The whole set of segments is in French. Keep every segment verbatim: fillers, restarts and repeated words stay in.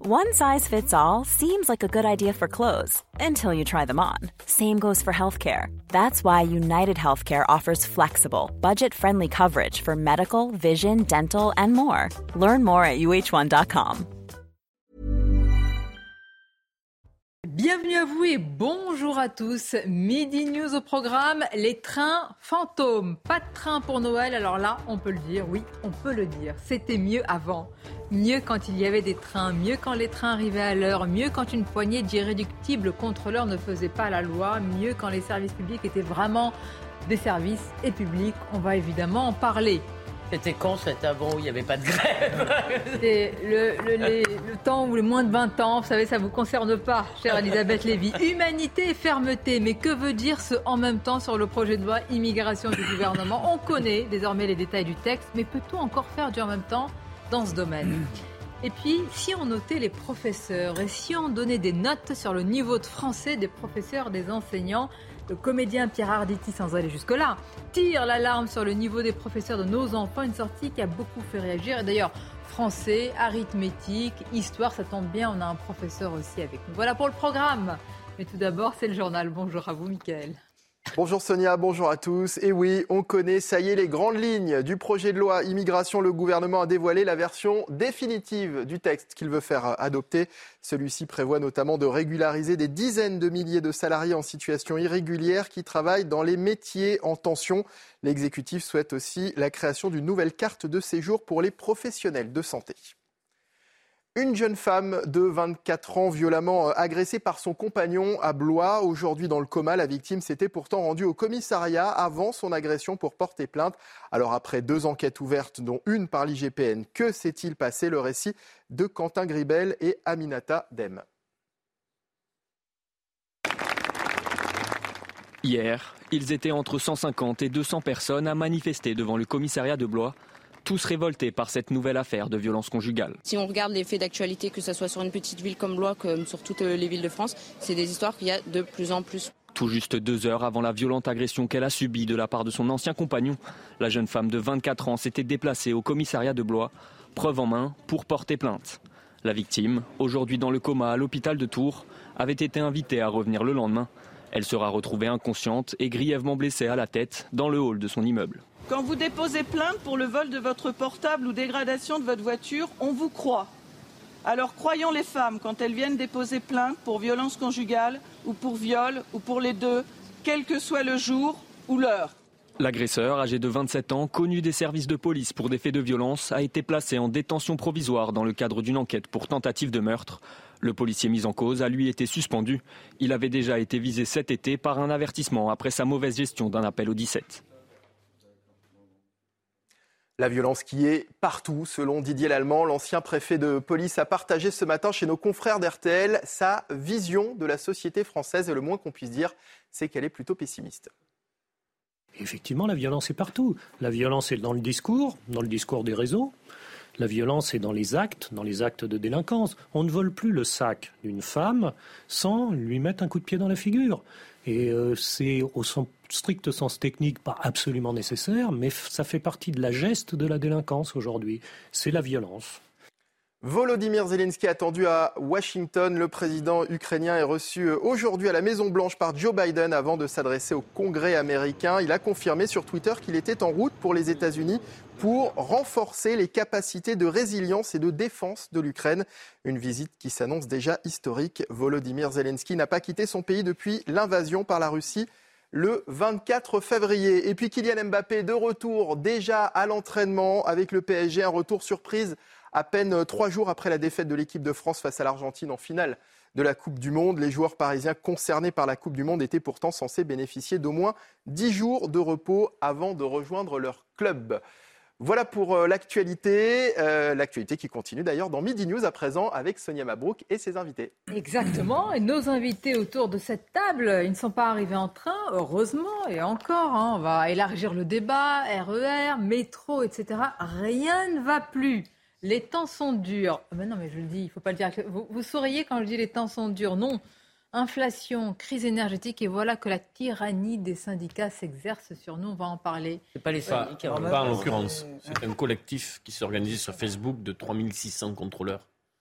One size fits all seems like a good idea for clothes until you try them on. Same goes for healthcare. That's why United Healthcare offers flexible, budget-friendly coverage for medical, vision, dental, and more. Learn more at U H one dot com. Bienvenue à vous et bonjour à tous. Midi News au programme, les trains fantômes. Pas de train pour Noël, alors là, on peut le dire, oui, on peut le dire. C'était mieux avant. Mieux quand il y avait des trains, mieux quand les trains arrivaient à l'heure, mieux quand une poignée d'irréductibles contrôleurs ne faisait pas la loi, mieux quand les services publics étaient vraiment des services et publics. On va évidemment en parler. C'était quand cet avant où il n'y avait pas de grève? C'était le, le, les, le temps où les moins de vingt ans, vous savez, ça ne vous concerne pas, chère Elisabeth Lévy. Humanité et fermeté, mais que veut dire ce « en même temps » sur le projet de loi immigration du gouvernement? On connaît désormais les détails du texte, mais peut-on encore faire du « en même temps » dans ce domaine? Et puis, si on notait les professeurs et si on donnait des notes sur le niveau de français des professeurs, des enseignants, le comédien Pierre Arditi, sans aller jusque-là, tire l'alarme sur le niveau des professeurs de nos enfants, une sortie qui a beaucoup fait réagir. Et d'ailleurs, français, arithmétique, histoire, ça tombe bien, on a un professeur aussi avec nous. Voilà pour le programme. Mais tout d'abord, c'est le journal. Bonjour à vous, Mickaël. Bonjour Sonia, bonjour à tous. Et oui, on connaît, ça y est, les grandes lignes du projet de loi immigration. Le gouvernement a dévoilé la version définitive du texte qu'il veut faire adopter. Celui-ci prévoit notamment de régulariser des dizaines de milliers de salariés en situation irrégulière qui travaillent dans les métiers en tension. L'exécutif souhaite aussi la création d'une nouvelle carte de séjour pour les professionnels de santé. Une jeune femme de vingt-quatre ans violemment agressée par son compagnon à Blois. Aujourd'hui dans le coma, la victime s'était pourtant rendue au commissariat avant son agression pour porter plainte. Alors après deux enquêtes ouvertes, dont une par l'I G P N, que s'est-il passé? Le récit de Quentin Gribel et Aminata Dem. Hier, ils étaient entre cent cinquante et deux cents personnes à manifester devant le commissariat de Blois. Tous révoltés par cette nouvelle affaire de violence conjugale. Si on regarde les faits d'actualité, que ce soit sur une petite ville comme Blois, comme sur toutes les villes de France, c'est des histoires qu'il y a de plus en plus. Tout juste deux heures avant la violente agression qu'elle a subie de la part de son ancien compagnon, la jeune femme de vingt-quatre ans s'était déplacée au commissariat de Blois, preuve en main, pour porter plainte. La victime, aujourd'hui dans le coma à l'hôpital de Tours, avait été invitée à revenir le lendemain. Elle sera retrouvée inconsciente et grièvement blessée à la tête dans le hall de son immeuble. Quand vous déposez plainte pour le vol de votre portable ou dégradation de votre voiture, on vous croit. Alors croyons les femmes quand elles viennent déposer plainte pour violence conjugale ou pour viol ou pour les deux, quel que soit le jour ou l'heure. L'agresseur, âgé de vingt-sept ans, connu des services de police pour des faits de violence, a été placé en détention provisoire dans le cadre d'une enquête pour tentative de meurtre. Le policier mis en cause a lui été suspendu. Il avait déjà été visé cet été par un avertissement après sa mauvaise gestion d'un appel au dix-sept. La violence qui est partout, selon Didier Lallemand, l'ancien préfet de police a partagé ce matin chez nos confrères d'R T L sa vision de la société française. Et le moins qu'on puisse dire, c'est qu'elle est plutôt pessimiste. Effectivement, la violence est partout. La violence est dans le discours, dans le discours des réseaux. La violence est dans les actes, dans les actes de délinquance. On ne vole plus le sac d'une femme sans lui mettre un coup de pied dans la figure. Et euh, c'est au sens, strict sens technique pas absolument nécessaire, mais f- ça fait partie de la geste de la délinquance aujourd'hui. C'est la violence. Volodymyr Zelensky attendu à Washington. Le président ukrainien est reçu aujourd'hui à la Maison-Blanche par Joe Biden avant de s'adresser au Congrès américain. Il a confirmé sur Twitter qu'il était en route pour les États-Unis pour renforcer les capacités de résilience et de défense de l'Ukraine. Une visite qui s'annonce déjà historique. Volodymyr Zelensky n'a pas quitté son pays depuis l'invasion par la Russie le vingt-quatre février. Et puis Kylian Mbappé de retour déjà à l'entraînement avec le P S G. Un retour surprise à peine trois jours après la défaite de l'équipe de France face à l'Argentine en finale de la Coupe du Monde. Les joueurs parisiens concernés par la Coupe du Monde étaient pourtant censés bénéficier d'au moins dix jours de repos avant de rejoindre leur club. Voilà pour euh, l'actualité, euh, l'actualité qui continue d'ailleurs dans Midi News à présent avec Sonia Mabrouk et ses invités. Exactement, et nos invités autour de cette table, ils ne sont pas arrivés en train, heureusement, et encore, hein, on va élargir le débat, R E R, métro, et cetera. Rien ne va plus. Les temps sont durs. Mais non, mais je le dis, il ne faut pas le dire. Vous, vous souriez quand je dis les temps sont durs. Non. Inflation, crise énergétique, et voilà que la tyrannie des syndicats s'exerce sur nous. On va en parler. C'est pas les syndicats. Pas en l'occurrence. C'est un collectif qui s'est organisé sur Facebook de trois mille six cents contrôleurs.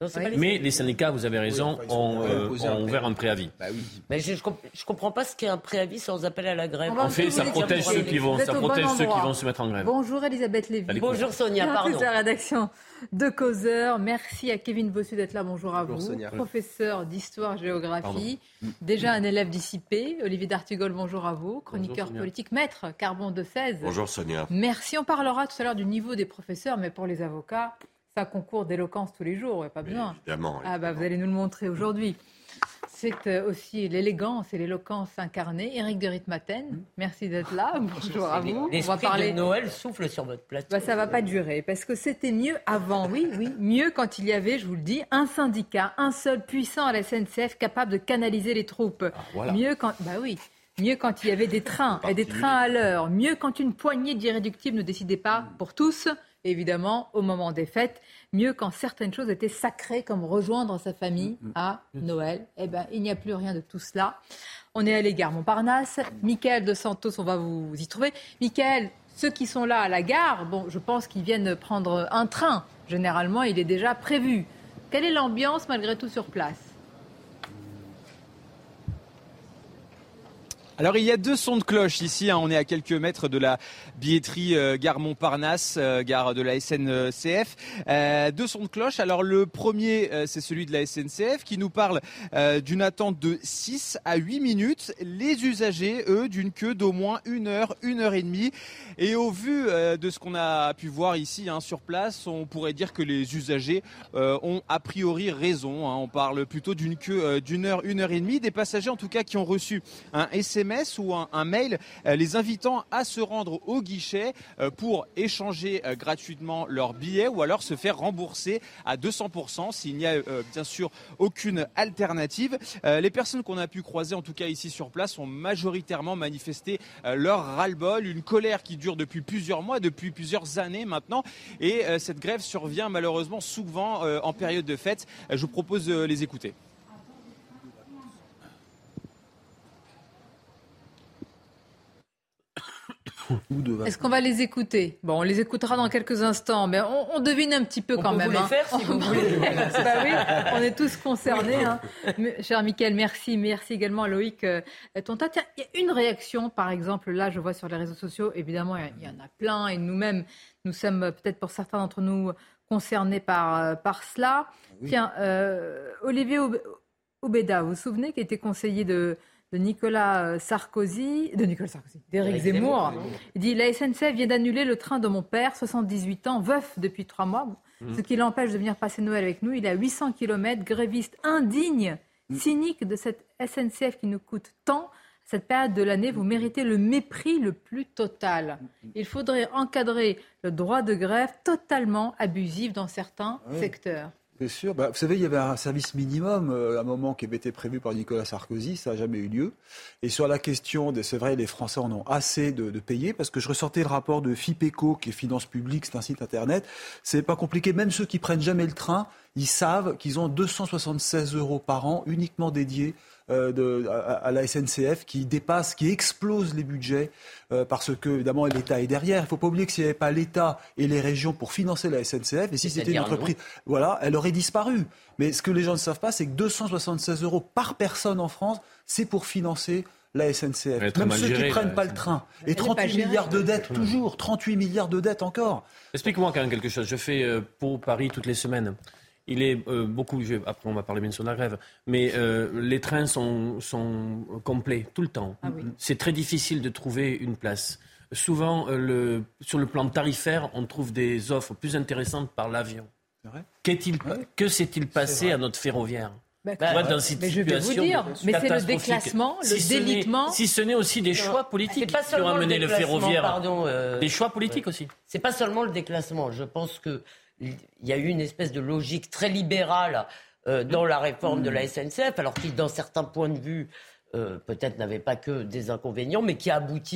Non, c'est pas les Mais syndicats. les syndicats, vous avez raison, Oui, enfin, ont, euh, posé ont un ouvert un préavis. Bah oui. Mais je, je, comp- je comprends pas ce qu'est un préavis sans appel à la grève. On va En fait, ça vous protège dire ceux qui vont, vous êtes ça au bon protège ceux qui endroit. vont se mettre en grève. Bonjour Elisabeth Lévy. Allez, Bonjour Sonia, Directrice pardon. de la rédaction de Causeur. Merci à Kevin Bossu d'être là. Bonjour à Bonjour, vous. Sonia. Professeur d'histoire-géographie. Déjà un élève dissipé. Olivier d'Artigol, bonjour à vous. Chroniqueur Sonia. politique, maître Carbon de seize. Bonjour Sonia. Merci. On parlera tout à l'heure du niveau des professeurs, mais pour les avocats, c'est un concours d'éloquence tous les jours. Pas besoin. Évidemment. Ah bah vous allez nous le montrer aujourd'hui. C'est euh, aussi l'élégance et l'éloquence incarnée. Éric de Ritmaten, merci d'être là. Bonjour à vous. On va L'esprit parler. de Noël souffle sur votre plateau. Bah, ça va pas durer parce que c'était mieux avant, oui, oui, mieux quand il y avait, je vous le dis, un syndicat, un seul puissant à la S N C F capable de canaliser les troupes. voilà. Mieux quand, bah oui, mieux quand il y avait des trains et des trains à l'heure. Mieux quand une poignée d'irréductibles ne décidait pas pour tous. Évidemment, au moment des fêtes, mieux quand certaines choses étaient sacrées, comme rejoindre sa famille à Noël. Eh ben, il n'y a plus rien de tout cela. On est à l'égare Montparnasse. Mickaël de Santos, on va vous y trouver. Mickaël, ceux qui sont là à la gare, bon, je pense qu'ils viennent prendre un train. Généralement, il est déjà prévu. Quelle est l'ambiance malgré tout sur place ? Alors il y a deux sons de cloche ici, hein. On est à quelques mètres de la billetterie euh, gare Montparnasse, euh, gare de la S N C F. Euh, deux sons de cloche. Alors le premier, euh, c'est celui de la S N C F qui nous parle euh, d'une attente de six à huit minutes. Les usagers, eux, d'une queue d'au moins une heure, une heure et demie. Et au vu euh, de ce qu'on a pu voir ici, hein, sur place, on pourrait dire que les usagers euh, ont a priori raison, hein. On parle plutôt d'une queue euh, d'une heure, une heure et demie. Des passagers en tout cas qui ont reçu un S M S ou un, un mail euh, les invitant à se rendre au guichet euh, pour échanger euh, gratuitement leur billet ou alors se faire rembourser à deux cents pour cent s'il n'y a euh, bien sûr aucune alternative. Euh, les personnes qu'on a pu croiser en tout cas ici sur place ont majoritairement manifesté euh, leur ras-le-bol, une colère qui dure depuis plusieurs mois, depuis plusieurs années maintenant, et euh, cette grève survient malheureusement souvent euh, en période de fête. Euh, je vous propose de les écouter. Est-ce qu'on va les écouter ? Bon, on les écoutera dans quelques instants, mais on, on devine un petit peu On quand peut même. vous les hein. faire si vous voulez. Bah oui, on est tous concernés. Hein. Mais, cher Mickaël, merci. Merci également à Loïc euh, Tonta. Tiens, il y a une réaction, par exemple, là, je vois sur les réseaux sociaux, évidemment, il y, il y en a plein, et nous-mêmes, nous sommes peut-être pour certains d'entre nous concernés par, euh, par cela. Oui. Tiens, euh, Olivier Aubeda, vous vous souvenez, qui était conseiller de... de Nicolas Sarkozy, de Nicolas Sarkozy, d'Éric Zemmour. Zemmour. Il dit « La S N C F vient d'annuler le train de mon père, soixante-dix-huit ans, veuf depuis trois mois, mmh. ce qui l'empêche de venir passer Noël avec nous. Il est à huit cents kilomètres, gréviste indigne, mmh. cynique de cette S N C F qui nous coûte tant. Cette période de l'année, vous méritez le mépris le plus total. Il faudrait encadrer le droit de grève totalement abusif dans certains oui. secteurs. » C'est sûr. Bah, vous savez, il y avait un service minimum euh, à un moment qui avait été prévu par Nicolas Sarkozy. Ça n'a jamais eu lieu. Et sur la question, des, c'est vrai, les Français en ont assez de, de payer parce que je ressortais le rapport de FIPECO, qui est Finances Publiques, c'est un site internet. C'est pas compliqué. Même ceux qui prennent jamais le train, ils savent qu'ils ont deux cent soixante-seize euros par an uniquement dédiés euh, de, à, à la S N C F, qui dépasse, qui explose les budgets euh, parce que évidemment l'État est derrière. Il ne faut pas oublier que s'il n'y avait pas l'État et les régions pour financer la S N C F, et si c'était une entreprise, voilà, elle aurait disparu. Mais ce que les gens ne savent pas, c'est que deux cent soixante-seize euros par personne en France, c'est pour financer la S N C F. Même ceux qui ne prennent pas le train. Et trente-huit milliards de dettes, toujours. trente-huit milliards de dettes encore. Explique-moi quand même quelque chose. Je fais euh, pour Paris toutes les semaines. Il est euh, beaucoup, je, après on va parler bien sûr de la grève, mais euh, les trains sont, sont complets tout le temps. Ah oui. C'est très difficile de trouver une place. Souvent, euh, le, sur le plan tarifaire, on trouve des offres plus intéressantes par l'avion. C'est vrai ? Qu'est-il, ouais. Que s'est-il passé à notre ferroviaire ? Bah, bah, vois, dans cette mais je vais vous dire, mais c'est le déclassement, le si délitement. Si ce n'est aussi des choix politiques qui ont amené le, le ferroviaire. Pardon, euh, des choix politiques ouais. aussi. C'est pas seulement le déclassement. Je pense que il y a eu une espèce de logique très libérale euh, dans la réforme mmh. de la S N C F, alors qui, dans certains points de vue, euh, peut-être n'avait pas que des inconvénients, mais qui a abouti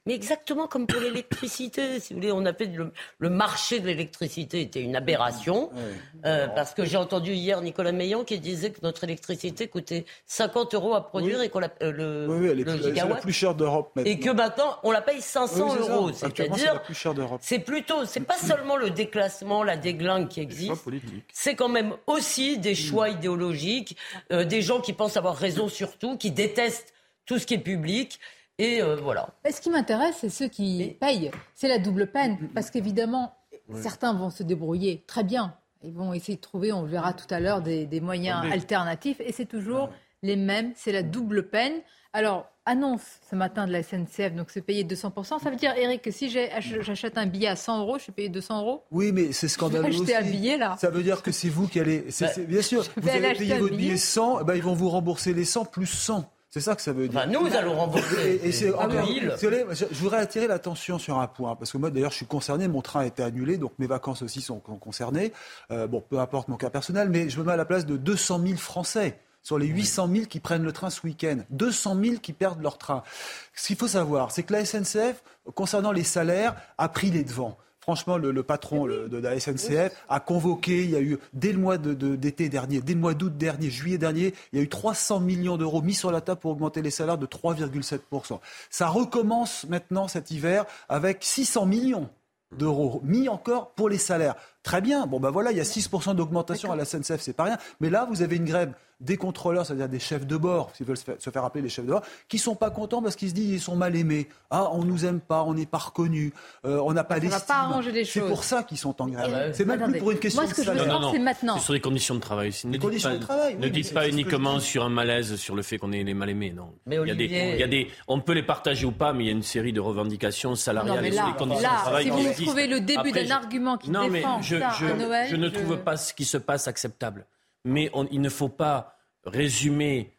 Mais exactement comme pour l'électricité, si vous voulez, on a fait le, le marché de l'électricité était une aberration, euh, parce que j'ai entendu hier Nicolas Meillan qui disait que notre électricité coûtait cinquante euros à produire oui. et qu'on la, euh, le, oui, oui, elle est, le plus, gigawatt, c'est la plus chère d'Europe maintenant. Et que maintenant on la paye cinq cents oui, euros, c'est c'est-à-dire c'est la plus chère d'Europe. C'est plutôt, c'est pas seulement le déclassement, la déglingue qui existe, c'est quand même aussi des choix mmh. idéologiques, euh, des gens qui pensent avoir raison sur tout, qui détestent tout ce qui est public. Et euh, voilà. Ce qui m'intéresse, c'est ceux qui et... payent. C'est la double peine. Parce qu'évidemment, ouais. certains vont se débrouiller très bien. Ils vont essayer de trouver, on le verra tout à l'heure, des, des moyens oui. alternatifs. Et c'est toujours ouais. les mêmes. C'est la double peine. Alors, annonce ce matin de la S N C F, donc c'est payé deux cents pour cent. Ça veut dire, Eric, que si j'ai, j'achète un billet à cent euros, je suis payé deux cents euros ? Oui, mais c'est scandaleux aussi. Acheter un billet, là. Ça veut dire que c'est vous qui allez... C'est, c'est, bien sûr, vous allez payer votre billet cent, ben ils vont vous rembourser les cent plus cent. C'est ça que ça veut dire. Enfin, nous, nous allons rembourser. Et, et c'est, ah, encore, je, je voudrais attirer l'attention sur un point, parce que moi, d'ailleurs, je suis concerné, mon train a été annulé, donc mes vacances aussi sont concernées. Euh, bon, peu importe mon cas personnel, mais je me mets à la place de deux cent mille Français sur les huit cent mille qui prennent le train ce week-end. deux cent mille qui perdent leur train. Ce qu'il faut savoir, c'est que la S N C F, concernant les salaires, a pris les devants. Franchement, le, le patron le, de la S N C F a convoqué, il y a eu, dès le mois de, de, d'été dernier, dès le mois d'août dernier, juillet dernier, il y a eu trois cents millions d'euros mis sur la table pour augmenter les salaires de trois virgule sept pour cent. Ça recommence maintenant cet hiver avec six cents millions d'euros mis encore pour les salaires. Très bien, bon ben voilà, il y a six pour cent d'augmentation à la S N C F, c'est pas rien. Mais là, vous avez une grève des contrôleurs, c'est-à-dire des chefs de bord, s'ils veulent se faire, se faire appeler les chefs de bord, qui sont pas contents parce qu'ils se disent ils sont mal aimés. Ah, on nous aime pas, on n'est pas reconnus, euh, on n'a pas d'estime. Ça va pas arranger les choses. C'est pour ça qu'ils sont en grève. Et, c'est même attendez, plus pour une question moi, ce que de salaire. je veux non, non, non. c'est maintenant. C'est sur les conditions de travail. Ne les dites conditions pas, de travail. Ne oui, dites pas uniquement sur un malaise, sur le fait qu'on est les mal aimés. Non. Mais il y a des, il y a des, on peut les partager ou pas, mais il y a une série de revendications salariales non, mais là, sur les conditions là, de travail. Si vous existent. trouvez le début Après, d'un je... argument qui non, défend mais je, ça je, à Noël, je ne je... trouve pas ce qui se passe acceptable. Mais on, il ne faut pas résumer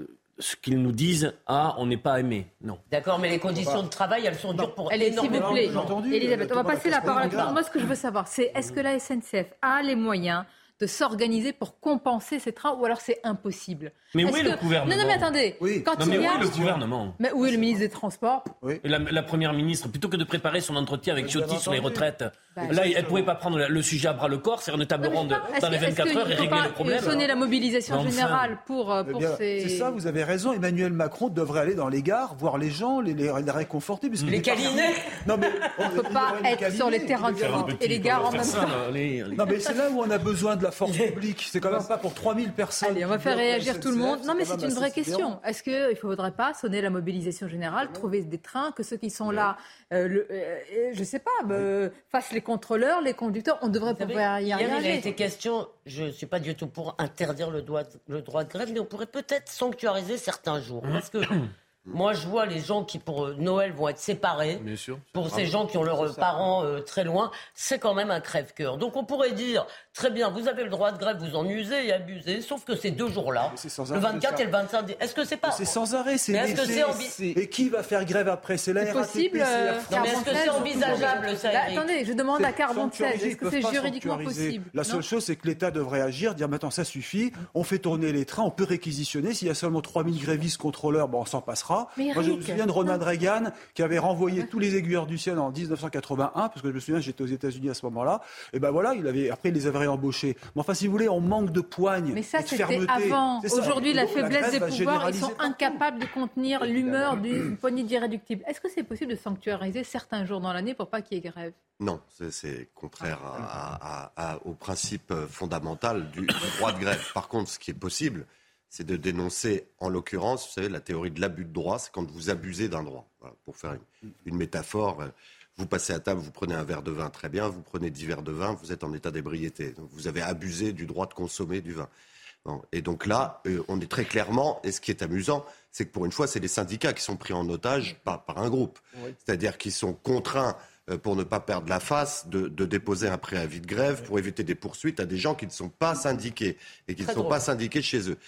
ce qu'ils nous disent à on n'est pas aimé. Non. D'accord, mais les conditions de travail, elles sont dures pour elle est, s'il vous plaît, entendu, Elisabeth, on va passer la parole à moi. Ce que je veux savoir, c'est est-ce que la S N C F a les moyens de s'organiser pour compenser ces trains ou alors c'est impossible. Mais Est-ce où est que... le gouvernement ? Non, non, mais attendez. Oui. Quand non, il mais y a... où est le gouvernement ? Mais où est le ministre des Transports ? Oui. Et la, la première ministre, plutôt que de préparer son entretien avec Ciotti sur les retraites, bah, là, elle ne pouvait pas prendre le sujet à bras le corps, faire une table non, ronde est-ce dans les vingt-quatre heures et régler le problème. Sonner la mobilisation enfin. générale pour, euh, pour eh bien, ces... C'est ça, vous avez raison. Emmanuel Macron devrait aller dans les gares, voir les gens, les, les, les réconforter. Parce que les câliner. Non, mais on ne peut pas être câliner, sur les terrains de vente et les gares en même temps. Non, mais c'est là où on a besoin de la force publique. C'est quand même pas pour trois mille personnes. Allez, on va faire réagir tout le monde. Non, mais c'est une vraie question. Est-ce qu'il ne faudrait pas sonner la mobilisation générale, trouver des trains, que ceux qui sont là, euh, le, euh, je ne sais pas, euh, fassent les contrôleurs, les conducteurs, on devrait pouvoir y arriver. Hier, il a été question, je ne suis pas du tout pour interdire le droit, le droit de grève, mais on pourrait peut-être sanctuariser certains jours. Parce que moi, je vois les gens qui, pour Noël, vont être séparés. Bien sûr. Pour ces gens qui ont leurs parents euh, très loin, c'est quand même un crève-cœur. Donc on pourrait dire, très bien, vous avez le droit de grève, vous en usez et abusez, sauf que ces deux jours-là, le vingt-quatre et le vingt-cinq, est-ce que c'est pas... C'est sans arrêt, c'est... Mais est-ce que c'est envi... c'est... Et qui va faire grève après ? C'est la R A T P, possible, c'est euh, la non, mais est-ce que c'est envisageable, ça, bah, attendez, je demande à Carbone seize, est-ce que c'est juridiquement possible ? La seule chose, c'est que l'État devrait agir, dire maintenant ça suffit, on fait tourner les trains, on peut réquisitionner. S'il y a seulement trois mille grévistes contrôleurs, bon, on s'en passera. Mais Moi, je me souviens de Ronald Reagan qui avait renvoyé tous les aiguilleurs du ciel en dix-neuf cent quatre-vingt-un, parce que je me souviens, j'étais aux États-Unis à ce moment-là. Et ben voilà, il avait, après, il les avait réembauchés. Mais enfin, si vous voulez, on manque de poigne. Mais ça, et de c'était fermeté. avant. Aujourd'hui, la donc, faiblesse la des pouvoirs, ils sont partout. incapables de contenir l'humeur d'une poignée d'irréductibles. Est-ce que c'est possible de sanctuariser certains jours dans l'année pour pas qu'il y ait grève ? Non, c'est, c'est contraire à, à, à, au principe fondamental du, du droit de grève. Par contre, ce qui est possible, c'est de dénoncer, en l'occurrence, vous savez, la théorie de l'abus de droit, c'est quand vous abusez d'un droit. Voilà, pour faire une, une métaphore, vous passez à table, vous prenez un verre de vin, très bien, vous prenez dix verres de vin, vous êtes en état d'ébriété. Donc vous avez abusé du droit de consommer du vin. Bon, et donc là, euh, on est très clairement, et ce qui est amusant, c'est que pour une fois, c'est les syndicats qui sont pris en otage par, par un groupe. Oui. C'est-à-dire qu'ils sont contraints, euh, pour ne pas perdre la face, de, de déposer un préavis de grève pour éviter des poursuites à des gens qui ne sont pas syndiqués et qui très ne sont drôle. pas syndiqués chez eux.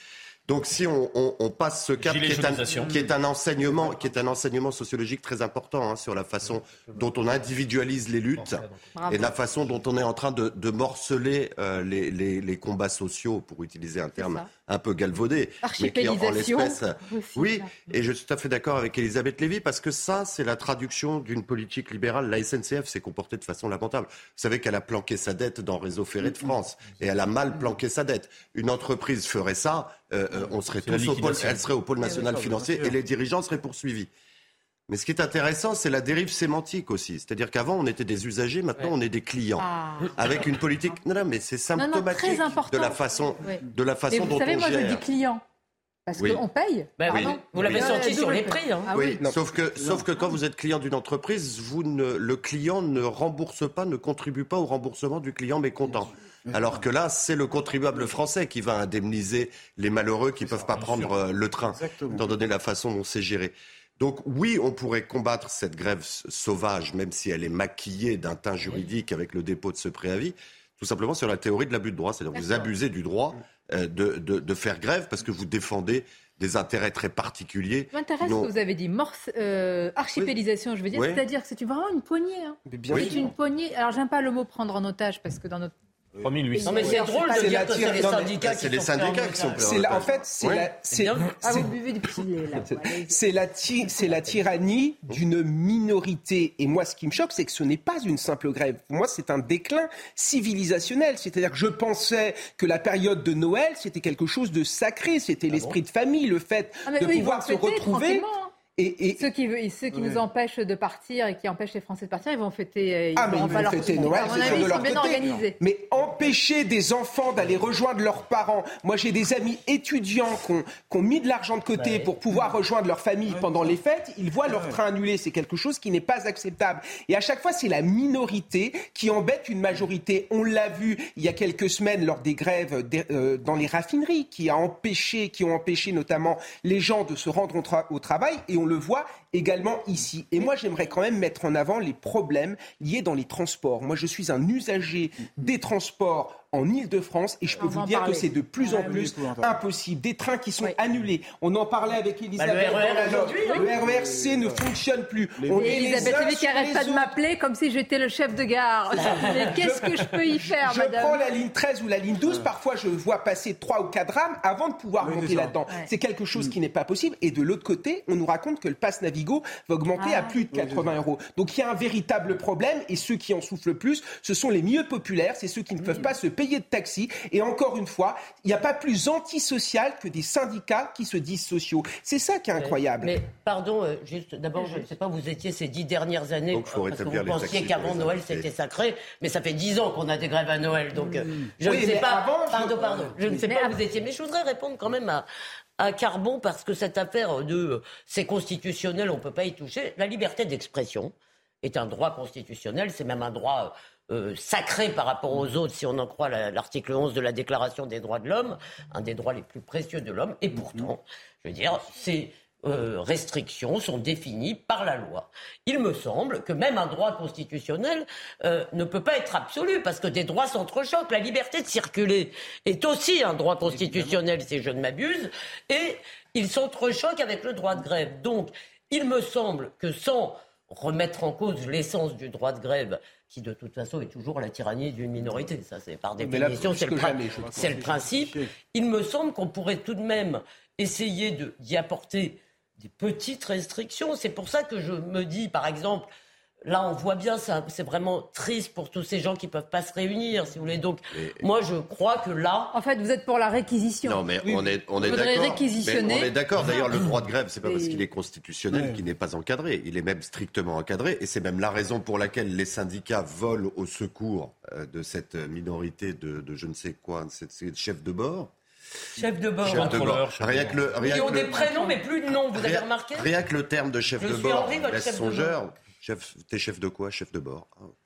Donc si on, on, on passe ce cap qui est, un, qui est un enseignement, qui est un enseignement sociologique très important hein, sur la façon dont on individualise les luttes Bravo. Et la façon dont on est en train de, de morceler euh, les, les, les combats sociaux, pour utiliser un terme un peu galvaudé, mais qui en, en l'espèce. Oui, et je suis tout à fait d'accord avec Elisabeth Lévy parce que ça, c'est la traduction d'une politique libérale. La S N C F s'est comportée de façon lamentable. Vous savez qu'elle a planqué sa dette dans Réseau Ferré de France et elle a mal planqué sa dette. Une entreprise ferait ça. Euh, euh, on serait tous au pôle, elle serait au pôle national financier et les dirigeants seraient poursuivis. Mais ce qui est intéressant, c'est la dérive sémantique aussi. C'est-à-dire qu'avant, on était des usagers, maintenant, ouais. on est des clients. Ah. Avec une politique... Non, non, mais c'est symptomatique non, non, de la façon, ouais. de la façon dont on gère. Vous savez, moi, je dis client. Parce oui. qu'on paye. Ben oui. Vous l'avez oui. senti sur les prix. Hein. Ah oui, oui. Sauf, que, sauf que quand vous êtes client d'une entreprise, vous ne, le client ne rembourse pas, ne contribue pas au remboursement du client mécontent. Alors que là, c'est le contribuable français qui va indemniser les malheureux qui ne peuvent pas prendre le train, Exactement. étant donné la façon dont c'est géré. Donc oui, on pourrait combattre cette grève sauvage, même si elle est maquillée d'un teint juridique avec le dépôt de ce préavis, tout simplement sur la théorie de l'abus de droit. C'est-à-dire que vous abusez du droit euh, de, de, de faire grève parce que vous défendez des intérêts très particuliers. M'intéresse non... ce que vous avez dit, morse, euh, archipélisation, oui. je veux dire, oui. c'est-à-dire que c'est vraiment une poignée. Hein. Bien c'est sûr. une poignée. Alors j'aime pas le mot prendre en otage parce que dans notre trois mille huit cents. Non mais c'est drôle de dire que c'est les syndicats qui sont les syndicats qui sont c'est la, en fait c'est oui. la c'est ah, vous buvez du pilet là. C'est la ty, c'est la tyrannie d'une minorité et moi ce qui me choque c'est que ce n'est pas une simple grève. Pour moi c'est un déclin civilisationnel, c'est-à-dire que je pensais que la période de Noël c'était quelque chose de sacré, c'était ah l'esprit bon de famille, le fait ah, de pouvoir se retrouver. Et, et, ceux qui, ceux qui ouais. nous empêchent de partir et qui empêchent les Français de partir, ils vont fêter. Ils ah, mais ils vont fêter Noël, c'est sûr de leur côté. Organisés. Mais empêcher des enfants d'aller rejoindre leurs parents. Moi, j'ai des amis étudiants qui ont, qui ont mis de l'argent de côté ouais. pour pouvoir rejoindre leur famille ouais. pendant les fêtes. Ils voient leur train annulé. C'est quelque chose qui n'est pas acceptable. Et à chaque fois, c'est la minorité qui embête une majorité. On l'a vu il y a quelques semaines lors des grèves des, euh, dans les raffineries qui, a empêché, qui ont empêché notamment les gens de se rendre au, tra- au travail. Et on le voit également ici. Et moi, j'aimerais quand même mettre en avant les problèmes liés dans les transports. Moi, je suis un usager des transports en Ile-de-France et je peux On vous dire parler. que c'est de plus en plus impossible. Des trains qui sont oui. annulés. On en parlait avec Elisabeth. Bah, le, R R le R E R C ne fonctionne plus. On et Elisabeth Lévy qui n'arrête pas de m'appeler comme si j'étais le chef de gare. Mais qu'est-ce que je peux y faire, je madame ? Je prends la ligne treize ou la ligne douze. Parfois, je vois passer trois ou quatre rames avant de pouvoir oui, monter là-dedans. Ouais. C'est quelque chose qui n'est pas possible. Et de l'autre côté, on nous raconte que le pass Navigo va augmenter ah. à plus de quatre-vingts euros. Donc, il y a un véritable problème. Et ceux qui en souffrent le plus, ce sont les milieux populaires. C'est ceux qui ne oui. peuvent pas se payer de taxi. Et encore une fois, il n'y a pas plus antisocial que des syndicats qui se disent sociaux. C'est ça qui est incroyable. Mais, mais pardon, euh, juste d'abord, je ne sais pas où vous étiez ces dix dernières années, donc, euh, parce que vous pensiez qu'avant Noël c'était sacré, mais ça fait dix ans qu'on a des grèves à Noël, donc euh, je oui, ne sais pas. Avant, pardon, je... pardon, je ne sais mais pas où vous étiez, mais je voudrais répondre quand même à. à Carbon, parce que cette affaire de euh, c'est constitutionnel, on ne peut pas y toucher. La liberté d'expression est un droit constitutionnel, c'est même un droit euh, sacré par rapport aux autres, si on en croit la, l'article onze de la Déclaration des droits de l'homme, un des droits les plus précieux de l'homme, et pourtant, je veux dire, ces euh, restrictions sont définies par la loi. Il me semble que même un droit constitutionnel euh, ne peut pas être absolu, parce que des droits s'entrechoquent. La liberté de circuler est aussi un droit constitutionnel, si je ne m'abuse, et il s'entrechoque avec le droit de grève. Donc, il me semble que sans remettre en cause l'essence du droit de grève, qui de toute façon est toujours la tyrannie d'une minorité, ça c'est par définition, c'est, le, pra- jamais, c'est le principe, il me semble qu'on pourrait tout de même essayer de, d'y apporter des petites restrictions. C'est pour ça que je me dis, par exemple, là on voit bien, ça, c'est vraiment triste pour tous ces gens qui ne peuvent pas se réunir, si vous voulez. Donc et, moi je crois que là... En fait, vous êtes pour la réquisition. Non, mais oui. on est, on est d'accord. Réquisitionner. Mais on est d'accord. D'ailleurs, le droit de grève, c'est pas et... parce qu'il est constitutionnel ouais. qu'il n'est pas encadré. Il est même strictement encadré. Et c'est même la raison pour laquelle les syndicats volent au secours de cette minorité de, de je ne sais quoi, de cette chef de bord. Chef de bord. Chef de bord. Rien que le, rien Ils ont que des le... prénoms, mais plus de noms, vous avez rien, remarqué ? Rien que le terme de chef je de bord laisse songeur. Chef, t'es chef de quoi ? Chef de bord.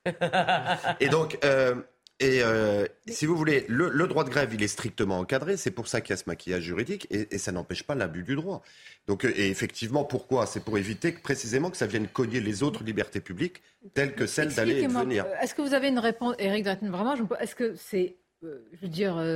Et donc, euh, et euh, si vous voulez, le, le droit de grève, il est strictement encadré. C'est pour ça qu'il y a ce maquillage juridique et, et ça n'empêche pas l'abus du droit. Donc, et effectivement, pourquoi ? C'est pour éviter que, précisément que ça vienne cogner les autres libertés publiques, telles que celle d'aller et de venir. Est-ce que vous avez une réponse, Éric Dratton, vraiment, est-ce que c'est, euh, je veux dire, euh,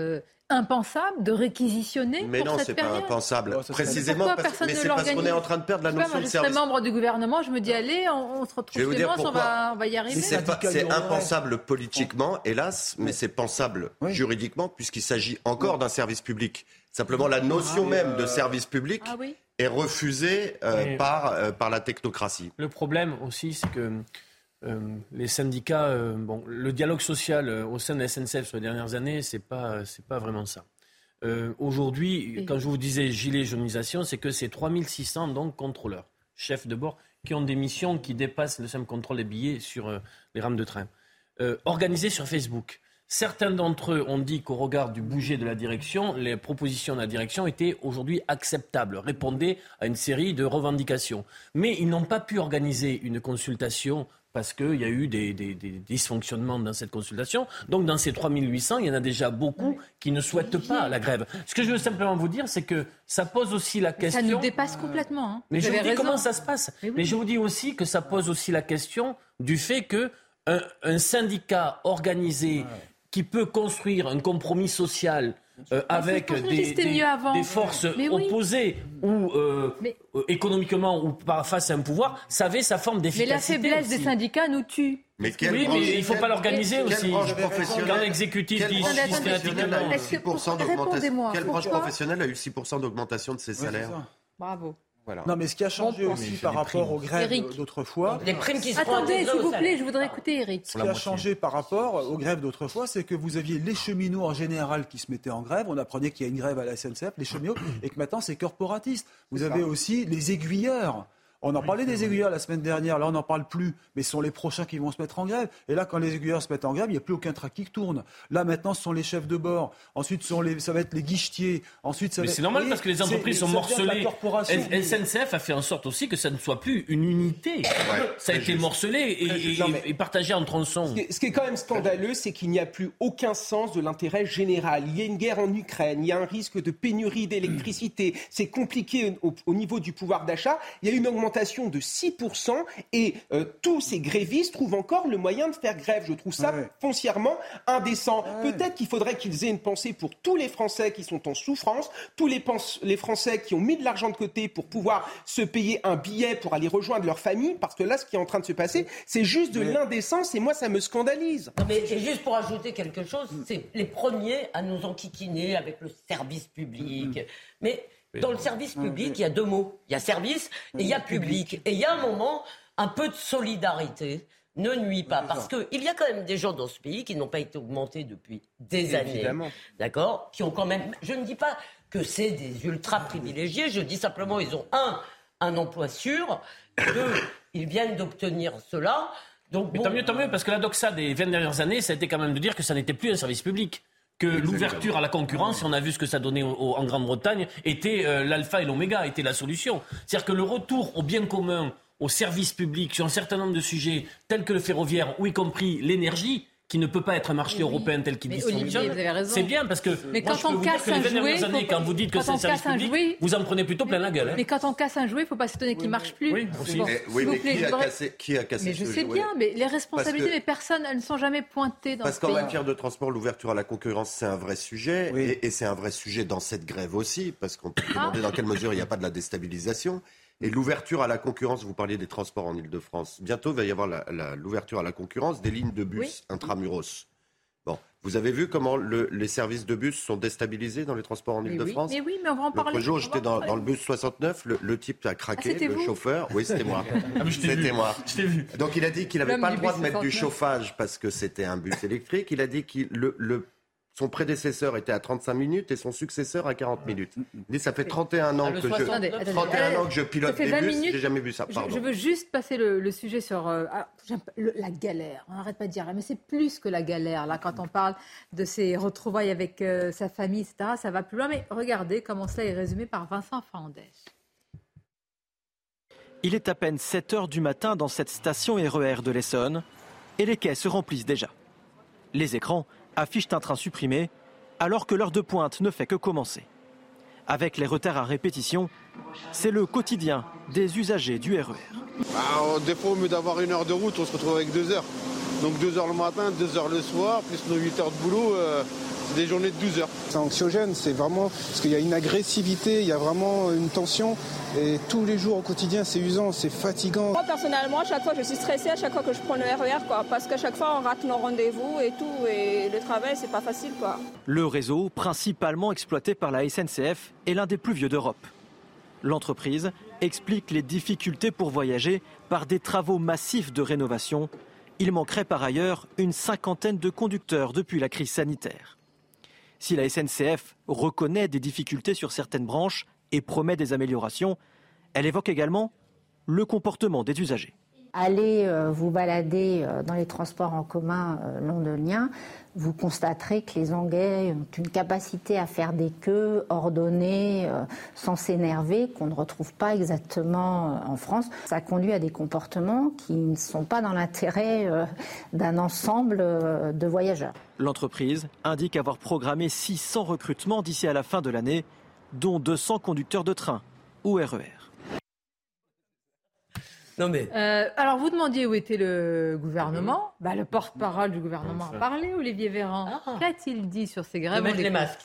impensable de réquisitionner mais pour non, cette c'est période. pas impensable. Oh, Précisément, parce, mais c'est parce qu'on est en train de perdre la notion pas, moi, de je service. Je serais membre du gouvernement, je me dis, allez, on, on se retrouve chez moi, on va, on va y arriver. C'est, pas, c'est impensable politiquement, hélas, mais c'est pensable oui. juridiquement, puisqu'il s'agit encore d'un service public. Simplement, la notion ah, même euh... de service public ah, oui. est refusée euh, par, euh, par la technocratie. Le problème aussi, c'est que Euh, les syndicats, euh, bon, le dialogue social euh, au sein de la S N C F sur les dernières années, c'est pas, c'est pas vraiment ça. Euh, aujourd'hui, oui. quand je vous disais gilet jaunisation, c'est que c'est trois mille six cents donc contrôleurs, chefs de bord, qui ont des missions qui dépassent le simple contrôle des billets sur euh, les rames de train, euh, organisés sur Facebook. Certains d'entre eux ont dit qu'au regard du budget de la direction, les propositions de la direction étaient aujourd'hui acceptables, répondaient à une série de revendications. Mais ils n'ont pas pu organiser une consultation parce qu'il y a eu des, des, des dysfonctionnements dans cette consultation. Donc dans ces trois mille huit cents, il y en a déjà beaucoup qui ne souhaitent pas la grève. Ce que je veux simplement vous dire, c'est que ça pose aussi la question... Ça nous dépasse complètement. Hein. Mais vous je vous dis raison. Comment ça se passe. Mais, oui. Mais je vous dis aussi que ça pose aussi la question du fait qu'un un syndicat organisé... Ouais. qui peut construire un compromis social euh, avec des, des, des forces oui. opposées ou euh, mais... euh, économiquement ou par face à un pouvoir, savait sa forme d'efficacité. Mais la faiblesse aussi. des syndicats nous tue. Mais oui, branche, mais il ne faut pas l'organiser aussi. Quand l'exécutif dit systématiquement six pour cent d'augmentation. Quelle branche professionnelle a eu six pour cent d'augmentation de ses salaires ? Bravo. Voilà. Non, mais ce qui a changé bon, aussi par rapport primes. aux grèves Eric. d'autrefois... Les primes qui se Attendez, s'il vous plaît, je voudrais écouter Eric. Ce qui a changé par rapport aux grèves d'autrefois, c'est que vous aviez les cheminots en général qui se mettaient en grève. On apprenait qu'il y a une grève à la S N C F, les cheminots, et que maintenant c'est corporatiste. Vous avez aussi les aiguilleurs. On en parlait des aiguilleurs la semaine dernière, là on n'en parle plus, mais ce sont les prochains qui vont se mettre en grève. Et là, quand les aiguilleurs se mettent en grève, il n'y a plus aucun train qui tourne. Là maintenant, ce sont les chefs de bord, ensuite sont les, ça va être les guichetiers, ensuite ça mais va c'est être... normal parce que les entreprises sont morcelées. S N C F a fait en sorte aussi que ça ne soit plus une unité. Ouais, ça a été juste. morcelé et, et, non, et partagé en tronçons. Ce qui, est, ce qui est quand même scandaleux, c'est qu'il n'y a plus aucun sens de l'intérêt général. Il y a une guerre en Ukraine, il y a un risque de pénurie d'électricité, c'est compliqué au, au niveau du pouvoir d'achat. Il y a une augmentation de six pour cent et euh, tous ces grévistes trouvent encore le moyen de faire grève. Je trouve ça ouais. foncièrement indécent. Ouais. Peut-être qu'il faudrait qu'ils aient une pensée pour tous les Français qui sont en souffrance, tous les, pens- les Français qui ont mis de l'argent de côté pour pouvoir se payer un billet pour aller rejoindre leur famille, parce que là, ce qui est en train de se passer, c'est juste de ouais. l'indécence et moi, ça me scandalise. Non, mais et juste pour ajouter quelque chose, c'est les premiers à nous enquiquiner avec le service public. Mmh. Mais... Dans le service public, il y a deux mots. Il y a service et il y a public. Et il y a un moment, un peu de solidarité ne nuit pas. Parce qu'il y a quand même des gens dans ce pays qui n'ont pas été augmentés depuis des années. Évidemment. D'accord ? Qui ont quand même... Je ne dis pas que c'est des ultra privilégiés. Je dis simplement ils ont, un, un emploi sûr. Deux, ils viennent d'obtenir cela. Donc, Mais bon, tant mieux, tant mieux, parce que la doxa des vingt dernières années, ça a été quand même de dire que ça n'était plus un service public. Que l'ouverture à la concurrence, et on a vu ce que ça donnait au, au, en Grande-Bretagne, était euh, l'alpha et l'oméga, était la solution. C'est-à-dire que le retour au bien commun, au service public, sur un certain nombre de sujets, tels que le ferroviaire, ou y compris l'énergie, qui ne peut pas être un marché oui, européen tel qu'il dysfonctionne, c'est bien parce que mais moi, quand je peux on vous dire que les vingt dernières années, quand vous dites que c'est un service public, jouet, vous en prenez plutôt plein la gueule. Hein. Mais quand on casse un jouet, il ne faut pas s'étonner qu'il ne marche plus. Oui, aussi. Bon, mais, oui, mais qui, a cassé, qui a cassé mais ce je sais jouet bien, mais les responsabilités que, des personnes, elles ne sont jamais pointées dans parce ce pays. Parce qu'en matière de transport, l'ouverture à la concurrence, c'est un vrai sujet. Oui. Et, et c'est un vrai sujet dans cette grève aussi, parce qu'on peut se demander dans quelle mesure il n'y a pas de la déstabilisation. Et l'ouverture à la concurrence, vous parliez des transports en Ile-de-France. Bientôt, il va y avoir la, la, l'ouverture à la concurrence des lignes de bus oui. intramuros. Bon, vous avez vu comment le, les services de bus sont déstabilisés dans les transports en Ile-de-France ? Mais oui, mais on va en parler. L'autre jour, j'étais dans, dans le bus soixante-neuf, le, le type a craqué, ah, le vous chauffeur. Oui, c'était moi. Ah, c'était vu. moi. Je t'ai vu. Donc il a dit qu'il n'avait L'homme pas le droit de mettre soixante-neuf. du chauffage parce que c'était un bus électrique. Il a dit que le, le, son prédécesseur était à trente-cinq minutes et son successeur à quarante minutes. Il dit ça fait trente et un ans, ah, que, je, attendez, attendez, trente et un ans que je pilote des bus, minutes. j'ai jamais vu ça. Pardon. Je, je veux juste passer le, le sujet sur euh, ah, le, la galère. On n'arrête pas de dire, mais c'est plus que la galère. Là, quand on parle de ses retrouvailles avec euh, sa famille, et cetera, ça va plus loin. Mais regardez comment cela est résumé par Vincent Fernandez. Il est à peine sept heures du matin dans cette station R E R de l'Essonne et les quais se remplissent déjà. Les écrans affichent un train supprimé alors que l'heure de pointe ne fait que commencer. Avec les retards à répétition, c'est le quotidien des usagers du R E R. Bah, des fois, au lieu d'avoir une heure de route, on se retrouve avec deux heures. Donc deux heures le matin, deux heures le soir, plus nos huit heures de boulot, euh, c'est des journées de douze heures. C'est anxiogène, c'est vraiment parce qu'il y a une agressivité, il y a vraiment une tension et tous les jours au quotidien c'est usant, c'est fatigant. Moi personnellement, à chaque fois je suis stressée à chaque fois que je prends le R E R quoi, parce qu'à chaque fois on rate nos rendez-vous et tout et le travail c'est pas facile quoi. Le réseau, principalement exploité par la S N C F, est l'un des plus vieux d'Europe. L'entreprise explique les difficultés pour voyager par des travaux massifs de rénovation. Il manquerait par ailleurs une cinquantaine de conducteurs depuis la crise sanitaire. Si la S N C F reconnaît des difficultés sur certaines branches et promet des améliorations, elle évoque également le comportement des usagers. Allez euh, vous balader euh, dans les transports en commun euh, londoniens, vous constaterez que les Anglais ont une capacité à faire des queues ordonnées, euh, sans s'énerver, qu'on ne retrouve pas exactement euh, en France. Ça conduit à des comportements qui ne sont pas dans l'intérêt euh, d'un ensemble euh, de voyageurs. L'entreprise indique avoir programmé six cents recrutements d'ici à la fin de l'année, dont deux cents conducteurs de train ou R E R. Non mais... euh, alors, vous demandiez où était le gouvernement. Bah, le porte-parole du gouvernement a parlé, Olivier Véran. Ah. Qu'a-t-il dit sur ces grèves? De mettre les masques.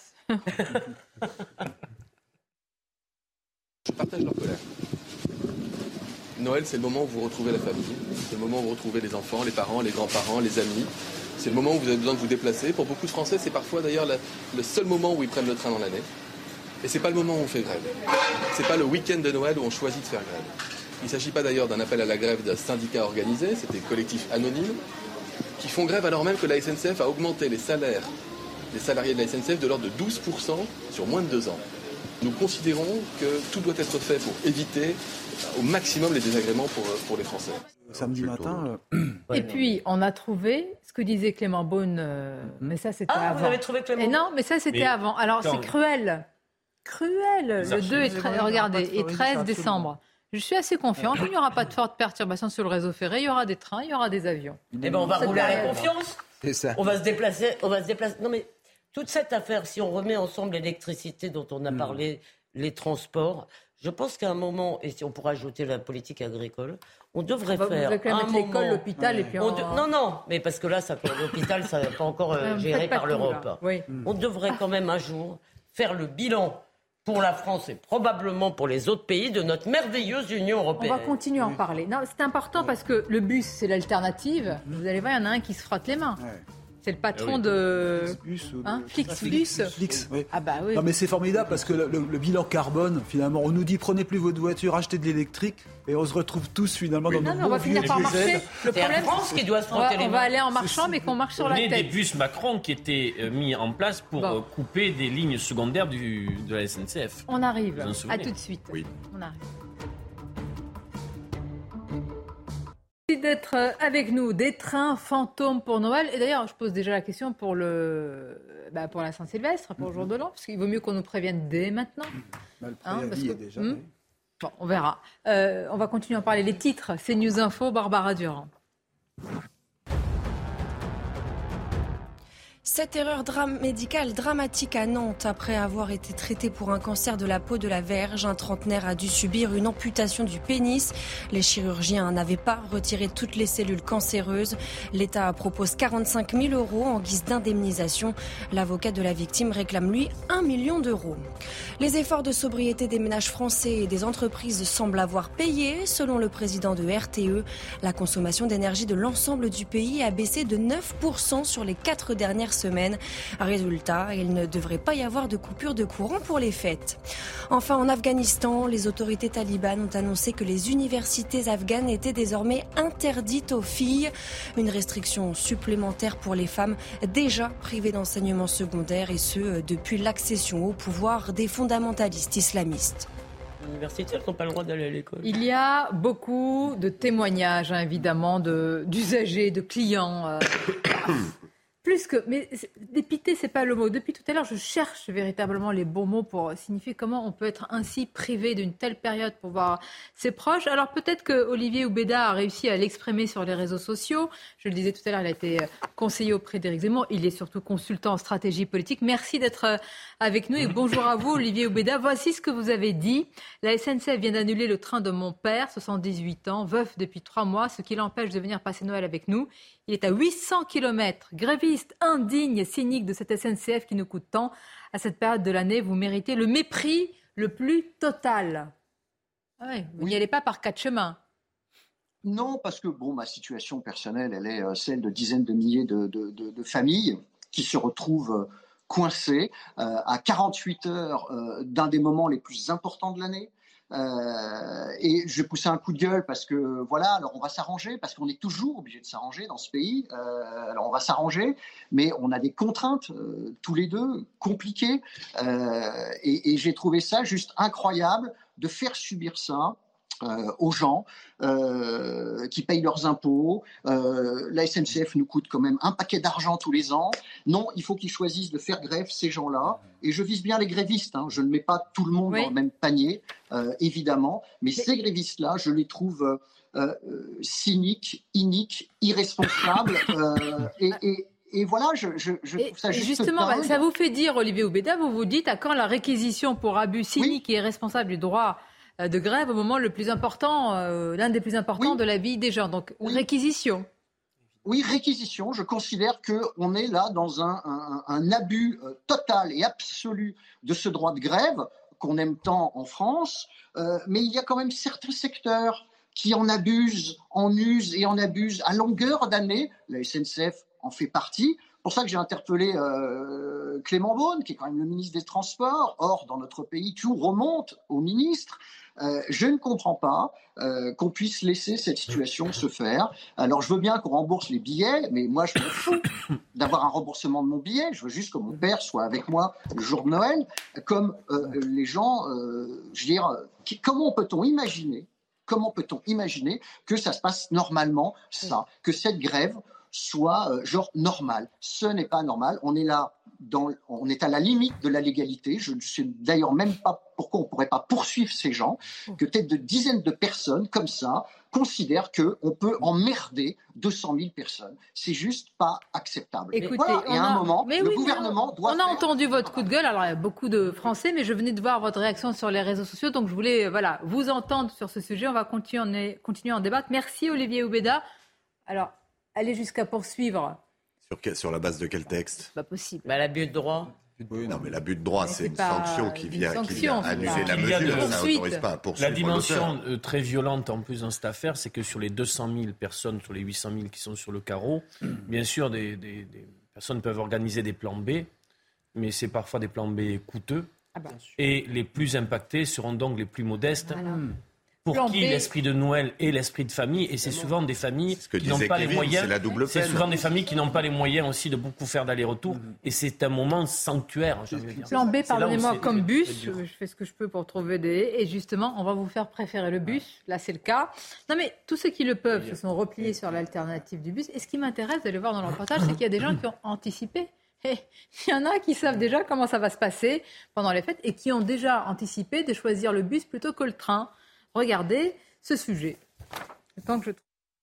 Je partage leur colère. Noël, c'est le moment où vous retrouvez la famille. C'est le moment où vous retrouvez les enfants, les parents, les grands-parents, les amis. C'est le moment où vous avez besoin de vous déplacer. Pour beaucoup de Français, c'est parfois d'ailleurs la, le seul moment où ils prennent le train dans l'année. Et c'est pas le moment où on fait grève. C'est pas le week-end de Noël où on choisit de faire grève. Il ne s'agit pas d'ailleurs d'un appel à la grève d'un syndicat organisé, c'est des collectifs anonymes qui font grève alors même que la S N C F a augmenté les salaires des salariés de la S N C F de l'ordre de douze pour cent sur moins de deux ans. Nous considérons que tout doit être fait pour éviter au maximum les désagréments pour, pour les Français. Samedi matin... Euh... Et puis, on a trouvé ce que disait Clément Beaune, euh, mais ça c'était ah, avant. Vous avez trouvé Clément Et non, mais ça c'était mais avant. Alors c'est cruel. Cruel. Le deux et treize, regardez, et treize décembre. Je suis assez confiante qu'il n'y aura pas de forte perturbation sur le réseau ferré. Il y aura des trains, il y aura des avions. Eh ben, on va rouler à la confiance. C'est ça. On va se déplacer. On va se déplacer. Non, mais toute cette affaire, si on remet ensemble l'électricité dont on a mmh. parlé, les transports, je pense qu'à un moment, et si on pourra ajouter la politique agricole, on devrait on faire. Vous allez mettre l'école, l'hôpital, ouais. et puis on... De... Non, non, mais parce que là, ça, l'hôpital, ça n'est pas encore euh, géré par l'Europe. Oui. On devrait quand même un jour faire le bilan pour la France et probablement pour les autres pays de notre merveilleuse Union européenne. On va continuer à en parler. Non, c'est important parce que le bus, c'est l'alternative. Vous allez voir, il y en a un qui se frotte les mains. Ouais. C'est le patron oui. de Flixbus. Hein, Flixbus. Flix, oui. Ah bah oui. Non mais c'est formidable parce que le, le, le bilan carbone, finalement, on nous dit prenez plus votre voiture, achetez de l'électrique, et on se retrouve tous finalement oui. dans non, nos non, on va finir par marcher. Le c'est problème, la France qui doit se frotter on va, les mains. On va aller en marchant, mais qu'on marche sur la tête. On a des bus Macron qui étaient euh, mis en place pour bon. euh, couper des lignes secondaires du, de la S N C F. On arrive. À tout de suite. Oui. On arrive. Merci d'être avec nous. Des trains fantômes pour Noël. Et d'ailleurs, je pose déjà la question pour, le, bah pour la Saint-Sylvestre, pour le jour de l'an, parce qu'il vaut mieux qu'on nous prévienne dès maintenant. Bah, le hein, parce que, est déjà, hmm, oui. Bon, on verra. Euh, on va continuer à en parler. Les titres, c'est News Info, Barbara Durand. Cette erreur dram- médicale dramatique à Nantes. Après avoir été traité pour un cancer de la peau de la verge, un trentenaire a dû subir une amputation du pénis. Les chirurgiens n'avaient pas retiré toutes les cellules cancéreuses. L'État propose quarante-cinq mille euros en guise d'indemnisation. L'avocat de la victime réclame, lui, un million d'euros. Les efforts de sobriété des ménages français et des entreprises semblent avoir payé. Selon le président de R T E, la consommation d'énergie de l'ensemble du pays a baissé de neuf pour cent sur les quatre dernières semaine. Résultat, il ne devrait pas y avoir de coupure de courant pour les fêtes. Enfin, en Afghanistan, les autorités talibanes ont annoncé que les universités afghanes étaient désormais interdites aux filles. Une restriction supplémentaire pour les femmes déjà privées d'enseignement secondaire et ce, depuis l'accession au pouvoir des fondamentalistes islamistes. Les universités, elles n'ont pas le droit d'aller à l'école. Il y a beaucoup de témoignages, hein, évidemment, de, d'usagers, de clients. Euh, Plus que, mais dépité, c'est pas le mot. Depuis tout à l'heure, je cherche véritablement les bons mots pour signifier comment on peut être ainsi privé d'une telle période pour voir ses proches. Alors peut-être que Olivier Oubeda a réussi à l'exprimer sur les réseaux sociaux. Je le disais tout à l'heure, il a été conseiller auprès d'Éric Zemmour. Il est surtout consultant en stratégie politique. Merci d'être avec nous et bonjour à vous, Olivier Oubeda. Voici ce que vous avez dit. La S N C F vient d'annuler le train de mon père, soixante-dix-huit ans, veuf depuis trois mois, ce qui l'empêche de venir passer Noël avec nous. Il est à huit cents kilomètres. Grévy triste, indigne, cynique de cette S N C F qui nous coûte tant. À cette période de l'année, vous méritez le mépris le plus total. Ah ouais, vous oui. n'y allez pas par quatre chemins. Non, parce que bon, ma situation personnelle, elle est euh, celle de dizaines de milliers de, de, de, de familles qui se retrouvent euh, coincées euh, à quarante-huit heures euh, d'un des moments les plus importants de l'année. Euh, et je vais pousser un coup de gueule parce que voilà, alors on va s'arranger, parce qu'on est toujours obligé de s'arranger dans ce pays. Euh, alors on va s'arranger, mais on a des contraintes euh, tous les deux compliquées. Euh, et, et j'ai trouvé ça juste incroyable de faire subir ça Euh, aux gens euh, qui payent leurs impôts. Euh, la S N C F nous coûte quand même un paquet d'argent tous les ans. Non, il faut qu'ils choisissent de faire grève, ces gens-là. Et je vise bien les grévistes. Hein. Je ne mets pas tout le monde oui. dans le même panier, euh, évidemment. Mais, Mais ces grévistes-là, je les trouve euh, euh, cyniques, iniques, irresponsables. euh, et, et Et voilà, je, je, je trouve ça juste justement, dingue. Ça vous fait dire, Olivier Oubeda, vous vous dites à quand la réquisition pour abus cynique oui. et irresponsable du droit de grève au moment le plus important, euh, l'un des plus importants oui. de la vie des gens. Donc, oui. réquisition. Oui, réquisition. Je considère qu'on est là dans un, un, un abus euh, total et absolu de ce droit de grève qu'on aime tant en France. Euh, mais il y a quand même certains secteurs qui en abusent, en usent et en abusent à longueur d'année. La S N C F en fait partie. C'est pour ça que j'ai interpellé euh, Clément Beaune, qui est quand même le ministre des Transports. Or, dans notre pays, tout remonte au ministre. Euh, je ne comprends pas euh, qu'on puisse laisser cette situation se faire. Alors, je veux bien qu'on rembourse les billets, mais moi, je me fous d'avoir un remboursement de mon billet. Je veux juste que mon père soit avec moi le jour de Noël. Comme euh, les gens, euh, je veux dire, qui, comment peut-on imaginer, comment peut-on imaginer que ça se passe normalement, ça, que cette grève soit euh, genre normal. Ce n'est pas normal. On est là, dans, on est à la limite de la légalité. Je ne sais d'ailleurs même pas pourquoi on ne pourrait pas poursuivre ces gens, que peut-être de dizaines de personnes comme ça considèrent qu'on peut emmerder deux cent mille personnes. C'est juste pas acceptable. Écoutez, voilà. Et à un a... moment, mais le oui, gouvernement on, doit On a faire... entendu votre coup de gueule. Alors, il y a beaucoup de Français, mais je venais de voir votre réaction sur les réseaux sociaux. Donc, je voulais voilà, vous entendre sur ce sujet. On va continuer, continuer à en débattre. Merci, Olivier Oubeda. Alors, aller jusqu'à poursuivre. Sur, que, sur la base de quel texte ? Pas possible. Bah, l'abus de droit. Oui, non, mais l'abus de droit, c'est, c'est une sanction qui vient, sanction, qui vient annuler la mesure. Ça n'autorise pas à poursuivre. La dimension euh, très violente en plus dans cette affaire, c'est que sur les deux cent mille personnes, sur les huit cent mille qui sont sur le carreau, mmh. bien sûr, des, des, des personnes peuvent organiser des plans B, mais c'est parfois des plans B coûteux. Ah bah. Et les plus impactés seront donc les plus modestes. Voilà. Pour Plan qui B. L'esprit de Noël et l'esprit de famille, et c'est souvent des familles qui n'ont pas Kevin, les moyens. C'est la double peine. C'est souvent des familles qui n'ont pas les moyens aussi de beaucoup faire d'aller-retour, mmh. et c'est un moment sanctuaire. Plan B, pardonnez-moi, comme bus, je fais ce que je peux pour trouver des. Et justement, on va vous faire préférer le bus. Là, c'est le cas. Non, mais tous ceux qui le peuvent se sont repliés sur l'alternative du bus. Et ce qui m'intéresse d'aller voir dans le reportage, c'est qu'il y a des gens qui ont anticipé. Et il y en a qui savent déjà comment ça va se passer pendant les fêtes et qui ont déjà anticipé de choisir le bus plutôt que le train. Regardez ce sujet. Tant que je...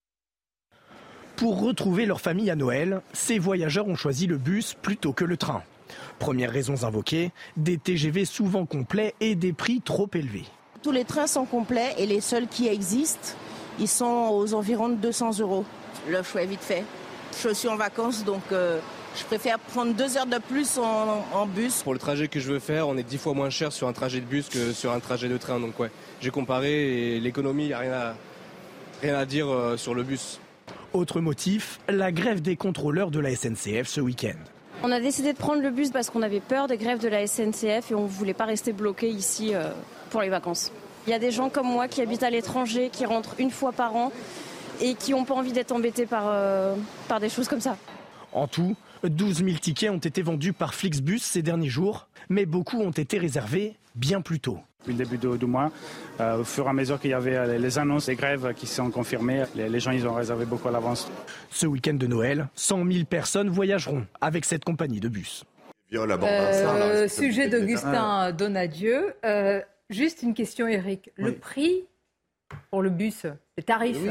Pour retrouver leur famille à Noël, ces voyageurs ont choisi le bus plutôt que le train. Premières raisons invoquées, des T G V souvent complets et des prix trop élevés. Tous les trains sont complets et les seuls qui existent, ils sont aux environs de deux cents euros. Le choix est vite fait. Je suis en vacances, donc euh, je préfère prendre deux heures de plus en, en bus. Pour le trajet que je veux faire, on est dix fois moins cher sur un trajet de bus que sur un trajet de train. Donc ouais, j'ai comparé et l'économie, il n'y a rien à, rien à dire euh, sur le bus. Autre motif, la grève des contrôleurs de la S N C F ce week-end. On a décidé de prendre le bus parce qu'on avait peur des grèves de la S N C F et on ne voulait pas rester bloqué ici euh, pour les vacances. Il y a des gens comme moi qui habitent à l'étranger, qui rentrent une fois par an et qui n'ont pas envie d'être embêtés par, euh, par des choses comme ça. En tout, douze mille tickets ont été vendus par Flixbus ces derniers jours, mais beaucoup ont été réservés bien plus tôt. Depuis le début du, du mois, euh, au fur et à mesure qu'il y avait les annonces des grèves qui sont confirmées, les, les gens ils ont réservé beaucoup à l'avance. Ce week-end de Noël, cent mille personnes voyageront avec cette compagnie de bus. Euh, sujet d'Augustin Donadieu. Euh, juste une question, Eric. Le oui. prix pour le bus, les tarifs oui.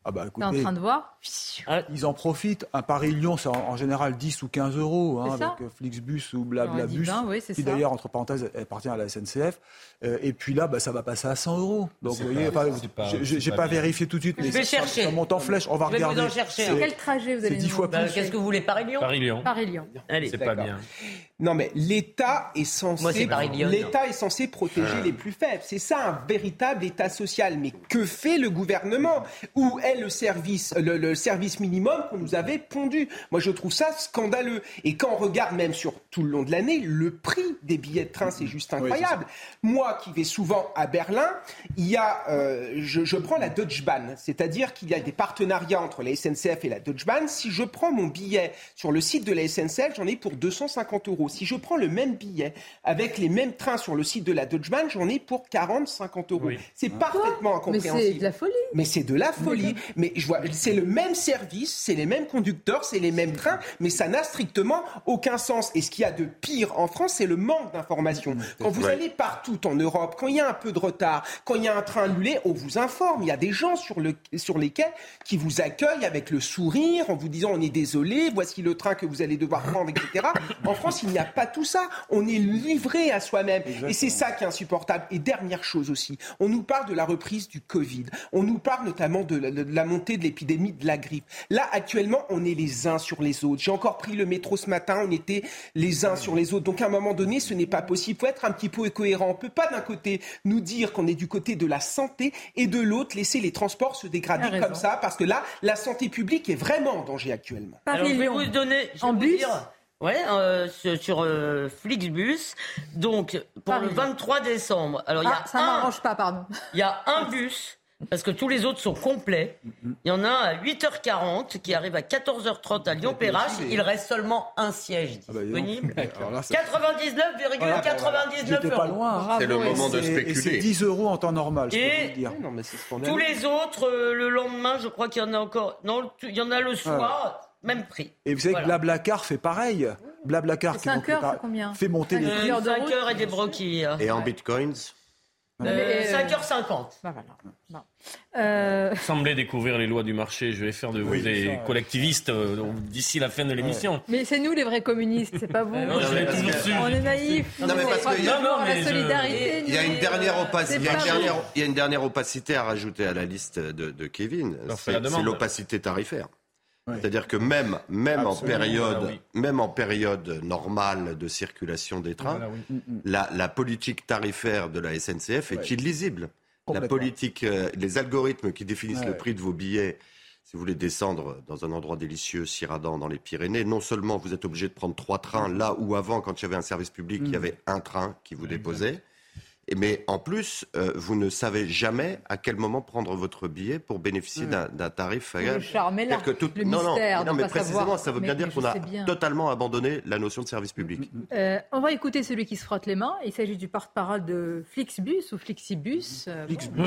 Ah bah, écoutez, t'es en train de voir. Ils en profitent. Un Paris-Lyon, c'est en, en général dix ou quinze euros, hein, avec euh, Flixbus ou Blablabus, vingt, oui, qui d'ailleurs, entre parenthèses, appartient à la S N C F. Euh, et puis là, bah, ça va passer à cent euros. Donc, vous voyez, pas, pas, je n'ai pas, pas vérifié tout de suite, je mais vais ça, chercher. ça monte en flèche. On va je vais regarder. Vous en chercher. Quel trajet vous allez C'est dix fois plus. Bah, qu'est-ce que vous voulez, Paris-Lyon Paris-Lyon. Paris-Lyon. Allez, c'est pas bien. Non, mais l'État est censé, Moi, c'est Paris-Lyon, l'État est censé protéger ah. les plus faibles. C'est ça un véritable État social. Mais que fait le gouvernement ? Où est le service, le, le service minimum qu'on nous avait pondu ? Moi, je trouve ça scandaleux. Et quand on regarde même sur tout le long de l'année, le prix des billets de train, c'est juste incroyable. Oui, c'est Moi, qui vais souvent à Berlin, il y a, euh, je, je prends la Deutsche Bahn, c'est-à-dire qu'il y a des partenariats entre la S N C F et la Deutsche Bahn. Si je prends mon billet sur le site de la S N C F, j'en ai pour deux cent cinquante euros. Si je prends le même billet avec les mêmes trains sur le site de la Deutsche Bahn, j'en ai pour quarante à cinquante euros. Oui. C'est ah. parfaitement incompréhensible. Mais c'est de la folie. Mais c'est de la folie. Mais je vois, c'est le même service, c'est les mêmes conducteurs, c'est les mêmes trains, mais ça n'a strictement aucun sens. Et ce qu'il y a de pire en France, c'est le manque d'information. Quand vous ouais. allez partout en Europe, quand il y a un peu de retard, quand il y a un train annulé, on vous informe. Il y a des gens sur, le, sur les quais qui vous accueillent avec le sourire, en vous disant on est désolé, voici le train que vous allez devoir prendre, et cetera. En France, il n'y a pas tout ça. On est livré à soi-même. Exactement. Et c'est ça qui est insupportable. Et dernière chose aussi, on nous parle de la reprise du Covid. On nous parle notamment de la, de la montée de l'épidémie de la grippe. Là, actuellement, on est les uns sur les autres. J'ai encore pris le métro ce matin, on était les uns sur les autres. Donc, à un moment donné, ce n'est pas possible. Il faut être un petit peu cohérent. On ne peut pas, d'un côté, nous dire qu'on est du côté de la santé et de l'autre, laisser les transports se dégrader comme ça. Parce que là, la santé publique est vraiment en danger actuellement. Alors, je vais vous donner... Je en vais bus vous dire... Oui, euh, sur, sur euh, Flixbus. Donc, pour Paris. Le vingt-trois décembre. Alors, ah, y a ça ne m'arrange pas, pardon. Il y a un bus, parce que tous les autres sont complets. Il y en a un à huit heures quarante qui arrive à quatorze heures trente à Lyon-Perrache. Il reste seulement un siège disponible. Ah bah, quatre-vingt-dix-neuf virgule quatre-vingt-dix-neuf euros. Pas loin. Bravo. C'est le moment de spéculer. Et c'est dix euros en temps normal, je et peux vous dire. Non, mais tous les autres, euh, le lendemain, je crois qu'il y en a encore. Non, il y en a le soir. Ah. Même prix. Et vous savez voilà. que Blablacar fait pareil. Blablacar qui cinq heures, c'est combien fait monter les prix. Euh, cinq heures et des broquilles. Et en bitcoins euh, cinq heures cinquante. Bah voilà. Non. Euh... Vous semblez découvrir les lois du marché. Je vais faire de vous oui, des ça, collectivistes euh, d'ici la fin de l'émission. Ouais. Mais c'est nous les vrais communistes, c'est pas vous. Non, je l'ai toujours su. On est naïfs. Non, mais parce qu'il y a, non, non, la solidarité. Il y a une dernière opacité. Il y a une dernière, il y a une dernière opacité à rajouter à la liste de, de Kevin. C'est, c'est l'opacité tarifaire. Oui. C'est-à-dire que même, même, en période, voilà, oui. même en période normale de circulation des trains, voilà, oui. la, la politique tarifaire de la S N C F est oui. illisible. La politique, euh, les algorithmes qui définissent ouais, le prix de vos billets, si vous voulez descendre dans un endroit délicieux, Ciradan, dans les Pyrénées, non seulement vous êtes obligé de prendre trois trains, là où avant, quand il y avait un service public, mmh. il y avait un train qui vous déposait. Mais en plus, euh, vous ne savez jamais à quel moment prendre votre billet pour bénéficier mmh. d'un, d'un tarif. Le charme est là, que tout... le non, mystère. Non, non mais précisément, savoir. ça veut bien mais, dire mais qu'on a bien. totalement abandonné la notion de service public. Euh, on va écouter celui qui se frotte les mains. Il s'agit du porte-parole de Flixbus ou Flixibus. Euh, Flixbus.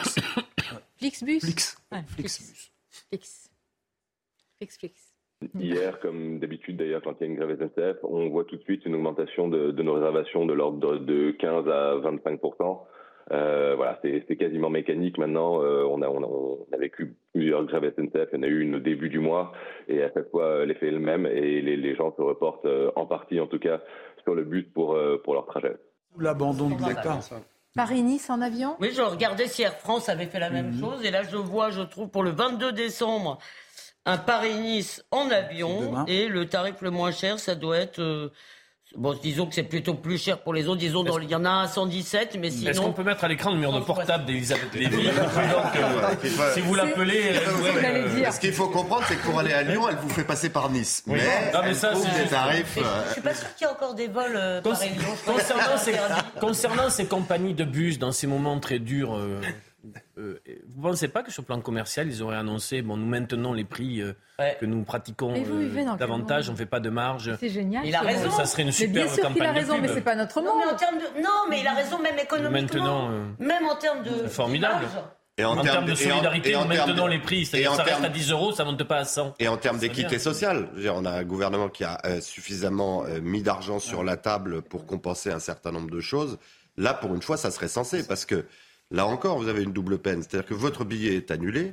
Flixbus. Flix. Ouais, Flix. Flix. Flix. Flix. Hier, comme d'habitude d'ailleurs, quand il y a une grève S N C F, on voit tout de suite une augmentation de, de nos réservations de l'ordre de quinze à vingt-cinq pour cent. Euh, voilà, c'est, c'est quasiment mécanique maintenant. Euh, on, a, on, a, on a vécu plusieurs grèves S N C F. Il y en a eu une au début du mois et à chaque fois l'effet est le même et les, les gens se reportent euh, en partie, en tout cas, sur le bus pour, euh, pour leur trajet. L'abandon de l'État. Paris-Nice en avion ? Oui, je regardais si Air France avait fait la même mmh. chose et là je vois, je trouve, pour le vingt-deux décembre, un Paris-Nice en avion et le tarif le moins cher, ça doit être... Euh, bon, disons que c'est plutôt plus cher pour les autres. Disons, dans, il y en a un à cent dix-sept, mais sinon... Est-ce qu'on peut mettre à l'écran le numéro de portable d'Elisabeth Lévy donc, euh, si vous l'appelez... Euh, ce qu'il faut comprendre, c'est que pour aller à Lyon, elle vous fait passer par Nice. Oui. Mais, non, mais ça, c'est... des tarifs... Euh... Je suis pas sûr qu'il y ait encore des vols euh, Cons- Paris-Lyon. Concernant, ces, concernant ces compagnies de bus, dans ces moments très durs... Euh, Euh, vous ne pensez pas que sur le plan commercial, ils auraient annoncé, bon, nous maintenons les prix euh, ouais. que nous pratiquons euh, davantage, on ne fait pas de marge. C'est génial. Il a raison. Ça serait une super campagne. Bien sûr qu'il a raison, mais ce n'est pas notre monde. Non, mais en termes de... non, mais il a raison, même économiquement. Euh, même en termes de. C'est formidable. Et en, en termes de solidarité, nous maintenons les prix. C'est-à-dire que ça reste à dix euros, ça ne monte pas à cent. Et en termes d'équité sociale, je veux dire, on a un gouvernement qui a euh, suffisamment euh, mis d'argent sur la table pour compenser un certain nombre de choses. Là, pour une fois, ça serait censé, parce que là encore, vous avez une double peine. C'est-à-dire que votre billet est annulé,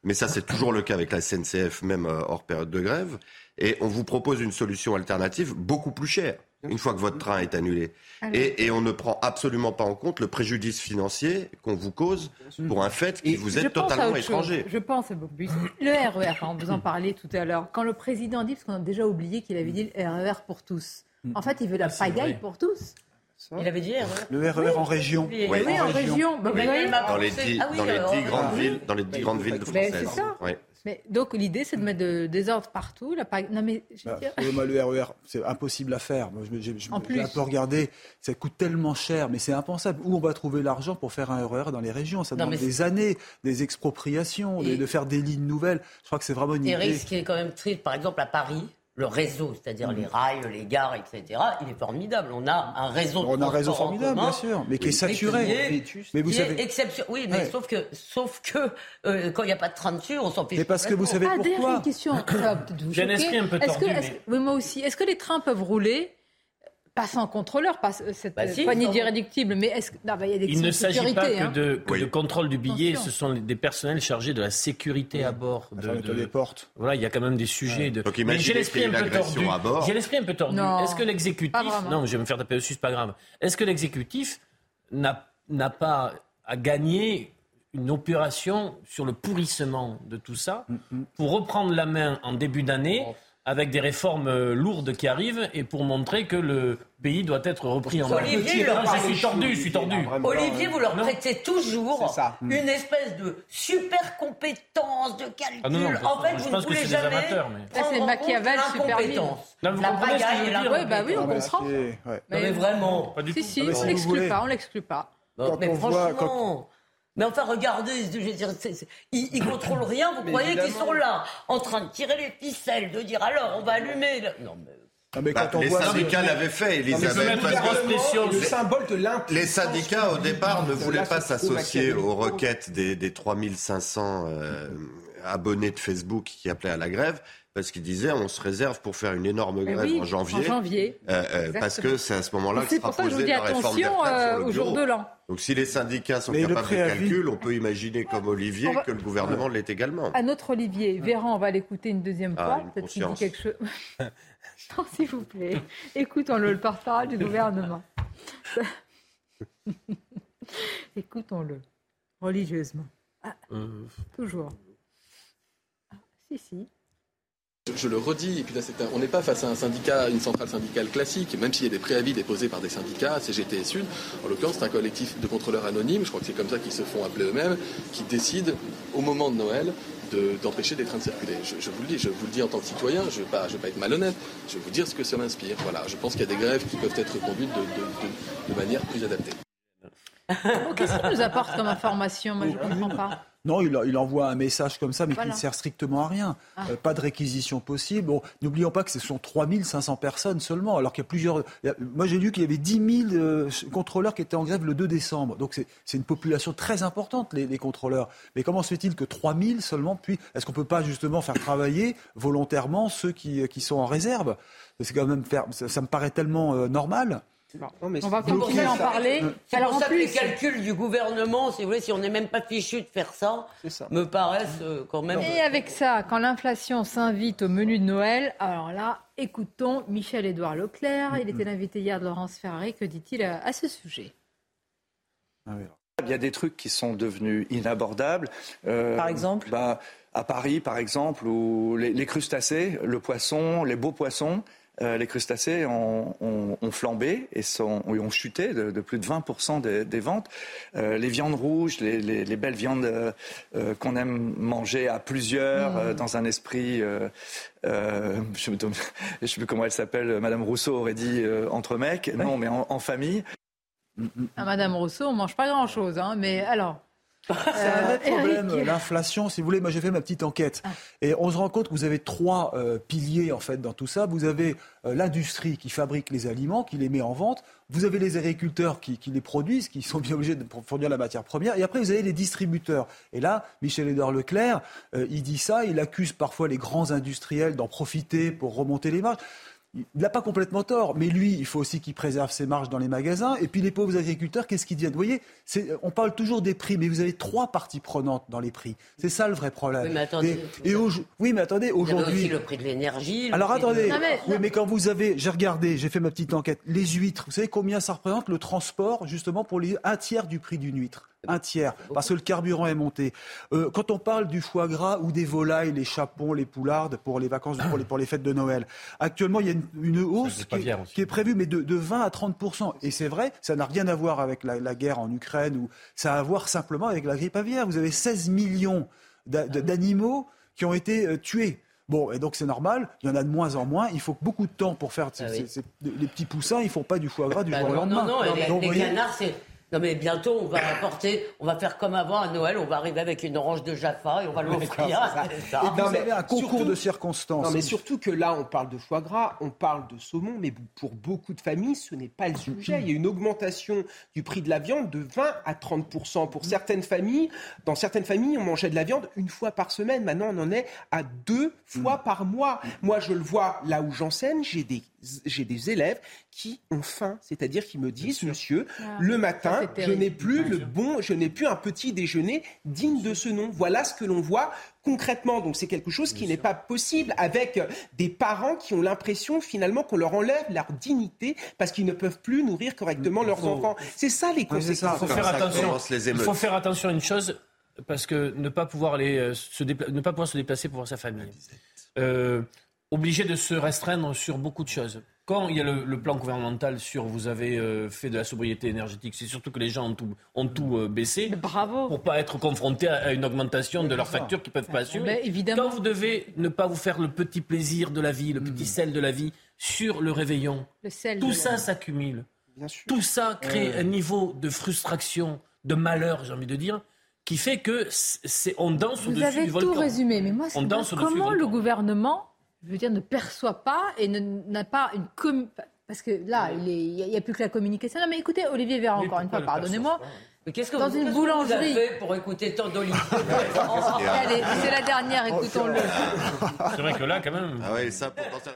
Mais ça, c'est toujours le cas avec la S N C F, même hors période de grève. Et on vous propose une solution alternative beaucoup plus chère, une fois que votre train est annulé. Et, et on ne prend absolument pas en compte le préjudice financier qu'on vous cause pour un fait qui vous est totalement étranger. Je pense à beaucoup plus. Le R E R, vous en parliez tout à l'heure. Quand le président dit, parce qu'on a déjà oublié qu'il avait dit le R E R pour tous. En fait, il veut la ah, pagaille pour tous. Il avait dit R E R. Le R E R oui. en région. Oui, oui, oui en, en région. région. Bah, oui. Dans les dix, ah, oui, dans les dix grandes ah, villes, dans les dix grandes villes de France. C'est ça. Oui. Mais donc l'idée, c'est de mettre de, des ordres partout. La pagaille... Non mais je bah, moi, le R E R, c'est impossible à faire. Moi, je, je, je, j'ai un peu regardé. Ça coûte tellement cher, mais c'est impensable. Où on va trouver l'argent pour faire un R E R dans les régions? Ça demande des années, des expropriations, et... de faire des lignes nouvelles. Je crois que c'est vraiment une idée. Eric, ce qui est quand même triste, par exemple à Paris. Le réseau, c'est-à-dire mmh. les rails, les gares, et cetera, il est formidable. On a un réseau. On a un réseau formidable, bien sûr, mais qui est saturé. Qui est, mais vous qui savez, est exception... Oui, mais ouais. sauf que, sauf que euh, quand il n'y a pas de train dessus, on s'en fiche. Mais parce que vous savez ah, pourquoi. Une question. Ça va peut-être vous J'ai un esprit un peu tordu. Est-ce que, mais... est-ce... Oui, moi aussi. Est-ce que les trains peuvent rouler? Pas sans contrôleur, pas cette bah si, poignée d'irréductible, mais est-ce qu'il bah, y a des Il ne s'agit pas que, hein. de, que oui. de contrôle du billet, Attention. Ce sont des personnels chargés de la sécurité oui. à bord. De, de, des portes. Voilà, il y a quand même des sujets ouais. de... Donc mais j'ai l'esprit un peu tordu. J'ai l'esprit un peu tordu. Non, Est-ce que l'exécutif... Non, je vais me faire taper dessus, c'est pas grave. Est-ce que l'exécutif n'a, n'a pas à gagner une opération sur le pourrissement de tout ça mm-hmm. pour reprendre la main en début d'année oh. avec des réformes lourdes qui arrivent et pour montrer que le pays doit être repris en main. Olivier, je suis tordu, je suis tordu. Olivier, vous leur prêtez toujours une espèce de super compétence, de calcul. Ah non, non, en fait, vous ne voulez jamais amateurs, mais... Ça, c'est Machiavel super vite. La bagaille et la... Oui, bah oui, on comprend. Mais vraiment. Pas du tout. Si, si, on l'exclut pas, on l'exclut pas. Mais franchement... Mais enfin, regardez, je veux dire, c'est, c'est, ils, ils contrôlent rien. Vous mais croyez évidemment. Qu'ils sont là, en train de tirer les ficelles, de dire alors, on va allumer. Le... Non mais. Non, mais bah, quand on les voit syndicats l'avaient fait, Elisabeth. Parce que le symbole de l'impuissance. Les syndicats, au départ, ne voulaient pas s'associer aux requêtes des, des trois mille cinq cents euh, abonnés de Facebook qui appelaient à la grève. Parce qu'ils disaient on se réserve pour faire une énorme grève oui, en janvier. En janvier. Euh, euh, parce que c'est à ce moment-là que sera posée la réforme des retraites euh, sur le au jour de l'an. Donc si les syndicats sont mais capables de calcul, on peut imaginer comme Olivier va... que le gouvernement l'est également. À notre Olivier, Véran, on va l'écouter une deuxième ah, fois. Une Peut-être qu'il dit quelque chose. Non, s'il vous plaît. Écoutons-le, le porte-parole du gouvernement. Écoutons-le. Religieusement. Ah, euh... Toujours. Ah, si, si. Je le redis, et puis là, c'est un, on n'est pas face à un syndicat, une centrale syndicale classique, même s'il y a des préavis déposés par des syndicats, C G T et Sud. En l'occurrence, c'est un collectif de contrôleurs anonymes, je crois que c'est comme ça qu'ils se font appeler eux-mêmes, qui décident, au moment de Noël, de, d'empêcher des trains de circuler. Je, je vous le dis, je vous le dis en tant que citoyen, je ne veux, veux pas être malhonnête, je vais vous dire ce que ça m'inspire. Voilà, je pense qu'il y a des grèves qui peuvent être conduites de, de, de, de manière plus adaptée. Oh, qu'est-ce qu'il nous apporte comme information? Moi, je ne comprends pas. Non, il, il envoie un message comme ça, mais voilà. qui ne sert strictement à rien. Ah. Euh, pas de réquisition possible. Bon, n'oublions pas que ce sont trois mille cinq cents personnes seulement, alors qu'il y a plusieurs... Il y a, moi, j'ai lu qu'il y avait dix mille euh, contrôleurs qui étaient en grève le deux décembre. Donc, c'est, c'est une population très importante, les, les contrôleurs. Mais comment se fait-il que trois mille seulement? Puis, est-ce qu'on ne peut pas justement faire travailler volontairement ceux qui, qui sont en réserve? C'est quand même faire, ça, ça me paraît tellement euh, normal. Non, mais on va continuer à en parler. C'est Alors, pour ça que les calculs du gouvernement, si vous voulez, si on n'est même pas fichu de faire ça, ça. me paraissent euh, quand même... Et avec ça, quand l'inflation s'invite au menu de Noël, alors là, écoutons Michel-Édouard Leclerc. Il était l'invité hier de Laurence Ferrari. Que dit-il à, à ce sujet? Ah oui. Il y a des trucs qui sont devenus inabordables. Euh, par exemple bah, à Paris, par exemple, où les, les crustacés, le poisson, les beaux poissons... Euh, les crustacés ont, ont, ont flambé et sont, ont chuté de, de plus de vingt pour cent des, des ventes. Euh, les viandes rouges, les, les, les belles viandes euh, euh, qu'on aime manger à plusieurs, mmh. euh, dans un esprit... Euh, euh, je ne sais plus comment elle s'appelle, Madame Rousseau aurait dit euh, entre mecs. Ouais. Non, mais en, en famille. À Madame Rousseau, on ne mange pas grand-chose, hein, mais alors... C'est un autre problème, Eric. L'inflation, si vous voulez. Moi, j'ai fait ma petite enquête. Ah. Et on se rend compte que vous avez trois euh, piliers, en fait, dans tout ça. Vous avez euh, l'industrie qui fabrique les aliments, qui les met en vente. Vous avez les agriculteurs qui, qui les produisent, qui sont bien obligés de fournir la matière première. Et après, vous avez les distributeurs. Et là, Michel-Édouard Leclerc, euh, il dit ça. Il accuse parfois les grands industriels d'en profiter pour remonter les marges. il n'a pas complètement tort, mais lui, il faut aussi qu'il préserve ses marges dans les magasins. Et puis les pauvres agriculteurs, qu'est-ce qu'ils deviennent ? Vous voyez, c'est, on parle toujours des prix, mais vous avez trois parties prenantes dans les prix. C'est ça le vrai problème. Oui, mais attendez. Et, et au, oui, mais attendez, aujourd'hui. Vous avez aussi le prix de l'énergie. Alors attendez, de... mais... oui, mais quand vous avez, j'ai regardé, j'ai fait ma petite enquête, les huîtres, vous savez combien ça représente le transport, justement, pour les un tiers du prix d'une huître ? Un tiers, parce que le carburant est monté. Euh, quand on parle du foie gras ou des volailles, les chapons, les poulardes pour les vacances, pour les, pour les fêtes de Noël, actuellement il y a une, une hausse qui est, qui est prévue, mais de, de vingt à trente pour cent. Et c'est vrai, ça n'a rien à voir avec la, la guerre en Ukraine, ou ça a à voir simplement avec la grippe aviaire. Vous avez seize millions d'a, d'animaux qui ont été euh, tués. Bon, et donc c'est normal, il y en a de moins en moins, il faut beaucoup de temps pour faire ah ces, oui. ces, ces, les petits poussins, ils ne font pas du foie gras du bah jour au lendemain. Non, non, non les, donc, les voyez... canards, c'est... Non mais bientôt on va apporter, on va faire comme avant à Noël, on va arriver avec une orange de Jaffa et on va l'offrir. Et vous avez un concours surtout, de circonstances. Non mais surtout que là on parle de foie gras, on parle de saumon, mais pour beaucoup de familles ce n'est pas le sujet. Il y a une augmentation du prix de la viande de vingt à trente pour cent. Pour certaines familles, dans certaines familles on mangeait de la viande une fois par semaine, maintenant on en est à deux fois mmh. par mois. Moi je le vois là où j'enseigne, j'ai des j'ai des élèves qui ont faim, c'est-à-dire qui me disent, monsieur, ah, le matin, je n'ai plus le bon, je n'ai plus un petit déjeuner digne de ce nom. Voilà ce que l'on voit concrètement. Donc c'est quelque chose qui n'est pas possible avec des parents qui ont l'impression finalement qu'on leur enlève leur dignité parce qu'ils ne peuvent plus nourrir correctement leurs enfants. C'est ça les conséquences. Il faut faire attention. Il faut faire attention à une chose, parce que ne pas pouvoir aller se dépla- ne pas pouvoir se déplacer pour voir sa famille. Euh, obligé de se restreindre sur beaucoup de choses. Quand il y a le, le plan gouvernemental sur vous avez euh, fait de la sobriété énergétique, c'est surtout que les gens ont tout, ont tout euh, baissé. Bravo. Pour pas être confrontés à, à une augmentation de leurs factures qu'ils peuvent pas assumer. Ben, évidemment. Quand vous devez ne pas vous faire le petit plaisir de la vie, le petit mmh. sel de la vie sur le réveillon, le sel tout ça s'accumule. Bien sûr. Tout ça crée ouais. un niveau de frustration, de malheur, j'ai envie de dire, qui fait que c'est, on danse vous au-dessus avez du volcan. Tout résumé, mais moi, c'est on danse comment au-dessus le gouvernement, je veux dire, ne perçoit pas et ne, n'a pas une com... Parce que là, il n'y a, a plus que la communication. Non, mais écoutez, Olivier Véran, encore une fois, pardonnez-moi. Mais qu'est-ce que dans vous, une qu'est-ce boulangerie. Que vous avez fait pour écouter tant d'Olivier Allez, c'est la dernière, écoutons-le. C'est vrai que là, quand même. Ah ouais, ça, pour penser à...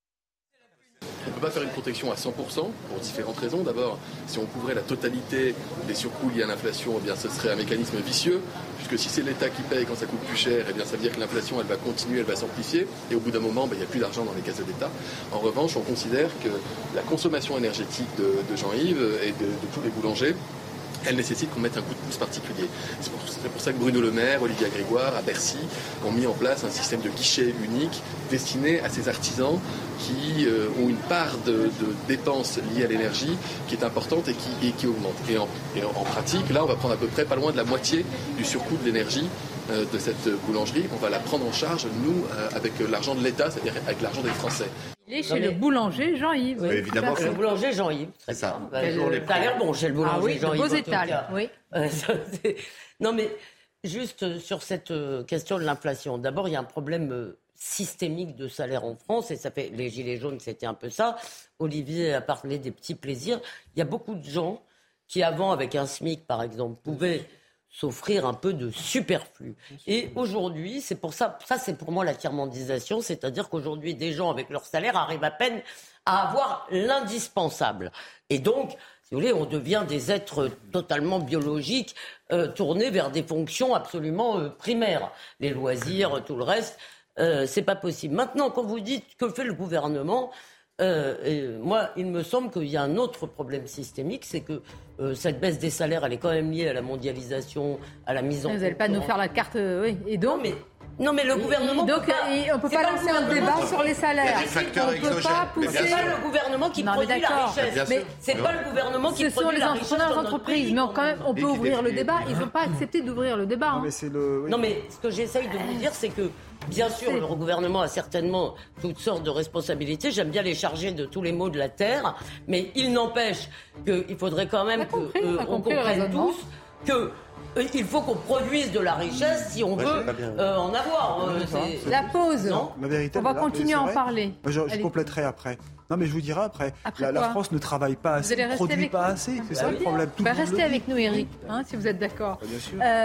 On ne peut pas faire une protection à cent pour cent pour différentes raisons. D'abord, si on couvrait la totalité des surcoûts liés à l'inflation, eh bien, ce serait un mécanisme vicieux, puisque si c'est l'État qui paye quand ça coûte plus cher, eh bien, ça veut dire que l'inflation elle va continuer, elle va s'amplifier, et au bout d'un moment, ben, il n'y a plus d'argent dans les caisses de l'État. En revanche, on considère que la consommation énergétique de, de Jean-Yves et de, de tous les boulangers, elle nécessite qu'on mette un coup de pouce particulier. C'est pour, c'est pour ça que Bruno Le Maire, Olivia Grégoire, à Bercy, ont mis en place un système de guichet unique destiné à ces artisans qui euh, ont une part de, de dépenses liées à l'énergie qui est importante et qui, et qui augmente. Et en, et en, en pratique, là, on va prendre à peu près pas loin de la moitié du surcoût de l'énergie euh, de cette boulangerie. On va la prendre en charge, nous, euh, avec l'argent de l'État, c'est-à-dire avec l'argent des Français. Il est chez le boulanger Jean-Yves. Oui, évidemment. Le boulanger Jean-Yves. C'est ça. Bah, ça a l'air bon chez le boulanger ah oui, Jean-Yves. Beaux étals, oui. Euh, ça, non, mais juste sur cette question de l'inflation. D'abord, il y a un problème systémique de salaire en France, et ça fait les gilets jaunes, c'était un peu ça. Olivier a parlé des petits plaisirs. Il y a beaucoup de gens qui, avant, avec un SMIC, par exemple, pouvaient s'offrir un peu de superflu. Et aujourd'hui, c'est pour ça, ça c'est pour moi la tiers-mondisation, c'est-à-dire qu'aujourd'hui, des gens avec leur salaire arrivent à peine à avoir l'indispensable. Et donc, si vous voulez, on devient des êtres totalement biologiques, euh, tournés vers des fonctions absolument euh, primaires. Les loisirs, tout le reste, euh, c'est pas possible. Maintenant, quand vous dites que fait le gouvernement, euh, et moi, il me semble qu'il y a un autre problème systémique, c'est que euh, cette baisse des salaires, elle est quand même liée à la mondialisation, à la mise en Vous n'allez pas nous faire la carte, euh, oui. Et donc, non, mais Non, mais le gouvernement. Et donc, peut pas, et on ne peut pas lancer un débat sur les salaires. Il y a des facteurs on ne peut pas pousser. C'est pas le gouvernement qui non, produit la richesse. Mais c'est pas le gouvernement qui produit la richesse. Ce sont les entreprises. Mais quand même, on peut ouvrir le débat. Ils n'ont pas accepté d'ouvrir le débat. Non, mais, c'est le... oui. non, mais ce que j'essaye de vous dire, c'est que, bien sûr, le gouvernement a certainement toutes sortes de responsabilités. J'aime bien les charger de tous les maux de la terre. Mais il n'empêche qu'il faudrait quand même qu'on euh, comprenne tous que. Il faut qu'on produise de la richesse si on ouais, veut euh, en avoir. Euh, c'est... La pause. Non la vérité, on va là, continuer à en parler. Je, je compléterai après. Non, mais je vous dirai après. après la, la France ne travaille pas assez, ne produit avec... pas assez. C'est bah ça oui. le problème. Bah, restez avec nous, Eric, hein, si vous êtes d'accord. Bah, bien sûr. Euh,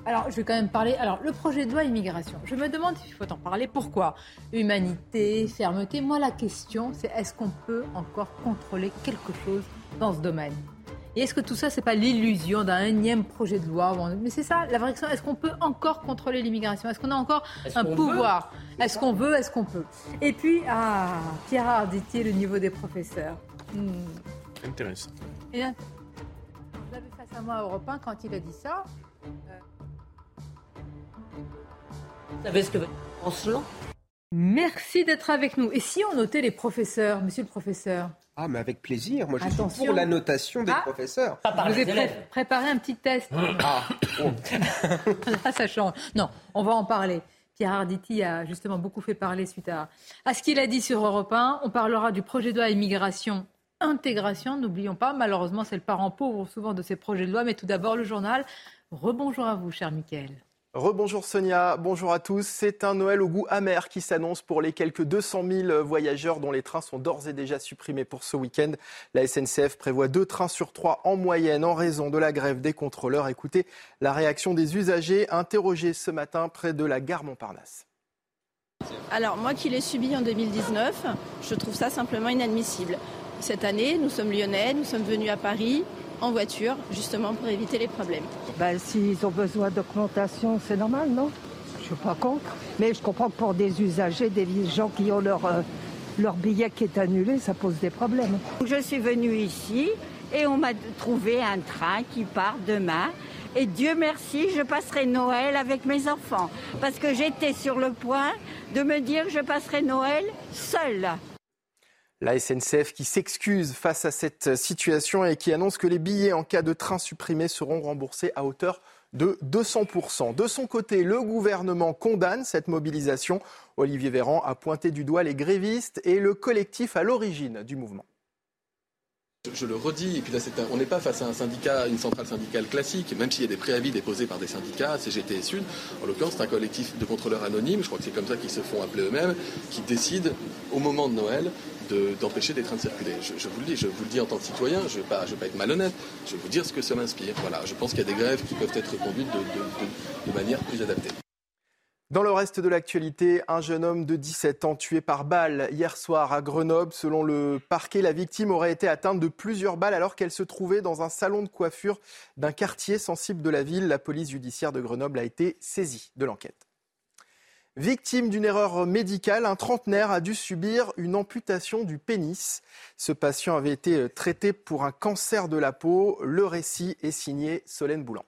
Alors, je vais quand même parler. Alors, le projet de loi immigration, je me demande s'il faut en parler. Pourquoi ? Humanité, fermeté. Moi, la question, c'est est-ce qu'on peut encore contrôler quelque chose dans ce domaine ? Et est-ce que tout ça, c'est pas l'illusion d'un énième projet de loi ? Mais c'est ça, la vraie question. Est-ce qu'on peut encore contrôler l'immigration ? Est-ce qu'on a encore est-ce un pouvoir ? Veut Est-ce qu'on veut ? Est-ce qu'on peut ? Et puis, ah, Pierre Arditi, le niveau des professeurs. Hmm. Intéressant. Et bien, je l'avais face à moi à Europe un quand il a dit ça. Euh... Vous savez ce que veut dire Ancelin ? Merci d'être avec nous. Et si on notait les professeurs, monsieur le professeur ? Ah, mais avec plaisir. Moi, je Attention. suis pour la notation des ah, professeurs. Pas par vous avez pré- préparé un petit test. Ah, oh. Là, ça change. Non, on va en parler. Pierre Arditi a justement beaucoup fait parler suite à, à ce qu'il a dit sur Europe un. On parlera du projet de loi immigration, intégration. N'oublions pas, malheureusement, c'est le parent pauvre souvent de ces projets de loi. Mais tout d'abord, le journal. Rebonjour à vous, cher Mickaël. Rebonjour Sonia, bonjour à tous. C'est un Noël au goût amer qui s'annonce pour les quelques deux cent mille voyageurs dont les trains sont d'ores et déjà supprimés pour ce week-end. La S N C F prévoit deux trains sur trois en moyenne en raison de la grève des contrôleurs. Écoutez la réaction des usagers interrogés ce matin près de la gare Montparnasse. Alors moi qui l'ai subi en deux mille dix-neuf, je trouve ça simplement inadmissible. Cette année, nous sommes lyonnais, nous sommes venus à Paris en voiture, justement pour éviter les problèmes. Ben, s'ils ont besoin d'augmentation, c'est normal, non ? Je ne suis pas contre. Mais je comprends que pour des usagers, des gens qui ont leur, euh, leur billet qui est annulé, ça pose des problèmes. Je suis venue ici et on m'a trouvé un train qui part demain. Et Dieu merci, je passerai Noël avec mes enfants. Parce que j'étais sur le point de me dire que je passerai Noël seule. La S N C F qui s'excuse face à cette situation et qui annonce que les billets en cas de train supprimé seront remboursés à hauteur de deux cents pour cent. De son côté, le gouvernement condamne cette mobilisation. Olivier Véran a pointé du doigt les grévistes et le collectif à l'origine du mouvement. Je le redis, et puis là, c'est un, on n'est pas face à un syndicat, une centrale syndicale classique, même s'il y a des préavis déposés par des syndicats, C G T et Sud. En l'occurrence, c'est un collectif de contrôleurs anonymes, je crois que c'est comme ça qu'ils se font appeler eux-mêmes, qui décident, au moment de Noël, de, d'empêcher des trains de circuler. Je, je vous le dis, je vous le dis en tant que citoyen, je ne vais pas, je vais pas être malhonnête, je vais vous dire ce que ça m'inspire. Voilà, je pense qu'il y a des grèves qui peuvent être conduites de, de, de, de manière plus adaptée. Dans le reste de l'actualité, un jeune homme de dix-sept ans tué par balle hier soir à Grenoble. Selon le parquet, la victime aurait été atteinte de plusieurs balles alors qu'elle se trouvait dans un salon de coiffure d'un quartier sensible de la ville. La police judiciaire de Grenoble a été saisie de l'enquête. Victime d'une erreur médicale, un trentenaire a dû subir une amputation du pénis. Ce patient avait été traité pour un cancer de la peau. Le récit est signé Solène Boulan.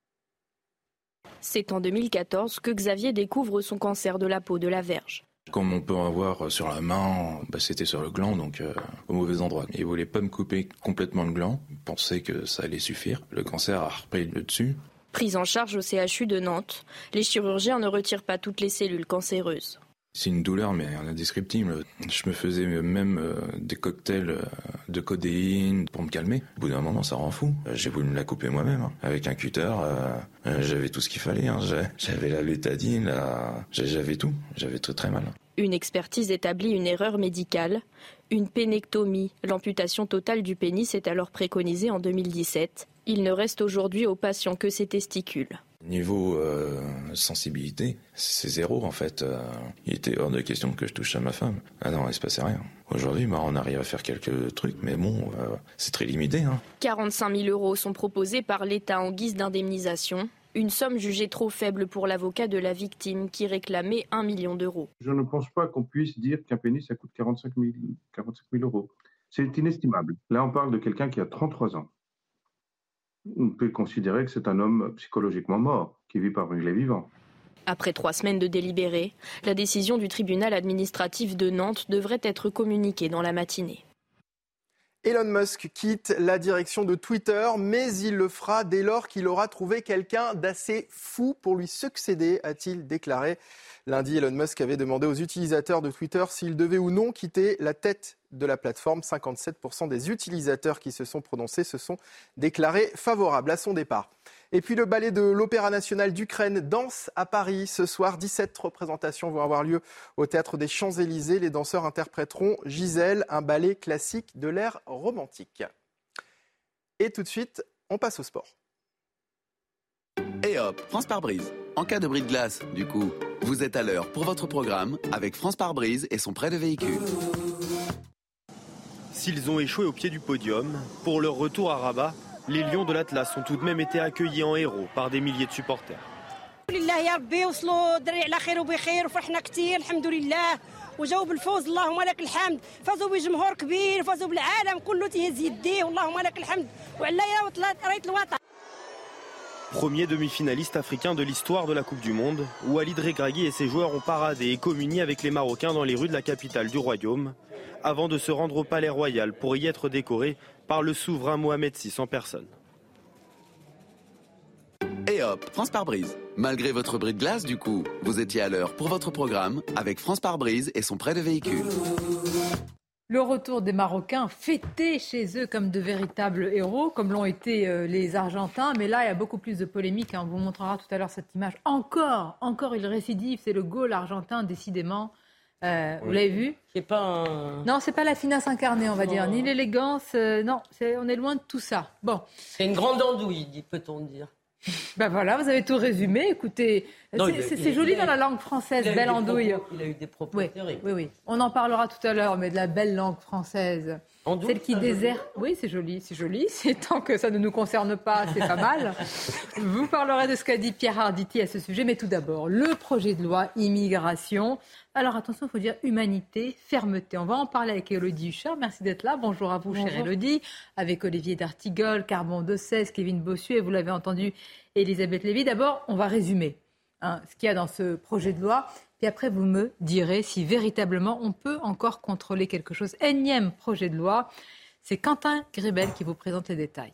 C'est en deux mille quatorze que Xavier découvre son cancer de la peau de la verge. Comme on peut en avoir sur la main, bah c'était sur le gland, donc euh, au mauvais endroit. Il ne voulait pas me couper complètement le gland, il pensait que ça allait suffire. Le cancer a repris le dessus. Prise en charge au C H U de Nantes, les chirurgiens ne retirent pas toutes les cellules cancéreuses. C'est une douleur, mais indescriptible. Je me faisais même euh, des cocktails euh, de codéine pour me calmer. Au bout d'un moment, ça rend fou. J'ai voulu me la couper moi-même, hein. Avec un cutter. Euh, euh, j'avais tout ce qu'il fallait. Hein. J'avais la bétadine, la... j'avais tout. J'avais très très mal. Une expertise établit une erreur médicale. Une pénectomie, l'amputation totale du pénis, est alors préconisée en deux mille dix-sept. Il ne reste aujourd'hui aux patients que ses testicules. Niveau euh, sensibilité, c'est zéro en fait. Euh, il était hors de question que je touche à ma femme. Ah non, il se passait rien. Aujourd'hui, bah, on arrive à faire quelques trucs, mais bon, euh, c'est très limité. Hein. quarante-cinq mille euros sont proposés par l'État en guise d'indemnisation. Une somme jugée trop faible pour l'avocat de la victime qui réclamait un million d'euros. Je ne pense pas qu'on puisse dire qu'un pénis, ça coûte quarante-cinq mille euros. C'est inestimable. Là, on parle de quelqu'un qui a trente-trois ans. On peut considérer que c'est un homme psychologiquement mort, qui vit parmi les vivants. Après trois semaines de délibéré, la décision du tribunal administratif de Nantes devrait être communiquée dans la matinée. Elon Musk quitte la direction de Twitter, mais il le fera dès lors qu'il aura trouvé quelqu'un d'assez fou pour lui succéder, a-t-il déclaré. Lundi, Elon Musk avait demandé aux utilisateurs de Twitter s'ils devaient ou non quitter la tête de la plateforme. cinquante-sept pour cent des utilisateurs qui se sont prononcés se sont déclarés favorables à son départ. Et puis le ballet de l'Opéra national d'Ukraine danse à Paris. Ce soir, dix-sept représentations vont avoir lieu au Théâtre des Champs-Élysées. Les danseurs interpréteront Gisèle, un ballet classique de l'ère romantique. Et tout de suite, on passe au sport. Et hop, France Pare-Brise. En cas de bris de glace, du coup, vous êtes à l'heure pour votre programme avec France Pare-Brise et son prêt de véhicule. S'ils ont échoué au pied du podium, pour leur retour à Rabat, les Lions de l'Atlas ont tout de même été accueillis en héros par des milliers de supporters. وجاوا بالفوز اللهم لك الحمد فازوا بجمهور كبير فازوا بالعالم كله تهز يديه اللهم لك الحمد وعلى رايه الوطن. Premier demi-finaliste africain de l'histoire de la Coupe du Monde, Walid Regragui et ses joueurs ont paradé et communié avec les Marocains dans les rues de la capitale du royaume, avant de se rendre au Palais Royal pour y être décorés par le souverain Mohamed six en personne. Et hop, France Pare-Brise. Malgré votre bris de glace, du coup, vous étiez à l'heure pour votre programme avec France Pare-Brise et son prêt de véhicule. Le retour des Marocains fêtés chez eux comme de véritables héros, comme l'ont été euh, les Argentins. Mais là, il y a beaucoup plus de polémiques. Hein. On vous montrera tout à l'heure cette image. Encore, encore il récidive. C'est le goal argentin, décidément. Euh, oui. Vous l'avez vu ? C'est pas un... Non, c'est pas la finesse incarnée, on va non. dire, ni l'élégance. Euh, non, c'est, on est loin de tout ça. Bon. C'est une grande andouille, peut-on dire. Ben voilà, vous avez tout résumé. Écoutez, non, c'est, a, c'est, c'est joli a, dans la langue française, belle andouille. Propos, il a eu des propos oui, terribles. Oui, oui. On en parlera tout à l'heure, mais de la belle langue française. Andouille, celle qui déserte. Oui, c'est joli, c'est joli. C'est tant que ça ne nous concerne pas, c'est pas mal. Vous parlerez de ce qu'a dit Pierre Arditi à ce sujet, mais tout d'abord, le projet de loi immigration. Alors attention, il faut dire humanité, fermeté. On va en parler avec Élodie Huchard. Merci d'être là. Bonjour à vous, Bonjour. Chère Élodie. Avec Olivier d'Artigol, Carbon de seize, Kevin Bossuet, vous l'avez entendu, Elisabeth Lévy. D'abord, on va résumer hein, ce qu'il y a dans ce projet de loi. Puis après, vous me direz si véritablement on peut encore contrôler quelque chose. Énième projet de loi. C'est Quentin Grébel qui vous présente les détails.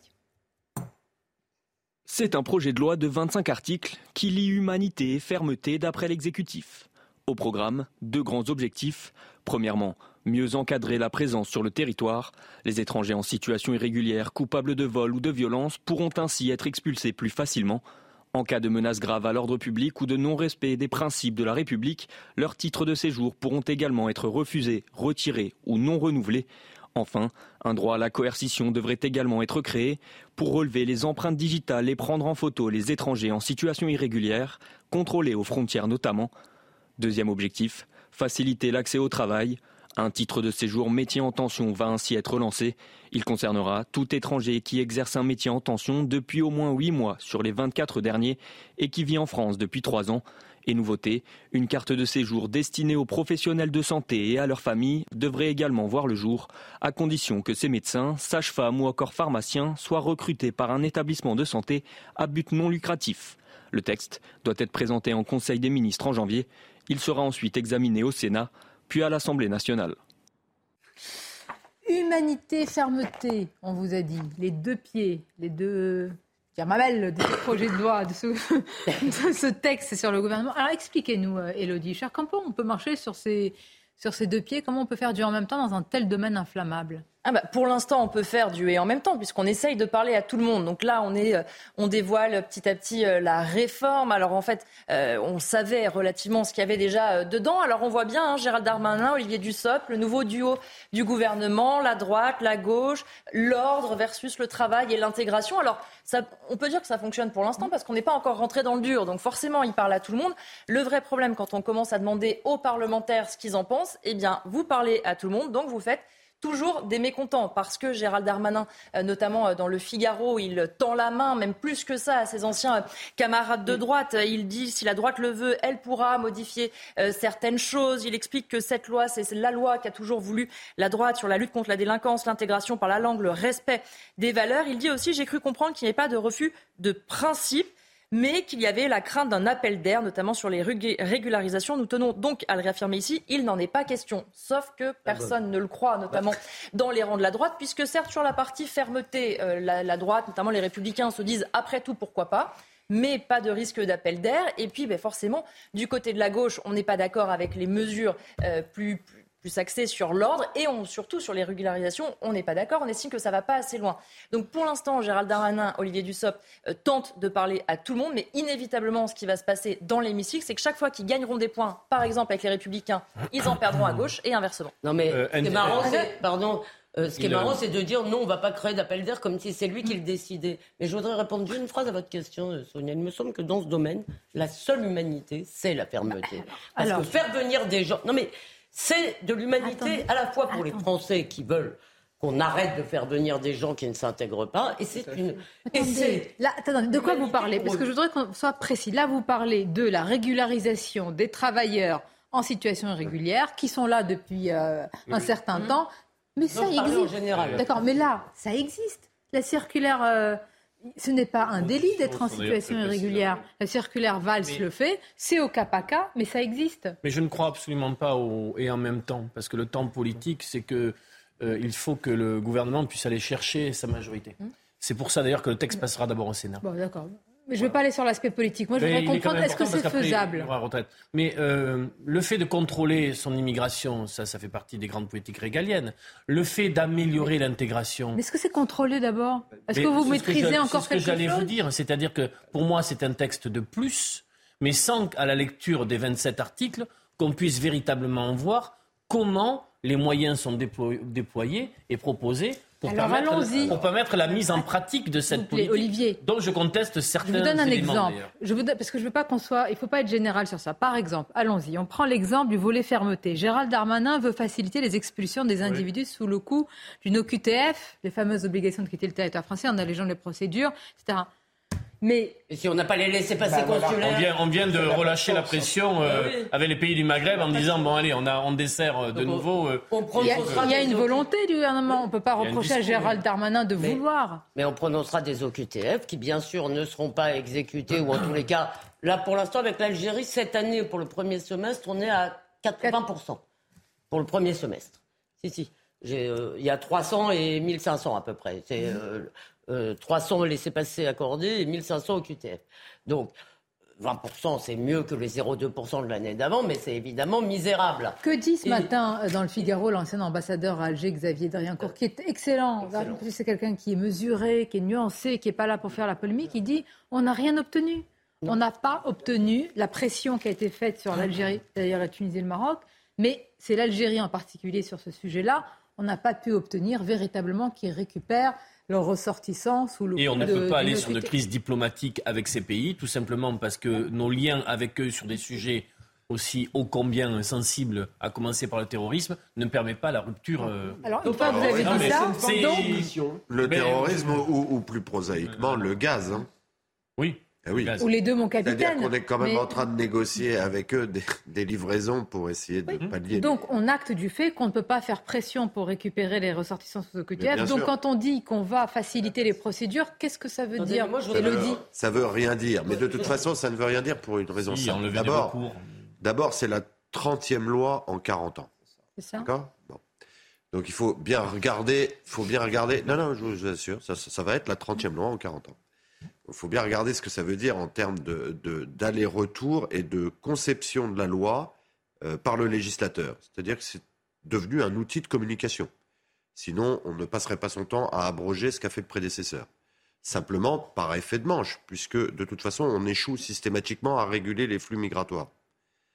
C'est un projet de loi de vingt-cinq articles qui lie humanité et fermeté d'après l'exécutif. Au programme, deux grands objectifs. Premièrement, mieux encadrer la présence sur le territoire. Les étrangers en situation irrégulière, coupables de vol ou de violence, pourront ainsi être expulsés plus facilement. En cas de menace grave à l'ordre public ou de non-respect des principes de la République, leurs titres de séjour pourront également être refusés, retirés ou non renouvelés. Enfin, un droit à la coercition devrait également être créé pour relever les empreintes digitales et prendre en photo les étrangers en situation irrégulière, contrôlés aux frontières notamment. Deuxième objectif, faciliter l'accès au travail. Un titre de séjour métier en tension va ainsi être lancé. Il concernera tout étranger qui exerce un métier en tension depuis au moins huit mois sur les vingt-quatre derniers et qui vit en France depuis trois ans. Et nouveauté, une carte de séjour destinée aux professionnels de santé et à leurs familles devrait également voir le jour, à condition que ces médecins, sages-femmes ou encore pharmaciens soient recrutés par un établissement de santé à but non lucratif. Le texte doit être présenté en Conseil des ministres en janvier. Il sera ensuite examiné au Sénat, puis à l'Assemblée nationale. Humanité, fermeté, on vous a dit. Les deux pieds, les deux dire mamelles de ce projet de loi, de ce, de ce texte sur le gouvernement. Alors expliquez-nous, Élodie Huchard, comment on peut marcher sur ces, sur ces deux pieds ? Comment on peut faire du en même temps dans un tel domaine inflammable ? Ah bah, pour l'instant, on peut faire du et en même temps, puisqu'on essaye de parler à tout le monde. Donc là, on, est, on dévoile petit à petit la réforme. Alors en fait, euh, on savait relativement ce qu'il y avait déjà dedans. Alors on voit bien hein, Gérald Darmanin, Olivier Dussopt, le nouveau duo du gouvernement, la droite, la gauche, l'ordre versus le travail et l'intégration. Alors ça, on peut dire que ça fonctionne pour l'instant parce qu'on n'est pas encore rentré dans le dur. Donc forcément, il parle à tout le monde. Le vrai problème, quand on commence à demander aux parlementaires ce qu'ils en pensent, eh bien, vous parlez à tout le monde, donc vous faites toujours des mécontents, parce que Gérald Darmanin, notamment dans le Figaro, il tend la main, même plus que ça, à ses anciens camarades de droite. Il dit, si la droite le veut, elle pourra modifier euh, certaines choses. Il explique que cette loi, c'est la loi qu'a toujours voulu la droite sur la lutte contre la délinquance, l'intégration par la langue, le respect des valeurs. Il dit aussi, j'ai cru comprendre qu'il n'y avait pas de refus de principe, mais qu'il y avait la crainte d'un appel d'air, notamment sur les régularisations. Nous tenons donc à le réaffirmer ici, il n'en est pas question. Sauf que personne ne le croit, notamment dans les rangs de la droite, puisque certes, sur la partie fermeté, euh, la, la droite, notamment les Républicains, se disent après tout, pourquoi pas, mais pas de risque d'appel d'air. Et puis, ben, forcément, du côté de la gauche, on n'est pas d'accord avec les mesures euh, plus... plus plus axé sur l'ordre et on, surtout sur les régularisations, on n'est pas d'accord, on estime que ça ne va pas assez loin. Donc pour l'instant, Gérald Darmanin, Olivier Dussopt euh, tentent de parler à tout le monde, mais inévitablement, ce qui va se passer dans l'hémicycle, c'est que chaque fois qu'ils gagneront des points, par exemple avec les Républicains, ils en perdront à gauche et inversement. Non mais euh, c'est marrant, c'est, pardon, Euh, ce qui est Il, marrant, euh... c'est de dire non, on ne va pas créer d'appel d'air comme si c'est lui qui le décidait. Mais je voudrais répondre d'une phrase à votre question, Sonia. Il me semble que dans ce domaine, la seule humanité, c'est la fermeté. Parce Alors... que faire venir des gens... Non mais c'est de l'humanité Attendez. à la fois pour Attendez. les Français qui veulent qu'on arrête de faire venir des gens qui ne s'intègrent pas. Et c'est une... Et c'est... Là, attendez, de quoi vous parlez ? Parce que je voudrais qu'on soit précis. Là, vous parlez de la régularisation des travailleurs en situation irrégulière qui sont là depuis euh, un oui. certain mmh. temps. Mais ça non, existe. En général. D'accord, mais là, ça existe. La circulaire, euh, ce n'est pas un délit d'être en situation irrégulière. La circulaire Valls mais... le fait, c'est au cas par cas, mais ça existe. Mais je ne crois absolument pas au et en même temps, parce que le temps politique, c'est que euh, il faut que le gouvernement puisse aller chercher sa majorité. Hum. C'est pour ça d'ailleurs que le texte passera d'abord au Sénat. Bon, d'accord. Mais je ne vais pas aller sur l'aspect politique. Moi, je voudrais comprendre, est-ce que c'est faisable ? Mais euh, le fait de contrôler son immigration, ça, ça fait partie des grandes politiques régaliennes. Le fait d'améliorer mais, l'intégration... Mais est-ce que c'est contrôlé d'abord ? Est-ce que vous maîtrisez que encore quelque chose ? C'est ce que j'allais vous dire. C'est-à-dire que pour moi, c'est un texte de plus, mais sans, à la lecture des vingt-sept articles, qu'on puisse véritablement voir comment les moyens sont déploy- déployés et proposés pour Alors, permettre, allons-y. pour permettre la mise en pratique de cette politique, Olivier, dont je conteste certains éléments. Je vous donne un éléments, exemple, je vous donne, parce que je veux pas qu'on soit, il ne faut pas être général sur ça. Par exemple, allons-y, on prend l'exemple du volet fermeté. Gérald Darmanin veut faciliter les expulsions des individus oui. sous le coup d'une O Q T F, les fameuses obligations de quitter le territoire français en allégeant les procédures, et cetera. Mais et si on n'a pas les laissés passer bah, consulaires, on vient, on vient de relâcher la pression euh, oui. avec les pays du Maghreb en disant bon allez, on, a, on dessert de Donc, nouveau. Euh, on, on il y a, il y a une volonté du gouvernement. On ne peut pas reprocher à Gérald Darmanin de mais, vouloir. Mais on prononcera des O Q T F qui bien sûr ne seront pas exécutés ou en tous les cas, là pour l'instant avec l'Algérie cette année pour le premier semestre, on est à quatre-vingts pour cent pour le premier semestre. Si si, J'ai, euh, il y a trois cents et mille cinq cents à peu près. C'est euh, Euh, trois cents laissez-passer accordés et mille cinq cents au Q T F. Donc, vingt pour cent, c'est mieux que les zéro virgule deux pour cent de l'année d'avant, mais c'est évidemment misérable. Que dit ce et... matin dans le Figaro l'ancien ambassadeur à Alger, Xavier Driancourt, qui est excellent. excellent. C'est quelqu'un qui est mesuré, qui est nuancé, qui n'est pas là pour faire la polémique. Il dit on n'a rien obtenu. Non. On n'a pas obtenu la pression qui a été faite sur l'Algérie, c'est-à-dire la Tunisie et le Maroc, mais c'est l'Algérie en particulier sur ce sujet-là. On n'a pas pu obtenir véritablement qu'ils récupèrent leurs ressortissants sous le coup de... Et on ne peut pas aller sur de crise diplomatique avec ces pays, tout simplement parce que nos liens avec eux sur des sujets aussi ô combien sensibles, à commencer par le terrorisme, ne permet pas la rupture... Euh... Alors, une fois que vous avez dit ça, c'est donc... Le terrorisme ou, ou plus prosaïquement, le gaz. Hein. Oui. Eh oui. Ou les deux, mon capitaine. C'est-à-dire qu'on est quand même mais... en train de négocier avec eux des, des livraisons pour essayer de oui. pallier. Donc, on acte du fait qu'on ne peut pas faire pression pour récupérer les ressortissants sous O Q T F. Donc, sûr. Quand on dit qu'on va faciliter les procédures, qu'est-ce que ça veut Attendez, dire, moi, je Élodie ? Ça veut rien dire. Mais de toute façon, ça ne veut rien dire pour une raison si, simple. D'abord, d'abord, c'est la trentième loi en quarante ans. C'est ça. D'accord ? Bon. Donc, il faut bien regarder. faut bien regarder. Non, non, je vous assure, ça, ça va être la trentième loi en quarante ans. Il faut bien regarder ce que ça veut dire en termes de, de, d'aller-retour et de conception de la loi euh, par le législateur. C'est-à-dire que c'est devenu un outil de communication. Sinon, on ne passerait pas son temps à abroger ce qu'a fait le prédécesseur. Simplement par effet de manche, puisque de toute façon, on échoue systématiquement à réguler les flux migratoires. Pourquoi ?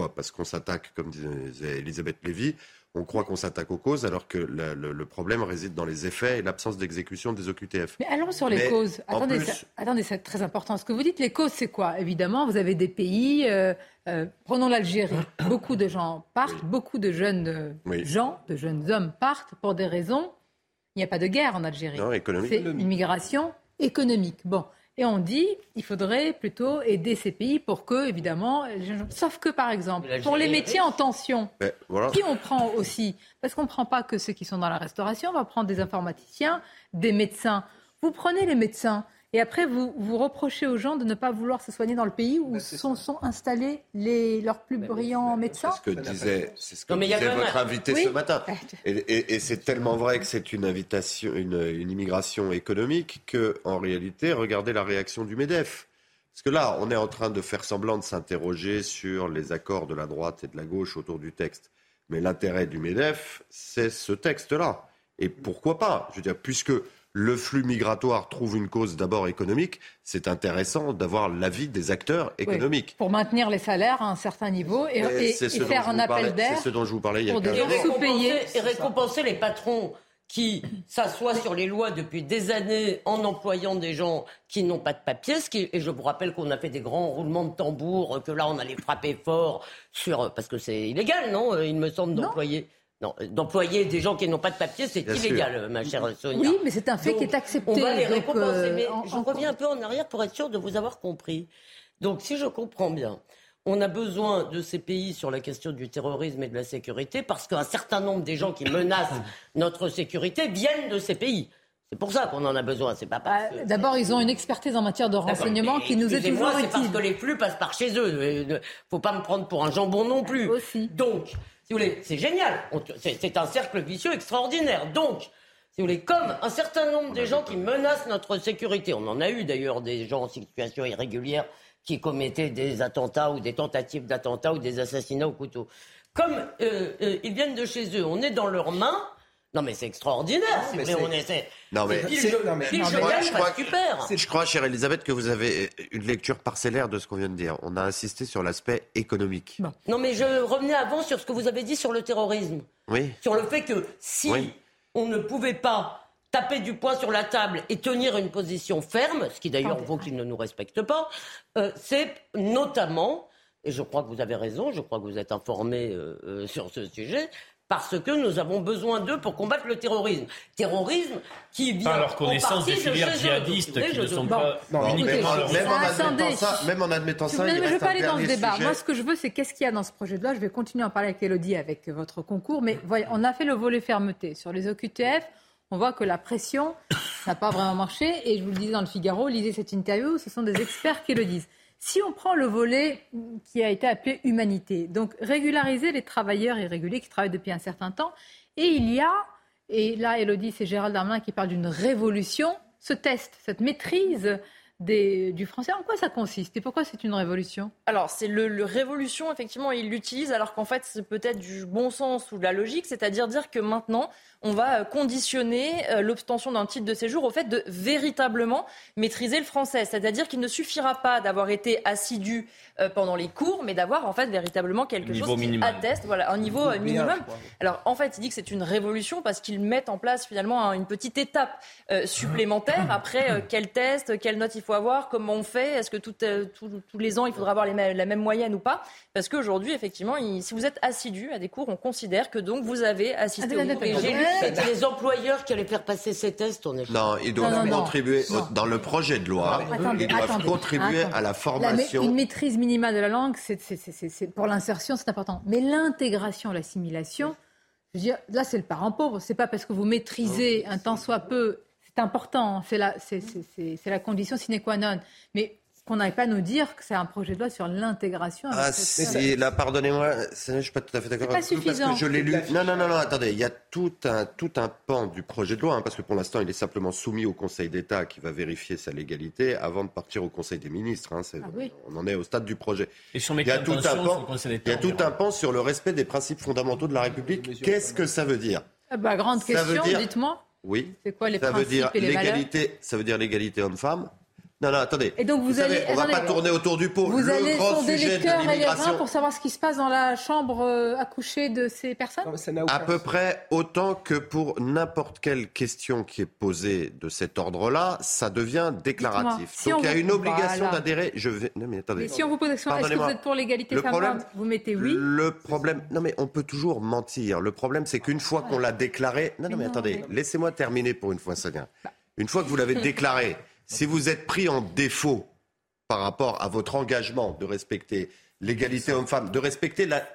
Parce qu'on s'attaque, comme disait Elisabeth Lévy, on croit qu'on s'attaque aux causes, alors que le, le, le problème réside dans les effets et l'absence d'exécution des O Q T F. Mais allons sur les Mais causes. Attendez, plus... ça, attendez, c'est très important. Ce que vous dites, les causes, c'est quoi ? Évidemment, vous avez des pays, euh, euh, prenons l'Algérie, beaucoup de gens partent, oui. beaucoup de jeunes euh, oui. gens, de jeunes hommes partent pour des raisons. Il n'y a pas de guerre en Algérie. Non, économique. C'est une migration économique. Bon. Et on dit qu'il faudrait plutôt aider ces pays pour que, évidemment... Sauf que, par exemple, pour les métiers en tension, Mais voilà. qui on prend aussi ? Parce qu'on ne prend pas que ceux qui sont dans la restauration, on va prendre des informaticiens, des médecins. Vous prenez les médecins et après vous, vous reprochez aux gens de ne pas vouloir se soigner dans le pays où sont, sont installés les, leurs plus brillants médecins. C'est ce que disait, c'est ce que non, disait votre invité oui. ce matin. Et, et, et c'est tellement vrai que c'est une invitation, une, une immigration économique que, en réalité, regardez la réaction du MEDEF. Parce que là, on est en train de faire semblant de s'interroger sur les accords de la droite et de la gauche autour du texte. Mais l'intérêt du MEDEF, c'est ce texte-là. Et pourquoi pas ? Je veux dire, puisque le flux migratoire trouve une cause d'abord économique, c'est intéressant d'avoir l'avis des acteurs économiques. Oui, pour maintenir les salaires à un certain niveau et, et, et, et faire un appel d'air. C'est ce dont je vous parlais il y a quinze jours. Et récompenser les patrons qui s'assoit sur les lois depuis des années en employant des gens qui n'ont pas de papier. Ce qui, et je vous rappelle qu'on a fait des grands roulements de tambour, que là on allait frapper fort sur parce que c'est illégal, non ? Il me semble d'employer. Non, d'employer des gens qui n'ont pas de papier, c'est Bien illégal, sûr. ma chère Sonia. Oui, mais c'est un fait donc, qui est accepté. On va les donc, récompenser. euh, mais en, je en... reviens un peu en arrière pour être sûr de vous avoir compris. Donc, si je comprends bien, on a besoin de ces pays sur la question du terrorisme et de la sécurité parce qu'un certain nombre des gens qui menacent notre sécurité viennent de ces pays. C'est pour ça qu'on en a besoin. C'est pas parce que... D'abord, ils ont une expertise en matière de renseignement qui nous est toujours utile. C'est parce que les flux passent par chez eux. Il ne faut pas me prendre pour un jambon non plus. Aussi. Donc, si vous voulez, c'est génial. C'est, c'est un cercle vicieux extraordinaire. Donc, si vous voulez, comme un certain nombre des gens qui menacent notre sécurité, on en a eu d'ailleurs des gens en situation irrégulière qui commettaient des attentats ou des tentatives d'attentats ou des assassinats au couteau. Comme euh, euh, ils viennent de chez eux, on est dans leurs mains. Non mais c'est extraordinaire, non, mais c'est... on essaie. Non mais, c'est... C'est... Non, mais... je, je, crois, je, crois, super. je crois, chère Elisabeth, que vous avez une lecture parcellaire de ce qu'on vient de dire. On a insisté sur l'aspect économique. Bon. Non mais je revenais avant sur ce que vous avez dit sur le terrorisme. Oui. Sur le fait que si oui. on ne pouvait pas taper du poing sur la table et tenir une position ferme, ce qui d'ailleurs vaut qu'ils ne nous respectent pas, euh, c'est notamment, et je crois que vous avez raison, je crois que vous êtes informés euh, euh, sur ce sujet, parce que nous avons besoin d'eux pour combattre le terrorisme. Terrorisme qui vient par leur connaissance des filières djihadistes qui ne sont bon. pas non, uniquement même, même, en admettant ça, même en admettant ça, je il ne veux pas aller dans ce débat. Sujet. Moi, ce que je veux, c'est qu'est-ce qu'il y a dans ce projet de loi. Je vais continuer à en parler avec Élodie, avec votre concours. Mais voyez, on a fait le volet fermeté. Sur les O Q T F, on voit que la pression n'a pas vraiment marché. Et je vous le disais dans le Figaro, lisez cette interview, ce sont des experts qui le disent. Si on prend le volet qui a été appelé humanité, donc régulariser les travailleurs irréguliers qui travaillent depuis un certain temps, et il y a, et là Élodie, c'est Gérald Darmanin qui parle d'une révolution, ce test, cette maîtrise des, du français, en quoi ça consiste et pourquoi c'est une révolution ? Alors c'est le, le révolution, effectivement, il l'utilise alors qu'en fait c'est peut-être du bon sens ou de la logique, c'est-à-dire dire que maintenant on va conditionner l'obtention d'un titre de séjour au fait de véritablement maîtriser le français. C'est-à-dire qu'il ne suffira pas d'avoir été assidu pendant les cours, mais d'avoir en fait véritablement quelque niveau chose minimal. Qui atteste voilà, un niveau Bien, minimum. Alors en fait, il dit que c'est une révolution parce qu'ils mettent en place finalement une petite étape euh, supplémentaire. Après, euh, quel test, quelle note il faut avoir, comment on fait, est-ce que tout, euh, tout, tous les ans il faudra avoir les mêmes, la même moyenne ou pas ? Parce qu'aujourd'hui, effectivement, il, si vous êtes assidu à des cours, on considère que donc vous avez assisté ah, au cours. Et j'ai lu que c'était les employeurs qui allaient faire passer ces tests. On est... Non, ils doivent non, non, contribuer non. Au, dans le projet de loi. Non, attendez, ils doivent attendez, contribuer attendez. à la formation. La, une maîtrise minimale de la langue, c'est, c'est, c'est, c'est, pour l'insertion, c'est important. Mais l'intégration, l'assimilation, je veux dire, là, c'est le parent pauvre. C'est pas parce que vous maîtrisez un tant soit peu, c'est important. C'est la, c'est, c'est, c'est, c'est la condition sine qua non. Mais qu'on n'aille pas nous dire que c'est un projet de loi sur l'intégration. Ah si, là, pardonnez-moi, je ne suis pas tout à fait d'accord avec vous parce que je l'ai lu. Non, non, non, non, attendez, il y a tout un, tout un pan du projet de loi, hein, parce que pour l'instant, il est simplement soumis au Conseil d'État qui va vérifier sa légalité avant de partir au Conseil des ministres. Hein, c'est, ah, oui. On en est au stade du projet. Et sur il y a tout un pan, il y a tout un pan sur le respect des principes fondamentaux de la République. Qu'est-ce que ça veut dire ? ah bah, Grande ça question, dire, dites-moi. Oui. C'est quoi les ça principes veut dire et les l'égalité, valeurs ? Ça veut dire l'égalité homme-femme. Non, non, attendez. Et donc vous, vous allez, savez, on ne va pas tourner autour du pot. Vous le allez grand sonder sujet les cœurs de l'immigration. Et les reins pour savoir ce qui se passe dans la chambre euh, à coucher de ces personnes ? Non, à peu près autant que pour n'importe quelle question qui est posée de cet ordre-là, ça devient déclaratif. Si donc il y a vous... une obligation voilà. d'adhérer. Je vais... Non, mais attendez. Mais si on vous pose la question, est-ce que vous êtes pour l'égalité femmes-hommes ? Vous mettez oui. Le problème, non mais on peut toujours mentir. Le problème, c'est qu'une fois qu'on l'a déclaré, non, non, mais, mais non, attendez, mais... laissez-moi terminer pour une fois, Sonia. Bah. Une fois que vous l'avez déclaré. Si vous êtes pris en défaut par rapport à votre engagement de respecter l'égalité homme-femme, de respecter la...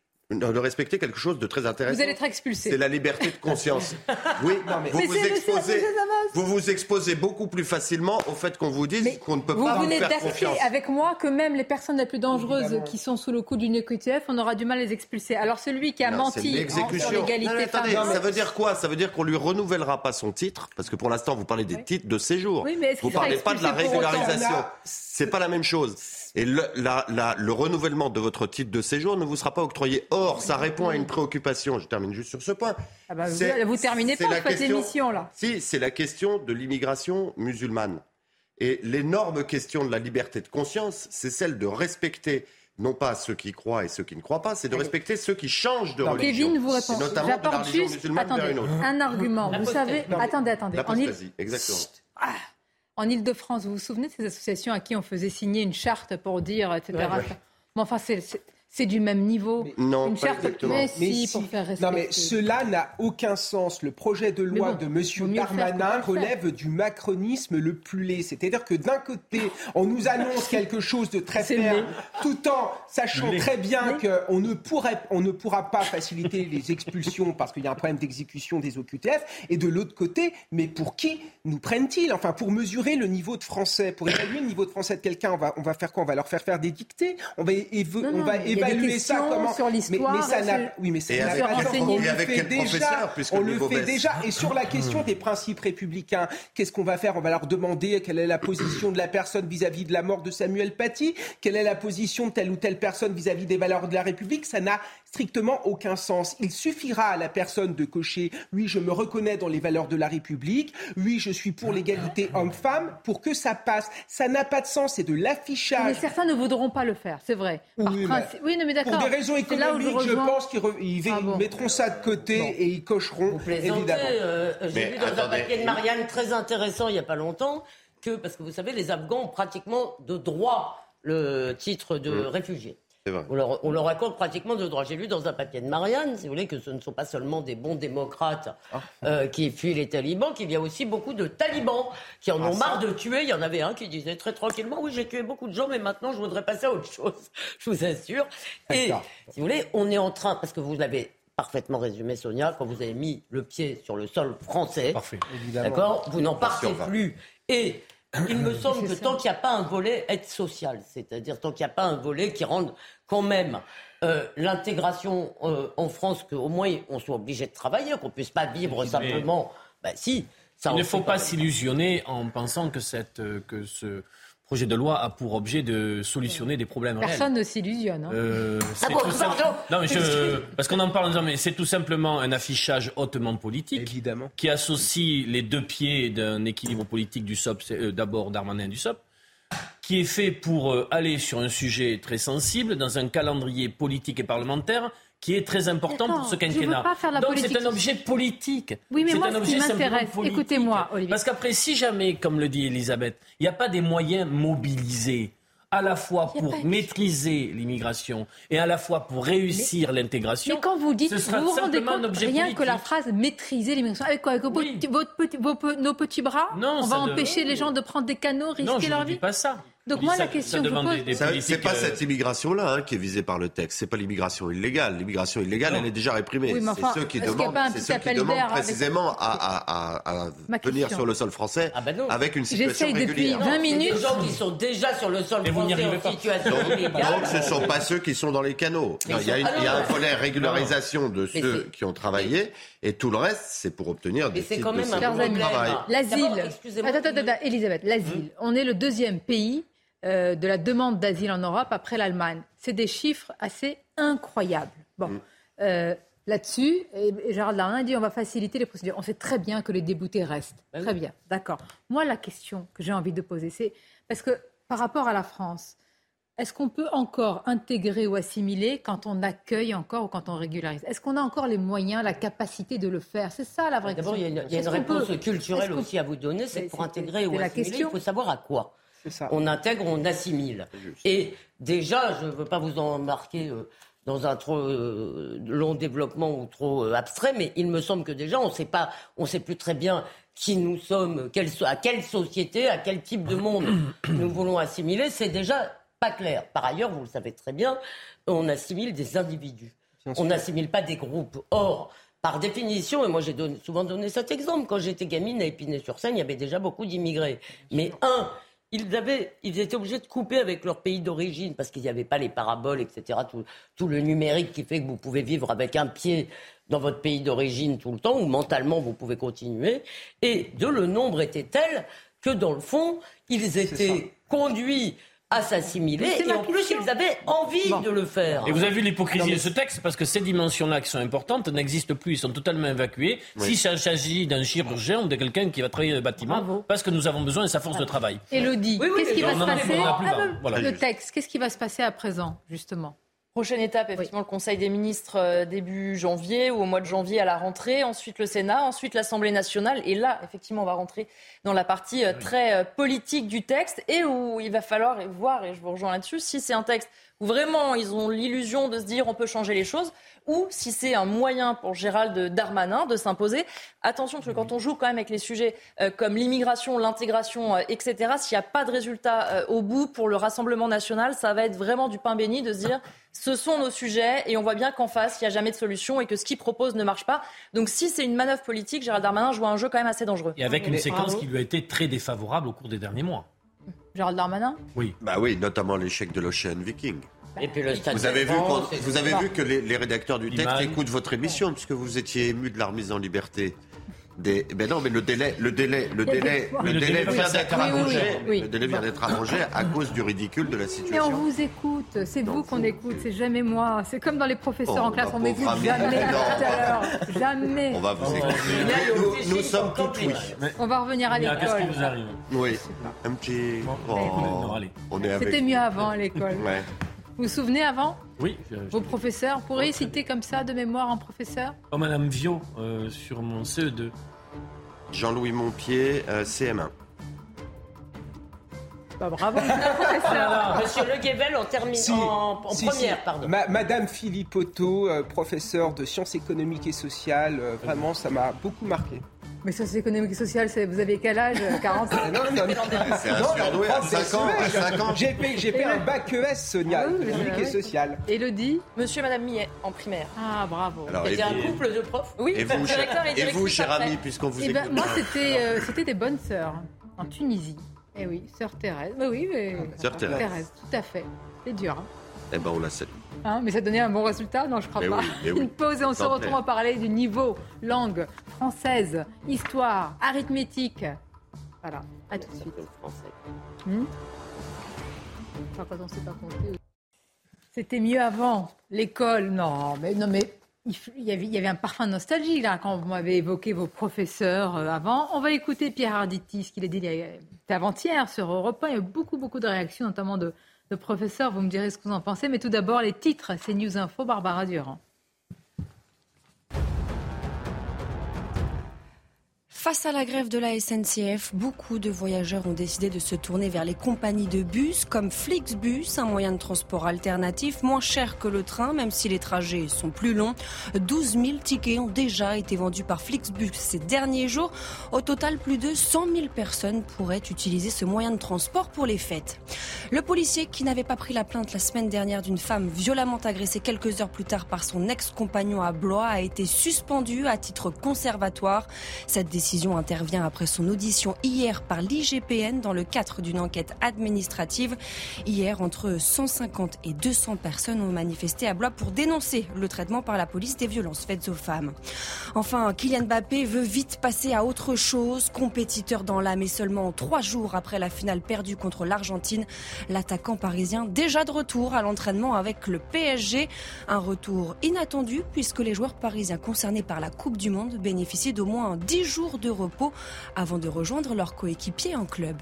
de respecter quelque chose de très intéressant. Vous allez être expulsé. C'est la liberté de conscience. Oui, non, mais vous, mais vous, exposez, vous vous exposez beaucoup plus facilement au fait qu'on vous dise mais qu'on ne peut pas vous faire confiance. Vous venez d'acter avec moi que même les personnes les plus dangereuses Évidemment. Qui sont sous le coup d'une O Q T F, on aura du mal à les expulser. Alors celui qui a non, menti en, sur l'égalité non, attendez, femmes... Ça veut dire quoi ? Ça veut dire qu'on lui renouvellera pas son titre, parce que pour l'instant vous parlez des oui. titres de séjour. Oui, mais vous ne parlez pas de la régularisation. C'est pas la même chose. Et le, la, la, le renouvellement de votre titre de séjour ne vous sera pas octroyé. Or, ça répond à une préoccupation. Je termine juste sur ce point. Ah bah vous, vous terminez pas, vous faites l'émission là. Si, c'est la question de l'immigration musulmane. Et l'énorme question de la liberté de conscience, c'est celle de respecter non pas ceux qui croient et ceux qui ne croient pas, c'est de respecter ceux qui changent de non, religion. Kevin vous répond. C'est notamment J'apporte de la religion juste, musulmane attendez, vers une autre. un argument. Vous savez, non, attendez, attendez. L'apostasie, exactement. Ah, en Ile-de-France, vous vous souvenez de ces associations à qui on faisait signer une charte pour dire, et cetera. Ouais, ouais. Bon, enfin, c'est... c'est... C'est du même niveau. Mais non, une pas charte, exactement. Mais, mais si, si, pour faire respecter. Non, mais cela n'a aucun sens. Le projet de loi bon, de M. Darmanin relève du macronisme le plus laid. C'est-à-dire que d'un côté, on nous annonce quelque chose de très ferme, tout en sachant laid. très bien qu'on ne pourrait, on ne pourra pas faciliter les expulsions parce qu'il y a un problème d'exécution des O Q T F. Et de l'autre côté, mais pour qui nous prennent-ils ? Enfin, pour mesurer le niveau de français, pour évaluer le niveau de français de quelqu'un, on va, on va faire quoi ? On va leur faire faire des dictées. On va, évo- non, on va évaluer ça comment sur l'histoire, mais, mais ça n'a, oui, mais ça et n'a avec, pas quel, on et le avec fait quel déjà. On le fait baisse. déjà. Et sur la question des principes républicains, qu'est-ce qu'on va faire ? On va leur demander quelle est la position de la personne vis-à-vis de la mort de Samuel Paty, quelle est la position de telle ou telle personne vis-à-vis des valeurs de la République. Ça n'a strictement aucun sens. Il suffira à la personne de cocher « oui, je me reconnais dans les valeurs de la République »,« oui, je suis pour l'égalité homme-femme » pour que ça passe. Ça n'a pas de sens, c'est de l'affichage. Mais certains ne voudront pas le faire, c'est vrai. Par oui, principe... oui, non, mais d'accord. Pour des raisons économiques, je, je pense qu'ils re... ils ah bon. mettront ça de côté bon. et ils cocheront, Vous plaisantez, évidemment. Euh, j'ai mais vu dans attendez. un papier de Marianne très intéressant il n'y a pas longtemps que, parce que vous savez, les Afghans ont pratiquement de droit le titre de mmh. réfugié. On leur, on leur accorde pratiquement de droit. J'ai lu dans un papier de Marianne, si vous voulez, que ce ne sont pas seulement des bons démocrates euh, qui fuient les talibans, qu'il y a aussi beaucoup de talibans qui en ah, ont ça. marre de tuer. Il y en avait un qui disait très tranquillement, oui, j'ai tué beaucoup de gens, mais maintenant je voudrais passer à autre chose, je vous assure. Et si vous voulez, on est en train, parce que vous l'avez parfaitement résumé, Sonia, quand vous avez mis le pied sur le sol français, Parfait. D'accord, vous n'en partez plus. Et il me semble que tant qu'il n'y a pas un volet aide sociale, c'est-à-dire tant qu'il n'y a pas un volet qui rende quand même euh, l'intégration euh, en France, qu'au moins on soit obligé de travailler, qu'on ne puisse pas vivre mais, simplement. Ben si. Ça il ne faut pas s'illusionner en pensant que, cette, que ce projet de loi a pour objet de solutionner des problèmes Personne réels. Personne ne s'illusionne. Hein. Euh, c'est ah bon, tout simple... Non, mais je... Parce qu'on en parle en disant, mais c'est tout simplement un affichage hautement politique. Évidemment. Qui associe les deux pieds d'un équilibre politique du S O P, euh, d'abord Darmanin du S O P, qui est fait pour euh, aller sur un sujet très sensible, dans un calendrier politique et parlementaire qui est très important D'accord, pour ce quinquennat. Je veux pas faire la Donc politique. c'est un objet politique. Oui, mais c'est moi, un ce objet qui m'intéresse, écoutez-moi, Olivier. Parce qu'après, si jamais, comme le dit Elisabeth, il n'y a pas des moyens mobilisés à la fois pour pas... maîtriser l'immigration et à la fois pour réussir mais, l'intégration. Mais quand vous dites, ce sera vous vous rendez compte, rien politique. Que la phrase maîtriser l'immigration, avec quoi, avec oui. vos, vos, vos, nos petits bras, non, on va de... empêcher les gens de prendre des canaux, risquer non, je leur ne vie. dis pas ça. Donc moi, ça, la question que je pose... Des, des c'est pas euh... cette immigration-là hein, qui est visée par le texte. C'est pas l'immigration illégale. L'immigration illégale, non. elle est déjà réprimée. Oui, enfin, c'est ceux qui demandent, c'est ceux qui demandent précisément avec... à, à, à, à venir sur le sol français ah ben avec une situation J'essaye régulière. Depuis vingt minutes. Des gens qui sont déjà sur le sol français en situation illégale. Donc ce ne sont pas ceux qui sont dans les canaux. Il y a, une, il y a un volet régularisation de ceux qui ont travaillé et tout le reste, c'est pour obtenir des titres de séjour de travail. L'asile. Attends, attends, attends, Elisabeth, l'asile. On est le deuxième pays Euh, de la demande d'asile en Europe après l'Allemagne. C'est des chiffres assez incroyables. Bon, mmh. euh, là-dessus, et, et Gérald Darmanin dit on va faciliter les procédures. On sait très bien que les déboutés restent. Mmh. Très bien, d'accord. Moi, la question que j'ai envie de poser, c'est parce que par rapport à la France, est-ce qu'on peut encore intégrer ou assimiler quand on accueille encore ou quand on régularise ? Est-ce qu'on a encore les moyens, la capacité de le faire ? C'est ça la vraie D'abord, question. D'abord, il y a une, y a une réponse peut... culturelle aussi à vous donner, c'est que pour intégrer ou assimiler, question. il faut savoir à quoi. On intègre, on assimile. Et déjà, je ne veux pas vous embarquer euh, dans un trop euh, long développement ou trop euh, abstrait, mais il me semble que déjà, on sait pas, on sait plus très bien qui nous sommes, quelle, à quelle société, à quel type de monde nous voulons assimiler. C'est déjà pas clair. Par ailleurs, vous le savez très bien, on assimile des individus. On n'assimile pas des groupes. Or, par définition, et moi j'ai donné, souvent donné cet exemple, quand j'étais gamine à Épinay-sur-Seine, il y avait déjà beaucoup d'immigrés. Mais un, Ils, avaient, ils étaient obligés de couper avec leur pays d'origine parce qu'il n'y avait pas les paraboles, et cetera. Tout, tout le numérique qui fait que vous pouvez vivre avec un pied dans votre pays d'origine tout le temps, ou mentalement vous pouvez continuer. Et deux, le nombre était tel que dans le fond, ils étaient conduits à s'assimiler C'est et ma en plus question. ils avaient envie bon. de le faire. Et vous avez vu l'hypocrisie non, mais... de ce texte parce que ces dimensions-là qui sont importantes n'existent plus, ils sont totalement évacués. Oui. S'il s'agit d'un chirurgien ou de quelqu'un qui va travailler dans le bâtiment, Bravo. parce que nous avons besoin de sa force ah. de travail. Élodie, oui, oui, qu'est-ce qui va se passer ah, voilà. Le texte, qu'est-ce qui va se passer à présent, justement? Prochaine étape, effectivement, oui. le Conseil des ministres euh, début janvier ou au mois de janvier à la rentrée, ensuite le Sénat, ensuite l'Assemblée nationale. Et là, effectivement, on va rentrer dans la partie euh, très euh, politique du texte et où il va falloir voir, et je vous rejoins là-dessus, si c'est un texte où vraiment ils ont l'illusion de se dire on peut changer les choses ou si c'est un moyen pour Gérald Darmanin de s'imposer. Attention, parce que quand on joue quand même avec les sujets euh, comme l'immigration, l'intégration, euh, et cetera, s'il n'y a pas de résultat euh, au bout pour le Rassemblement national, ça va être vraiment du pain béni de se dire ce sont nos sujets et on voit bien qu'en face, il n'y a jamais de solution et que ce qu'ils proposent ne marche pas. Donc si c'est une manœuvre politique, Gérald Darmanin joue un jeu quand même assez dangereux. Et avec une Mais séquence bravo. qui lui a été très défavorable au cours des derniers mois. Gérald Darmanin ? Oui. Bah oui, notamment l'échec de l'Ocean Viking. Et puis le stade vous avez vu, France, quand, vous avez vu que les, les rédacteurs du texte Iman. écoutent votre émission puisque vous étiez ému de la remise en liberté. Des, ben non, mais le délai, le délai, le délai, le le délai délai vient d'être allongé. oui, oui, oui. Le délai vient d'être allongé à cause du ridicule de la Mais on situation. vous écoute, c'est vous qu'on vous, écoute, c'est jamais moi. C'est comme dans les professeurs Oh, en classe, ma on m'écoute pauvre amie. jamais Non, tout à l'heure. Jamais. On va vous écouter. Nous, nous sommes toutes oui. On va revenir à Qu'est-ce qui l'école. vous arrive? Oui, un petit. Oh, Non, allez. on est avec. C'était mieux avant à l'école. Ouais. Vous vous souvenez avant? Oui. je- Vos professeurs, vous pourriez citer comme ça de mémoire un professeur? Oh, Madame Viau, euh, sur mon C E deux. Jean-Louis Montpied, euh, C M un. Bah, bravo, professeur. Monsieur Le Guébel en, termine, Si, en, en si, première, si. pardon. Ma- Madame Philippotto, euh, professeure de sciences économiques et sociales, euh, vraiment, ça m'a beaucoup marqué. Mais sciences économiques et sociales, c'est- vous avez quel âge? quarante-cinq Non, non, non. C'est un Non, surdoué à prof des cinq ans, à S E S. cinq ans. J'ai fait, j'ai fait un bac E S, Sonia, Ah oui, économique oui, et oui. sociale. Élodie? Monsieur et Madame Millet, en primaire. Ah, bravo. Alors, et C'était un vous, couple de profs. Oui, et vous, cher, directeur et et directrice vous, cher après. ami, puisqu'on vous Eh ben, écoute. moi, c'était euh, c'était des bonnes sœurs en Tunisie. Eh oui, sœur Thérèse. Bah oui, mais... Sœur Thérèse. tout à fait. C'est dur. Hein. Eh ben, on la salue. Hein, mais ça donnait un bon résultat? Non, je crois Mais pas. oui, mais oui. Une pause et on se Sans retrouve plaire. à parler du niveau langue française, histoire, arithmétique. Voilà, à tout de suite. Hmm enfin, quand on sait pas compter. C'était mieux avant. L'école, non, mais non, mais il f- il y avait, il y avait un parfum de nostalgie là quand vous m'avez évoqué vos professeurs euh, avant. On va écouter Pierre Arditi, ce qu'il a dit il y a- c'était avant-hier sur Europe un. Il y a eu beaucoup, beaucoup de réactions, notamment de, de professeurs. Vous me direz ce que vous en pensez. Mais tout d'abord, les titres. C'est News Info, Barbara Durand. Face à la grève de la S N C F, beaucoup de voyageurs ont décidé de se tourner vers les compagnies de bus comme Flixbus, un moyen de transport alternatif moins cher que le train, même si les trajets sont plus longs. douze mille tickets ont déjà été vendus par Flixbus ces derniers jours. Au total, plus de cent mille personnes pourraient utiliser ce moyen de transport pour les fêtes. Le policier qui n'avait pas pris la plainte la semaine dernière d'une femme violemment agressée quelques heures plus tard par son ex-compagnon à Blois a été suspendu à titre conservatoire. Cette décision intervient après son audition hier par l'I G P N dans le cadre d'une enquête administrative. Hier, entre cent cinquante et deux cents personnes ont manifesté à Blois pour dénoncer le traitement par la police des violences faites aux femmes. Enfin, Kylian Mbappé veut vite passer à autre chose. Compétiteur dans l'âme et seulement trois jours après la finale perdue contre l'Argentine, l'attaquant parisien déjà de retour à l'entraînement avec le P S G. Un retour inattendu puisque les joueurs parisiens concernés par la Coupe du Monde bénéficient d'au moins dix jours de repos avant de rejoindre leurs coéquipiers en club.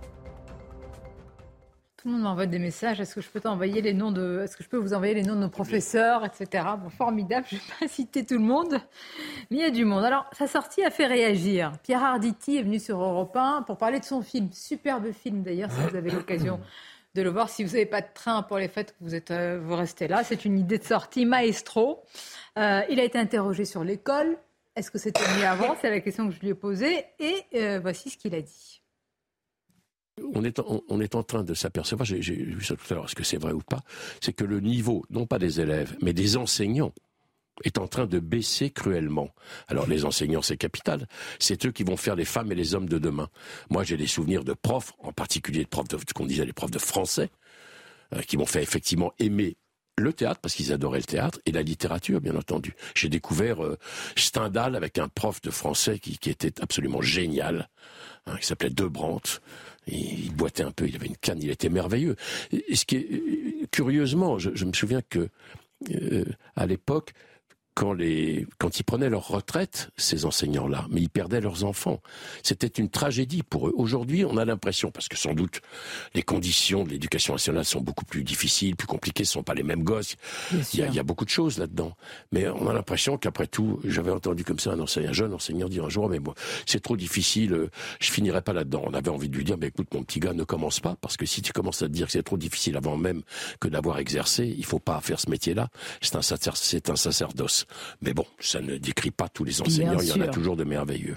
Tout le monde m'envoie des messages. Est-ce que je peux t'envoyer les noms de, est-ce que je peux vous envoyer les noms de nos professeurs, et cetera. Bon, formidable. Je ne vais pas citer tout le monde, mais il y a du monde. Alors, sa sortie a fait réagir. Pierre Arditi est venu sur Europe un pour parler de son film, superbe film d'ailleurs, si vous avez l'occasion de le voir. Si vous n'avez pas de train pour les fêtes, vous êtes, euh, vous restez là. C'est une idée de sortie, Maestro. Euh, il a été interrogé sur l'école. Est-ce que c'était mieux avant? C'est la question que je lui ai posée. Et euh, voici ce qu'il a dit. On est, en, on est en train de s'apercevoir, j'ai, j'ai vu ça tout à l'heure, est-ce que c'est vrai ou pas, c'est que le niveau, non pas des élèves, mais des enseignants, est en train de baisser cruellement. Alors les enseignants, c'est capital. C'est eux qui vont faire les femmes et les hommes de demain. Moi, j'ai des souvenirs de profs, en particulier de profs de, ce qu'on disait, les profs de français, euh, qui m'ont fait effectivement aimer le théâtre, parce qu'ils adoraient le théâtre, et la littérature, bien entendu. J'ai découvert euh, Stendhal avec un prof de français qui, qui était absolument génial, hein, qui s'appelait Debrandt, Il, il boitait un peu, il avait une canne, il était merveilleux. Et ce qui est, curieusement, je, je me souviens que euh, à l'époque, quand, les, quand ils prenaient leur retraite, ces enseignants-là, mais ils perdaient leurs enfants. C'était une tragédie pour eux. Aujourd'hui, on a l'impression, parce que sans doute les conditions de l'éducation nationale sont beaucoup plus difficiles, plus compliquées, ce ne sont pas les mêmes gosses. Il y, a, il y a beaucoup de choses là-dedans. Mais on a l'impression qu'après tout, j'avais entendu comme ça un, enseignant, un jeune enseignant dire un jour, mais moi, c'est trop difficile, je finirai pas là-dedans. On avait envie de lui dire, mais écoute, mon petit gars, ne commence pas, parce que si tu commences à te dire que c'est trop difficile avant même que d'avoir exercé, il faut pas faire ce métier-là. C'est un, sacer, c'est un sacerdoce. Mais bon, ça ne décrit pas tous les enseignants, il y en a toujours de merveilleux.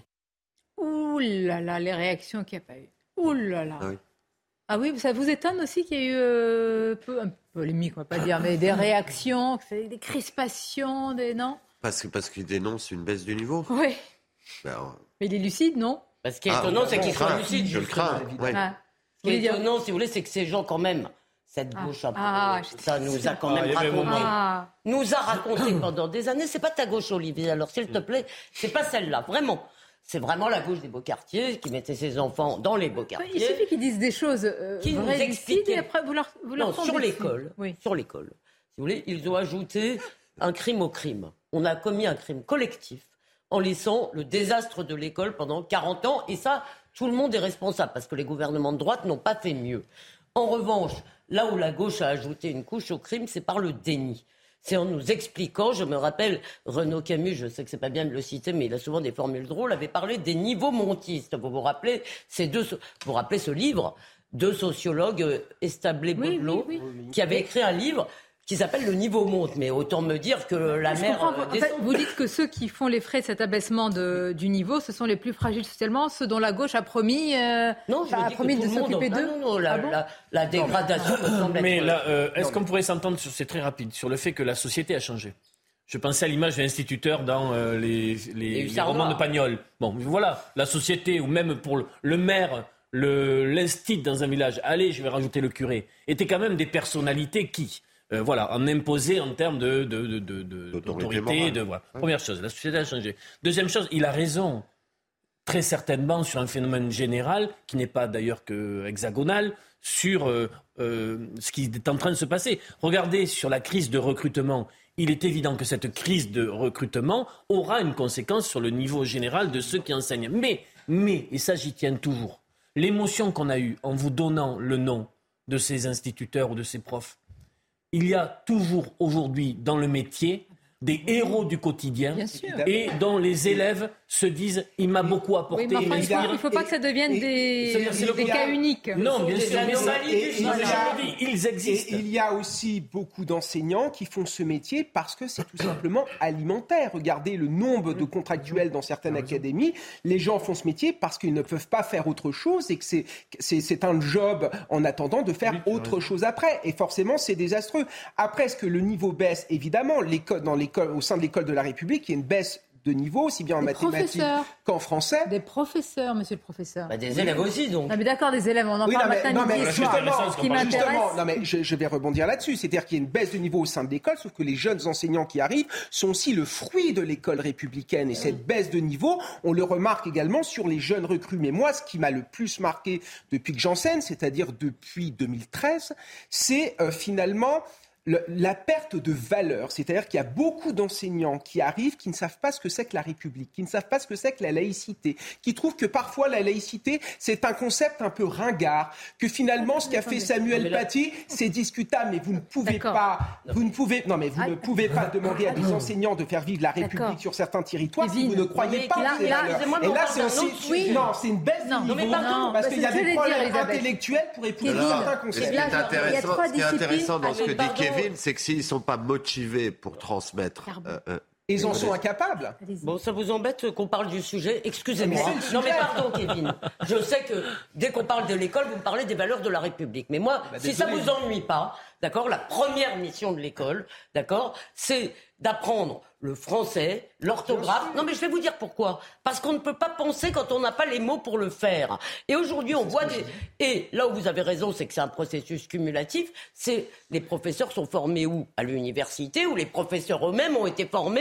Ouh là là, les réactions qu'il n'y a pas eu. Ouh là là. Ah oui. Ah oui, ça vous étonne aussi qu'il y ait eu euh, peu, un peu polémique, on va pas dire, mais des réactions, des crispations, des non Parce que parce qu'il dénonce une baisse du niveau. Oui. Ben, alors... Mais il est lucide, non? Parce ce qui est étonnant, ah, c'est qu'il soit lucide. Je le crains. Ouais. Ah. Ce qui est étonnant, si vous voulez, c'est que ces gens, quand même, cette ah. gauche un peu, ah, ça nous a quand même ah, raconté, ah. nous a raconté pendant des années. C'est pas ta gauche, Olivier. Alors, s'il te plaît, c'est pas celle-là, vraiment. C'est vraiment la gauche des beaux quartiers qui mettait ses enfants dans les beaux quartiers. Il suffit qu'ils disent des choses euh, qui nous expliquent et après vous leur, vous leur non, sur l'école. Oui. Sur l'école. Si vous voulez, ils ont ajouté un crime au crime. On a commis un crime collectif en laissant le désastre de l'école pendant quarante ans. Et ça, tout le monde est responsable parce que les gouvernements de droite n'ont pas fait mieux. En revanche, là où la gauche a ajouté une couche au crime, c'est par le déni. C'est en nous expliquant, je me rappelle, Renaud Camus, je sais que c'est pas bien de le citer, mais il a souvent des formules drôles, avait parlé des niveaux montistes. Vous vous rappelez, ces deux, vous vous rappelez ce livre de sociologue Establé-Baudelot, oui, oui, oui, oui. qui avait écrit un livre qui s'appelle Le niveau monte, mais autant me dire que la je mer... En fait, vous dites que ceux qui font les frais de cet abaissement de, du niveau, ce sont les plus fragiles socialement, ceux dont la gauche a promis, euh, non, je a dis promis de s'occuper d'eux. Non, non, non, la, ah bon la, la dégradation me semble être... Mais là, euh, est-ce qu'on pourrait s'entendre, sur, c'est très rapide, sur le fait que la société a changé? Je pensais à l'image de l'instituteur dans euh, les, les, les romans de Pagnol. Bon, voilà, la société, ou même pour le, le maire... Le, l'instit dans un village, allez, je vais rajouter le curé, étaient quand même des personnalités qui, euh, voilà, en imposaient en termes de, de, de, de, de, d'autorité. De, voilà. Ouais. Première chose, la société a changé. Deuxième chose, il a raison, très certainement, sur un phénomène général, qui n'est pas d'ailleurs que hexagonal, sur euh, euh, ce qui est en train de se passer. Regardez sur la crise de recrutement. Il est évident que cette crise de recrutement aura une conséquence sur le niveau général de ceux qui enseignent. Mais, mais, et ça j'y tiens toujours, l'émotion qu'on a eue en vous donnant le nom de ces instituteurs ou de ces profs, il y a toujours aujourd'hui dans le métier des héros du quotidien et dont les élèves se disent « il m'a beaucoup apporté ». Oui, mais enfin, il ne faut pas que ça devienne des, des, des cas uniques. Non, bien sûr, mais ça, et, il, a, ils existent. Et il y a aussi beaucoup d'enseignants qui font ce métier parce que c'est tout simplement alimentaire. Regardez le nombre de contractuels dans certaines académies. Les gens font ce métier parce qu'ils ne peuvent pas faire autre chose et que c'est, c'est, c'est un job en attendant de faire oui, autre chose après. Et forcément, c'est désastreux. Après, est-ce que le niveau baisse? Évidemment, l'école, dans l'école, au sein de l'école de la République, il y a une baisse de niveau, aussi bien en des mathématiques qu'en français. Des professeurs, monsieur le professeur. Bah, des élèves aussi, donc. Non, mais d'accord, des élèves, on en oui, parle matin, non, midi et soir. Ce qui m'intéresse... Non, mais je, je vais rebondir là-dessus. C'est-à-dire qu'il y a une baisse de niveau au sein de l'école, sauf que les jeunes enseignants qui arrivent sont aussi le fruit de l'école républicaine. Et cette baisse de niveau, on le remarque également sur les jeunes recrues. Mais moi, ce qui m'a le plus marqué depuis que j'enseigne, c'est-à-dire depuis deux mille treize, c'est euh, finalement... Le, la perte de valeur, c'est-à-dire qu'il y a beaucoup d'enseignants qui arrivent qui ne savent pas ce que c'est que la République, qui ne savent pas ce que c'est que la laïcité, qui trouvent que parfois la laïcité c'est un concept un peu ringard, que finalement ce qu'a fait Samuel Paty c'est discutable, mais vous ne pouvez D'accord. pas, vous ne pouvez, non mais vous ah. ne pouvez pas demander à des enseignants de faire vivre la République D'accord. sur certains territoires si vous ne croyez pas là, ces là, valeurs. Et là c'est aussi, oui. non c'est une baisse non, de niveau, non, parce qu'il y a des problèmes dire, intellectuels pour épouser certains concepts. Ce qui est intéressant, ce qui est intéressant dans ce que dit Kevin, c'est que s'ils ne sont pas motivés pour transmettre... Euh, euh, ils en sont incapables. Bon, ça vous embête qu'on parle du sujet? Excusez-moi. Mais non mais pardon, Kevin. Je sais que dès qu'on parle de l'école, vous me parlez des valeurs de la République. Mais moi, bah, si ça vous ennuie pas, d'accord, la première mission de l'école, d'accord, c'est d'apprendre le français, l'orthographe. Non mais je vais vous dire pourquoi. Parce qu'on ne peut pas penser quand on n'a pas les mots pour le faire. Et aujourd'hui, on voit des... Et là où vous avez raison, c'est que c'est un processus cumulatif. C'est les professeurs sont formés où? À l'université, où les professeurs eux-mêmes ont été formés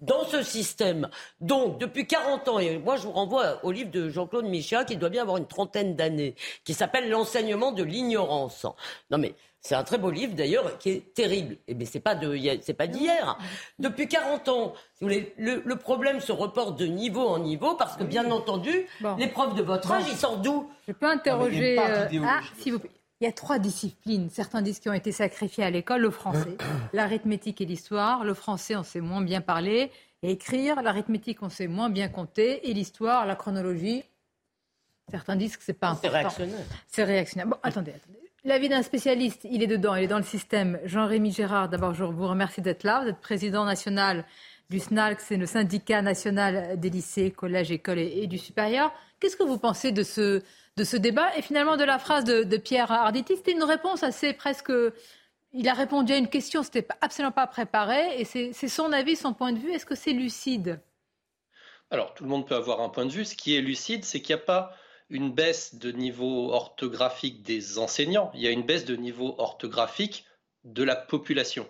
dans ce système. Donc, depuis quarante ans, et moi je vous renvoie au livre de Jean-Claude Michéa, qui doit bien avoir une trentaine d'années, qui s'appelle « L'enseignement de l'ignorance ». Non mais, c'est un très beau livre d'ailleurs, qui est terrible. Et bien, c'est pas de, c'est pas d'hier. Depuis quarante ans, si vous voulez, le, le problème se reporte de niveau en niveau, parce que bien entendu, bon. les profs de votre âge, ils sortent d'où ? Je peux interroger... Euh, ah, s'il vous plaît. Il y a trois disciplines, certains disent qui ont été sacrifiées à l'école, le français, l'arithmétique et l'histoire. Le français, on sait moins bien parler et écrire. L'arithmétique, on sait moins bien compter. Et l'histoire, la chronologie, certains disent que c'est pas important. C'est réactionnaire. C'est réactionnaire. Bon, attendez, attendez. L'avis d'un spécialiste, il est dedans, il est dans le système. Jean-Rémy Gérard, d'abord, je vous remercie d'être là. Vous êtes président national du S N A L C, c'est le syndicat national des lycées, collèges, écoles et, et du supérieur. Qu'est-ce que vous pensez de ce... de ce débat et finalement de la phrase de, de Pierre Arditi? C'était une réponse assez presque... Il a répondu à une question, c'était absolument pas préparé et c'est, c'est son avis, son point de vue. Est-ce que c'est lucide? Alors, tout le monde peut avoir un point de vue. Ce qui est lucide, c'est qu'il n'y a pas une baisse de niveau orthographique des enseignants. Il y a une baisse de niveau orthographique de la population.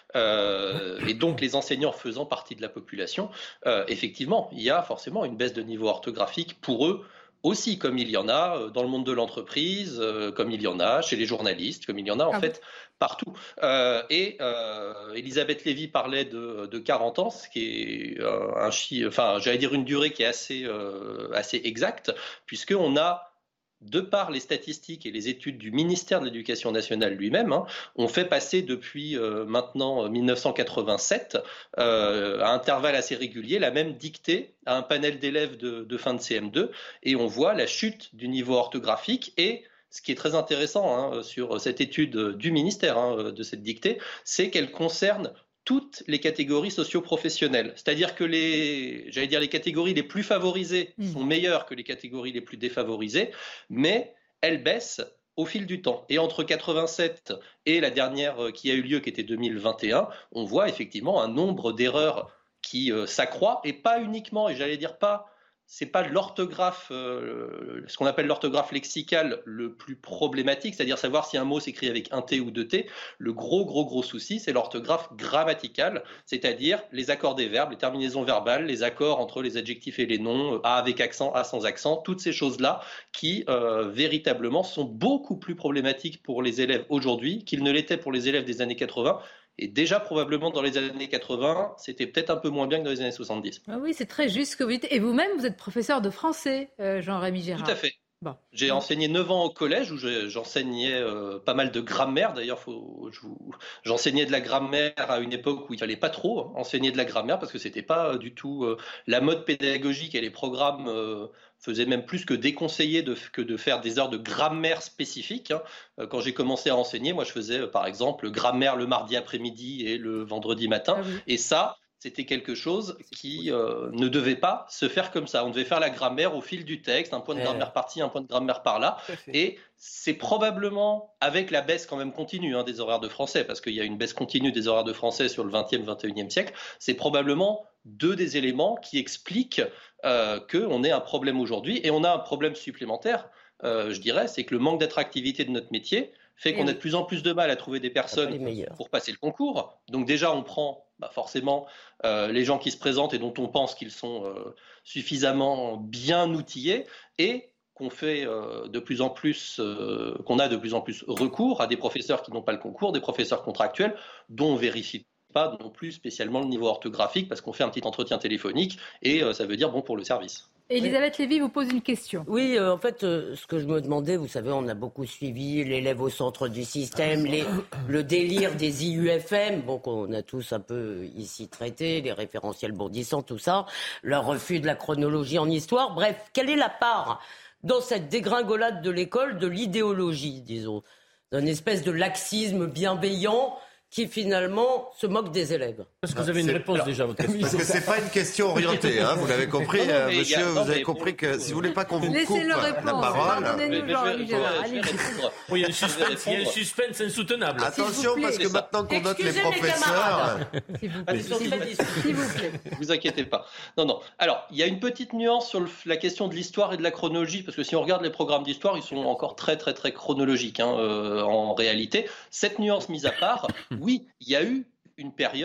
Euh, et donc, les enseignants faisant partie de la population, euh, effectivement, il y a forcément une baisse de niveau orthographique pour eux, aussi, comme il y en a dans le monde de l'entreprise, euh, comme il y en a chez les journalistes, comme il y en a en ah fait oui. partout. Euh, et euh, Elisabeth Lévy parlait de, de quarante ans, ce qui est euh, un chi, enfin, j'allais dire une durée qui est assez, euh, assez exacte, puisqu'on a, de par les statistiques et les études du ministère de l'Éducation nationale lui-même, hein, on fait passer depuis euh, maintenant mille neuf cent quatre-vingt-sept, euh, à intervalles assez réguliers, la même dictée à un panel d'élèves de, de fin de C M deux, et on voit la chute du niveau orthographique. Et ce qui est très intéressant hein, sur cette étude du ministère hein, de cette dictée, c'est qu'elle concerne toutes les catégories socio-professionnelles. C'est-à-dire que les, j'allais dire les catégories les plus favorisées mmh. sont meilleures que les catégories les plus défavorisées, mais elles baissent au fil du temps. Et entre quatre-vingt-sept et la dernière qui a eu lieu, qui était deux mille vingt et un, on voit effectivement un nombre d'erreurs qui euh, s'accroît, et pas uniquement, et j'allais dire pas, c'est pas l'orthographe, euh, ce qu'on appelle l'orthographe lexicale le plus problématique, c'est-à-dire savoir si un mot s'écrit avec un T ou deux T. Le gros, gros, gros souci, c'est l'orthographe grammaticale, c'est-à-dire les accords des verbes, les terminaisons verbales, les accords entre les adjectifs et les noms, A avec accent, A sans accent, toutes ces choses-là qui, euh, véritablement, sont beaucoup plus problématiques pour les élèves aujourd'hui qu'ils ne l'étaient pour les élèves des années quatre-vingts. Et déjà, probablement, dans les années quatre-vingts, c'était peut-être un peu moins bien que dans les années soixante-dix. Ah oui, c'est très juste ce que vous dites. Et vous-même, vous êtes professeur de français, euh, Jean-Rémy Gérard. Tout à fait. Bon. J'ai enseigné neuf ans au collège où je, j'enseignais euh, pas mal de grammaire. D'ailleurs, faut, je vous, j'enseignais de la grammaire à une époque où il fallait pas trop enseigner de la grammaire parce que c'était pas euh, du tout euh, la mode pédagogique et les programmes euh, faisaient même plus que déconseiller de, que de faire des heures de grammaire spécifiques. Hein. Euh, quand j'ai commencé à enseigner, moi je faisais euh, par exemple grammaire le mardi après-midi et le vendredi matin. Ah oui. Et ça, c'était quelque chose qui euh, ne devait pas se faire comme ça. On devait faire la grammaire au fil du texte, un point de grammaire par-ci, un point de grammaire par-là. Et c'est probablement, avec la baisse quand même continue hein, des horaires de français, parce qu'il y a une baisse continue des horaires de français sur le vingtième, vingt et unième siècle, c'est probablement deux des éléments qui expliquent euh, qu'on ait un problème aujourd'hui. Et on a un problème supplémentaire, euh, je dirais, c'est que le manque d'attractivité de notre métier fait qu'on a de plus en plus de mal à trouver des personnes pour passer le concours. Donc déjà, on prend bah forcément euh, les gens qui se présentent et dont on pense qu'ils sont euh, suffisamment bien outillés, et qu'on fait euh, de plus en plus, euh, qu'on a de plus en plus recours à des professeurs qui n'ont pas le concours, des professeurs contractuels dont on vérifie pas non plus spécialement le niveau orthographique parce qu'on fait un petit entretien téléphonique et euh, ça veut dire bon pour le service. Elisabeth Lévy vous pose une question. Oui, euh, en fait, euh, ce que je me demandais, vous savez, on a beaucoup suivi l'élève au centre du système, les, le délire des I U F M, bon, qu'on a tous un peu ici traité, les référentiels bourdissants, tout ça, leur refus de la chronologie en histoire. Bref, quelle est la part dans cette dégringolade de l'école de l'idéologie, disons, d'un espèce de laxisme bienveillant qui finalement se moque des élèves. Parce que vous avez une réponse alors, déjà à votre question. Parce que c'est pas une question orientée, hein, vous l'avez compris, non, non, euh, monsieur, a, non, vous avez compris pour... que si vous voulez pas qu'on vous coupe la parole... Pardonnez-nous, Jean-Rémy Gérard, allez. Oui, il y a un suspense, il y a un suspense insoutenable. Attention, parce que maintenant qu'on note les professeurs... S'il vous plaît, s'il vous plaît. Vous inquiétez pas. Non, non. Alors, il y a une petite nuance sur le, la question de l'histoire et de la chronologie, parce que si on regarde les programmes d'histoire, ils sont encore très, très, très chronologiques, hein, euh, en réalité. Cette nuance mise à part... Oui, il y a eu une période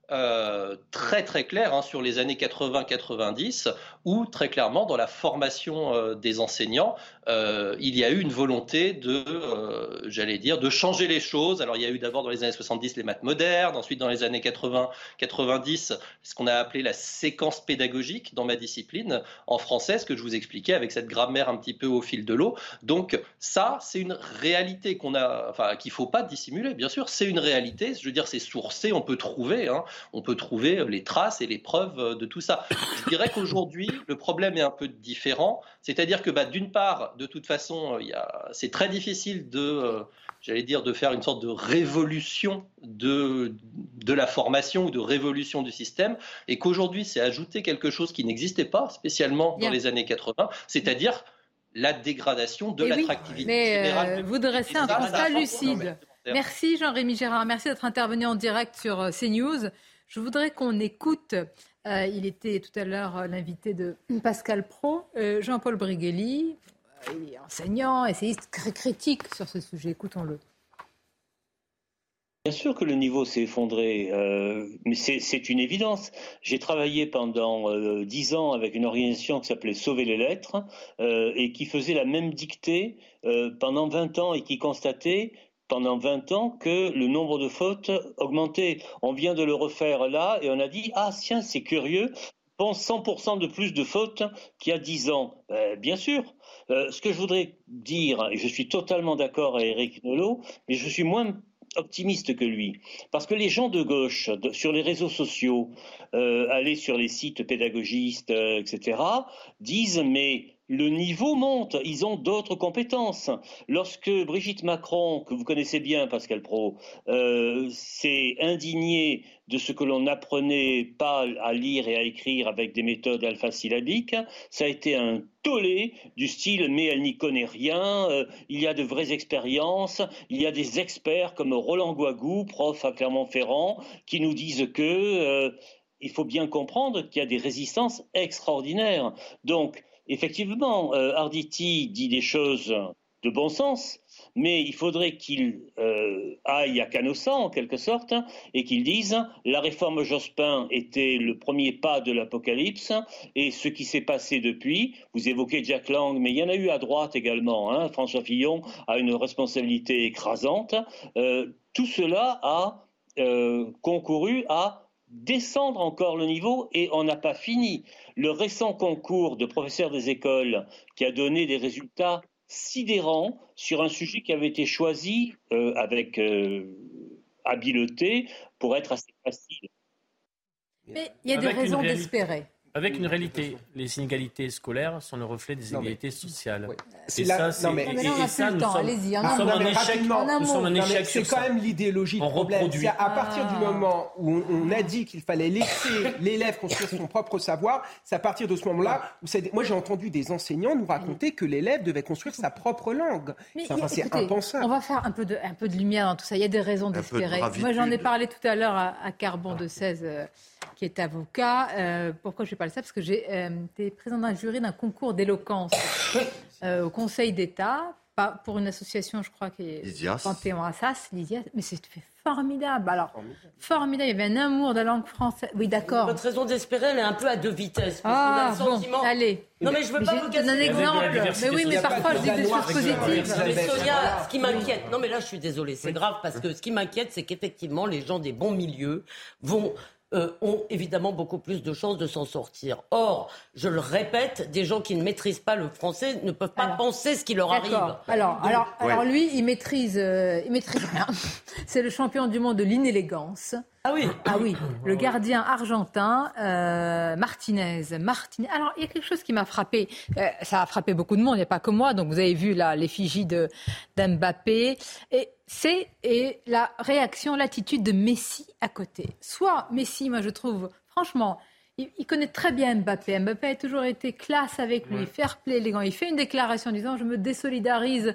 Euh, très très clair hein, sur les années quatre-vingts quatre-vingt-dix où très clairement dans la formation euh, des enseignants euh, il y a eu une volonté de euh, j'allais dire de changer les choses. Alors il y a eu d'abord dans les années soixante-dix les maths modernes, ensuite dans les années quatre-vingts quatre-vingt-dix ce qu'on a appelé la séquence pédagogique dans ma discipline en français, ce que je vous expliquais avec cette grammaire un petit peu au fil de l'eau. Donc ça c'est une réalité qu'on a, enfin qu'il faut pas dissimuler, bien sûr c'est une réalité, je veux dire c'est sourcé, on peut trouver hein, on peut trouver les traces et les preuves de tout ça. Je dirais qu'aujourd'hui, le problème est un peu différent. C'est-à-dire que bah, d'une part, de toute façon, il y a, c'est très difficile de, euh, j'allais dire, de faire une sorte de révolution de, de la formation ou de révolution du système. Et qu'aujourd'hui, c'est ajouter quelque chose qui n'existait pas spécialement Bien. dans les années quatre-vingts, c'est-à-dire la dégradation de et l'attractivité oui, mais générale. Euh, vous dressez un constat lucide. Merci Jean-Rémy Gérard, merci d'être intervenu en direct sur CNews. Je voudrais qu'on écoute, euh, il était tout à l'heure l'invité de Pascal Praud, euh, Jean-Paul Brigelli, euh, il est enseignant, essayiste, très critique sur ce sujet, écoutons-le. Bien sûr que le niveau s'est effondré, euh, mais c'est, c'est une évidence. J'ai travaillé pendant euh, dix ans avec une organisation qui s'appelait Sauver les lettres euh, et qui faisait la même dictée euh, pendant vingt ans et qui constatait pendant vingt ans que le nombre de fautes augmentait. On vient de le refaire là et on a dit « Ah tiens, c'est curieux, on pense cent pour cent de plus de fautes qu'il y a dix ans. Euh, » Bien sûr. Euh, ce que je voudrais dire, et je suis totalement d'accord avec Éric Nolot, mais je suis moins optimiste que lui. Parce que les gens de gauche, de, sur les réseaux sociaux, euh, aller sur les sites pédagogistes, euh, et cetera, disent « Mais le niveau monte, ils ont d'autres compétences. » Lorsque Brigitte Macron, que vous connaissez bien, Pascal Praud, euh, s'est indignée de ce que l'on n'apprenait pas à lire et à écrire avec des méthodes alphasyllabiques, ça a été un tollé du style « mais elle n'y connaît rien, euh, il y a de vraies expériences, il y a des experts comme Roland Guagou, prof à Clermont-Ferrand, qui nous disent que euh, il faut bien comprendre qu'il y a des résistances extraordinaires. » Donc, effectivement, euh, Arditi dit des choses de bon sens, mais il faudrait qu'il euh, aille à Canossa, en quelque sorte, et qu'il dise « La réforme Jospin était le premier pas de l'apocalypse, et ce qui s'est passé depuis, vous évoquez Jack Lang, mais il y en a eu à droite également, hein, François Fillon a une responsabilité écrasante, euh, tout cela a euh, concouru à descendre encore le niveau et on n'a pas fini. Le récent concours de professeurs des écoles qui a donné des résultats sidérants sur un sujet qui avait été choisi euh, avec euh, habileté pour être assez facile. Mais il y a des Avec raisons réali- d'espérer. Avec une réalité, les inégalités scolaires sont le reflet des inégalités sociales. Oui. Et C'est ça, la- c'est, non, mais- et- Non, mais là, on et a ça, plus le nous temps. sommes, Allez-y, un nous mot. sommes Non, en mais échec. rapidement, un Nous sommes en mot. Non, mais échec c'est sur quand ça. même l'idéologie du On problème. reproduit. C'est à partir du Ah. moment où on, on a dit qu'il fallait laisser l'élève construire son propre savoir, c'est à partir de ce moment-là où c'est... Moi, j'ai entendu des enseignants nous raconter que l'élève devait construire sa propre langue. Mais Enfin, c'est écoutez, impensable. on va faire un peu, de, un peu de lumière dans tout ça. Il y a des raisons peu de d'espérer. gravitude. Moi, j'en ai parlé tout à l'heure à, à Carbon de seize, euh, qui est avocat. Euh, pourquoi je vais parler de ça ? Parce que j'ai euh, été président d'un jury d'un concours d'éloquence euh, au Conseil d'État, pas pour une association, je crois, qui est Lysias. Panthéon Assas, Lysias. Mais c'est fait formidable. Alors, formidable. Il y avait un amour de la langue française. Oui, d'accord. Votre raison d'espérer, elle est un peu à deux vitesses. Parce Ah, qu'on a le bon, sentiment... allez. Non, mais je veux Mais pas j'ai- vous je donne casser un les exemple. diversité Mais oui, mais sociale. parfois, je dis des choses positives. Mais Sonia, ce qui m'inquiète, non mais là je suis désolée, c'est grave parce que ce qui m'inquiète, c'est qu'effectivement les gens des bons milieux vont euh, ont évidemment beaucoup plus de chances de s'en sortir. Or, je le répète, des gens qui ne maîtrisent pas le français ne peuvent pas Alors, penser ce qui leur arrive. D'accord. Alors, Donc, alors, Ouais. alors lui, il maîtrise, euh, il maîtrise rien. C'est le champion du monde de l'inélégance. ah oui, Ah oui, le gardien argentin euh, Martinez. Martinez. Alors, il y a quelque chose qui m'a frappé. Euh, ça a frappé beaucoup de monde, il n'y a pas que moi. Donc, vous avez vu là l'effigie de d'Mbappé. Et c'est et la réaction, l'attitude de Messi à côté. Soit Messi, moi je trouve, franchement, il, il connaît très bien Mbappé. Mbappé a toujours été classe avec lui, fair play, élégant. Il fait une déclaration en disant « je me désolidarise »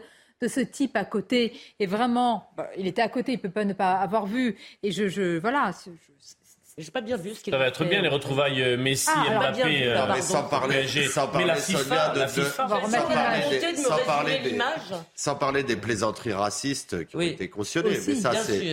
de ce type à côté. Et vraiment, bah, il était à côté, il ne peut pas ne pas avoir vu. Et je, je voilà, je, je, j'ai pas bien vu ce qu'il Ça va a être fait. bien les retrouvailles euh, Messi Ah, et alors, bien Mbappé. vu, euh, pardon. Mais sans parler, P S G. sans Mais parler la Sonia, FIFA, de, la de- FIFA. On va sans remettre parler l'image. des, Volonté de me sans résumer parler des, l'image. sans parler des plaisanteries racistes qui Oui. ont été cautionnées. Aussi, mais ça, bien c'est, sûr.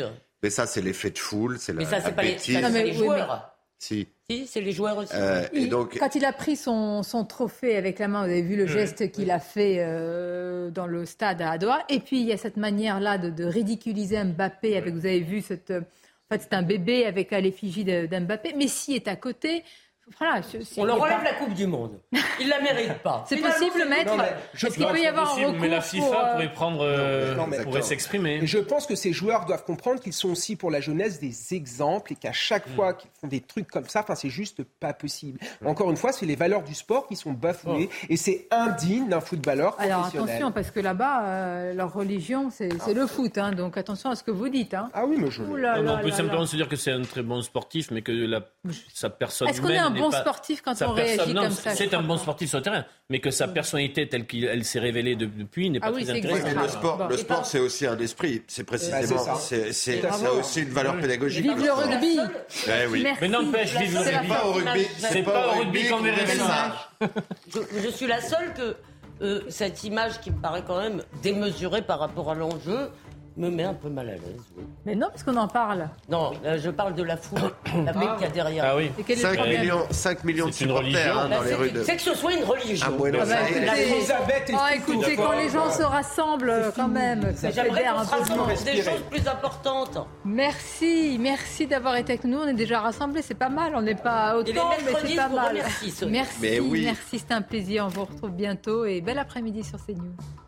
Mais ça, c'est l'effet de foule, c'est la, Mais ça, c'est la pas les, bêtise. ça, c'est les mais- oui, joueurs. Si. Si, c'est les joueurs aussi. Euh, et Il- donc, Quand il a pris son, son trophée avec la main, vous avez vu le Oui, geste qu'il a fait euh, dans le stade à Doha. Et puis il y a cette manière-là de, de ridiculiser Mbappé. Avec, vous avez vu, cette, euh, en fait, c'est un bébé avec à l'effigie de- d'Mbappé. Messi est à côté. Voilà, je- c'est- On leur il est enlève pas- la Coupe du Monde. Ils la méritent pas. C'est Finalement, possible, c'est- maître Non, mais Est-ce qu'il peut y avoir un possible, recours mais la pour, FIFA euh, pourrait prendre, euh, Non, mais- pourrait s'exprimer. Et je pense que ces joueurs doivent comprendre qu'ils sont aussi pour la jeunesse des exemples et qu'à chaque fois qu'ils font des trucs comme ça, enfin, c'est juste pas possible. Encore une fois, c'est les valeurs du sport qui sont bafouées et c'est indigne d'un footballeur Alors professionnel. attention, parce que là-bas, euh, leur religion, c'est c'est le foot. Hein, donc attention à ce que vous dites. Hein. Ah oui, mais je... Ouh là Non, mais là on peut là simplement là. se dire que c'est un très bon sportif, mais que la, sa personne Est-ce qu'on est humaine un n'est bon pas- sportif quand sa on réagit personne- non, comme ça, je C'est crois un bon pas. sportif sur le terrain, mais que sa personnalité telle qu'elle s'est révélée de- depuis n'est pas Ah oui, très c'est intéressante. mais le sport, Bon. le Et sport pas- c'est aussi un esprit. C'est précisément, c'est ça. c'est, c'est, Tout à ça fait. a aussi une valeur pédagogique. Vive le rugby. Eh oui. Merci. Mais n'empêche, vive le C'est la rugby. Pas au rugby, C'est pas au rugby qu'on verrait ça. Je, je suis la seule que euh, cette image qui me paraît quand même démesurée par rapport à l'enjeu me met un peu mal à l'aise. Oui. Mais non, parce qu'on en parle. Non, là, je parle de la foule, la mec qu'il y a derrière. Ah oui. Et quel est le cinq problème millions, cinq millions de C'est une supporters hein, religion. dans les c'est, rues de... c'est que ce soit une religion. à Buenos Ah bah, Aires. écoutez, Elisabeth est oh, tout écoutez, quand les gens se rassemblent quand même, ça J'aimerais fédère qu'on un se peu de rassemble monde. sur des choses plus importantes. Merci, merci d'avoir été avec nous. On est déjà rassemblés, c'est pas mal. On n'est pas Et les autant, mais mercredis, c'est pas je vous mal. remercie, Sonia. Merci, Mais oui. merci, c'était un plaisir. On vous retrouve bientôt et bel après-midi sur CNews.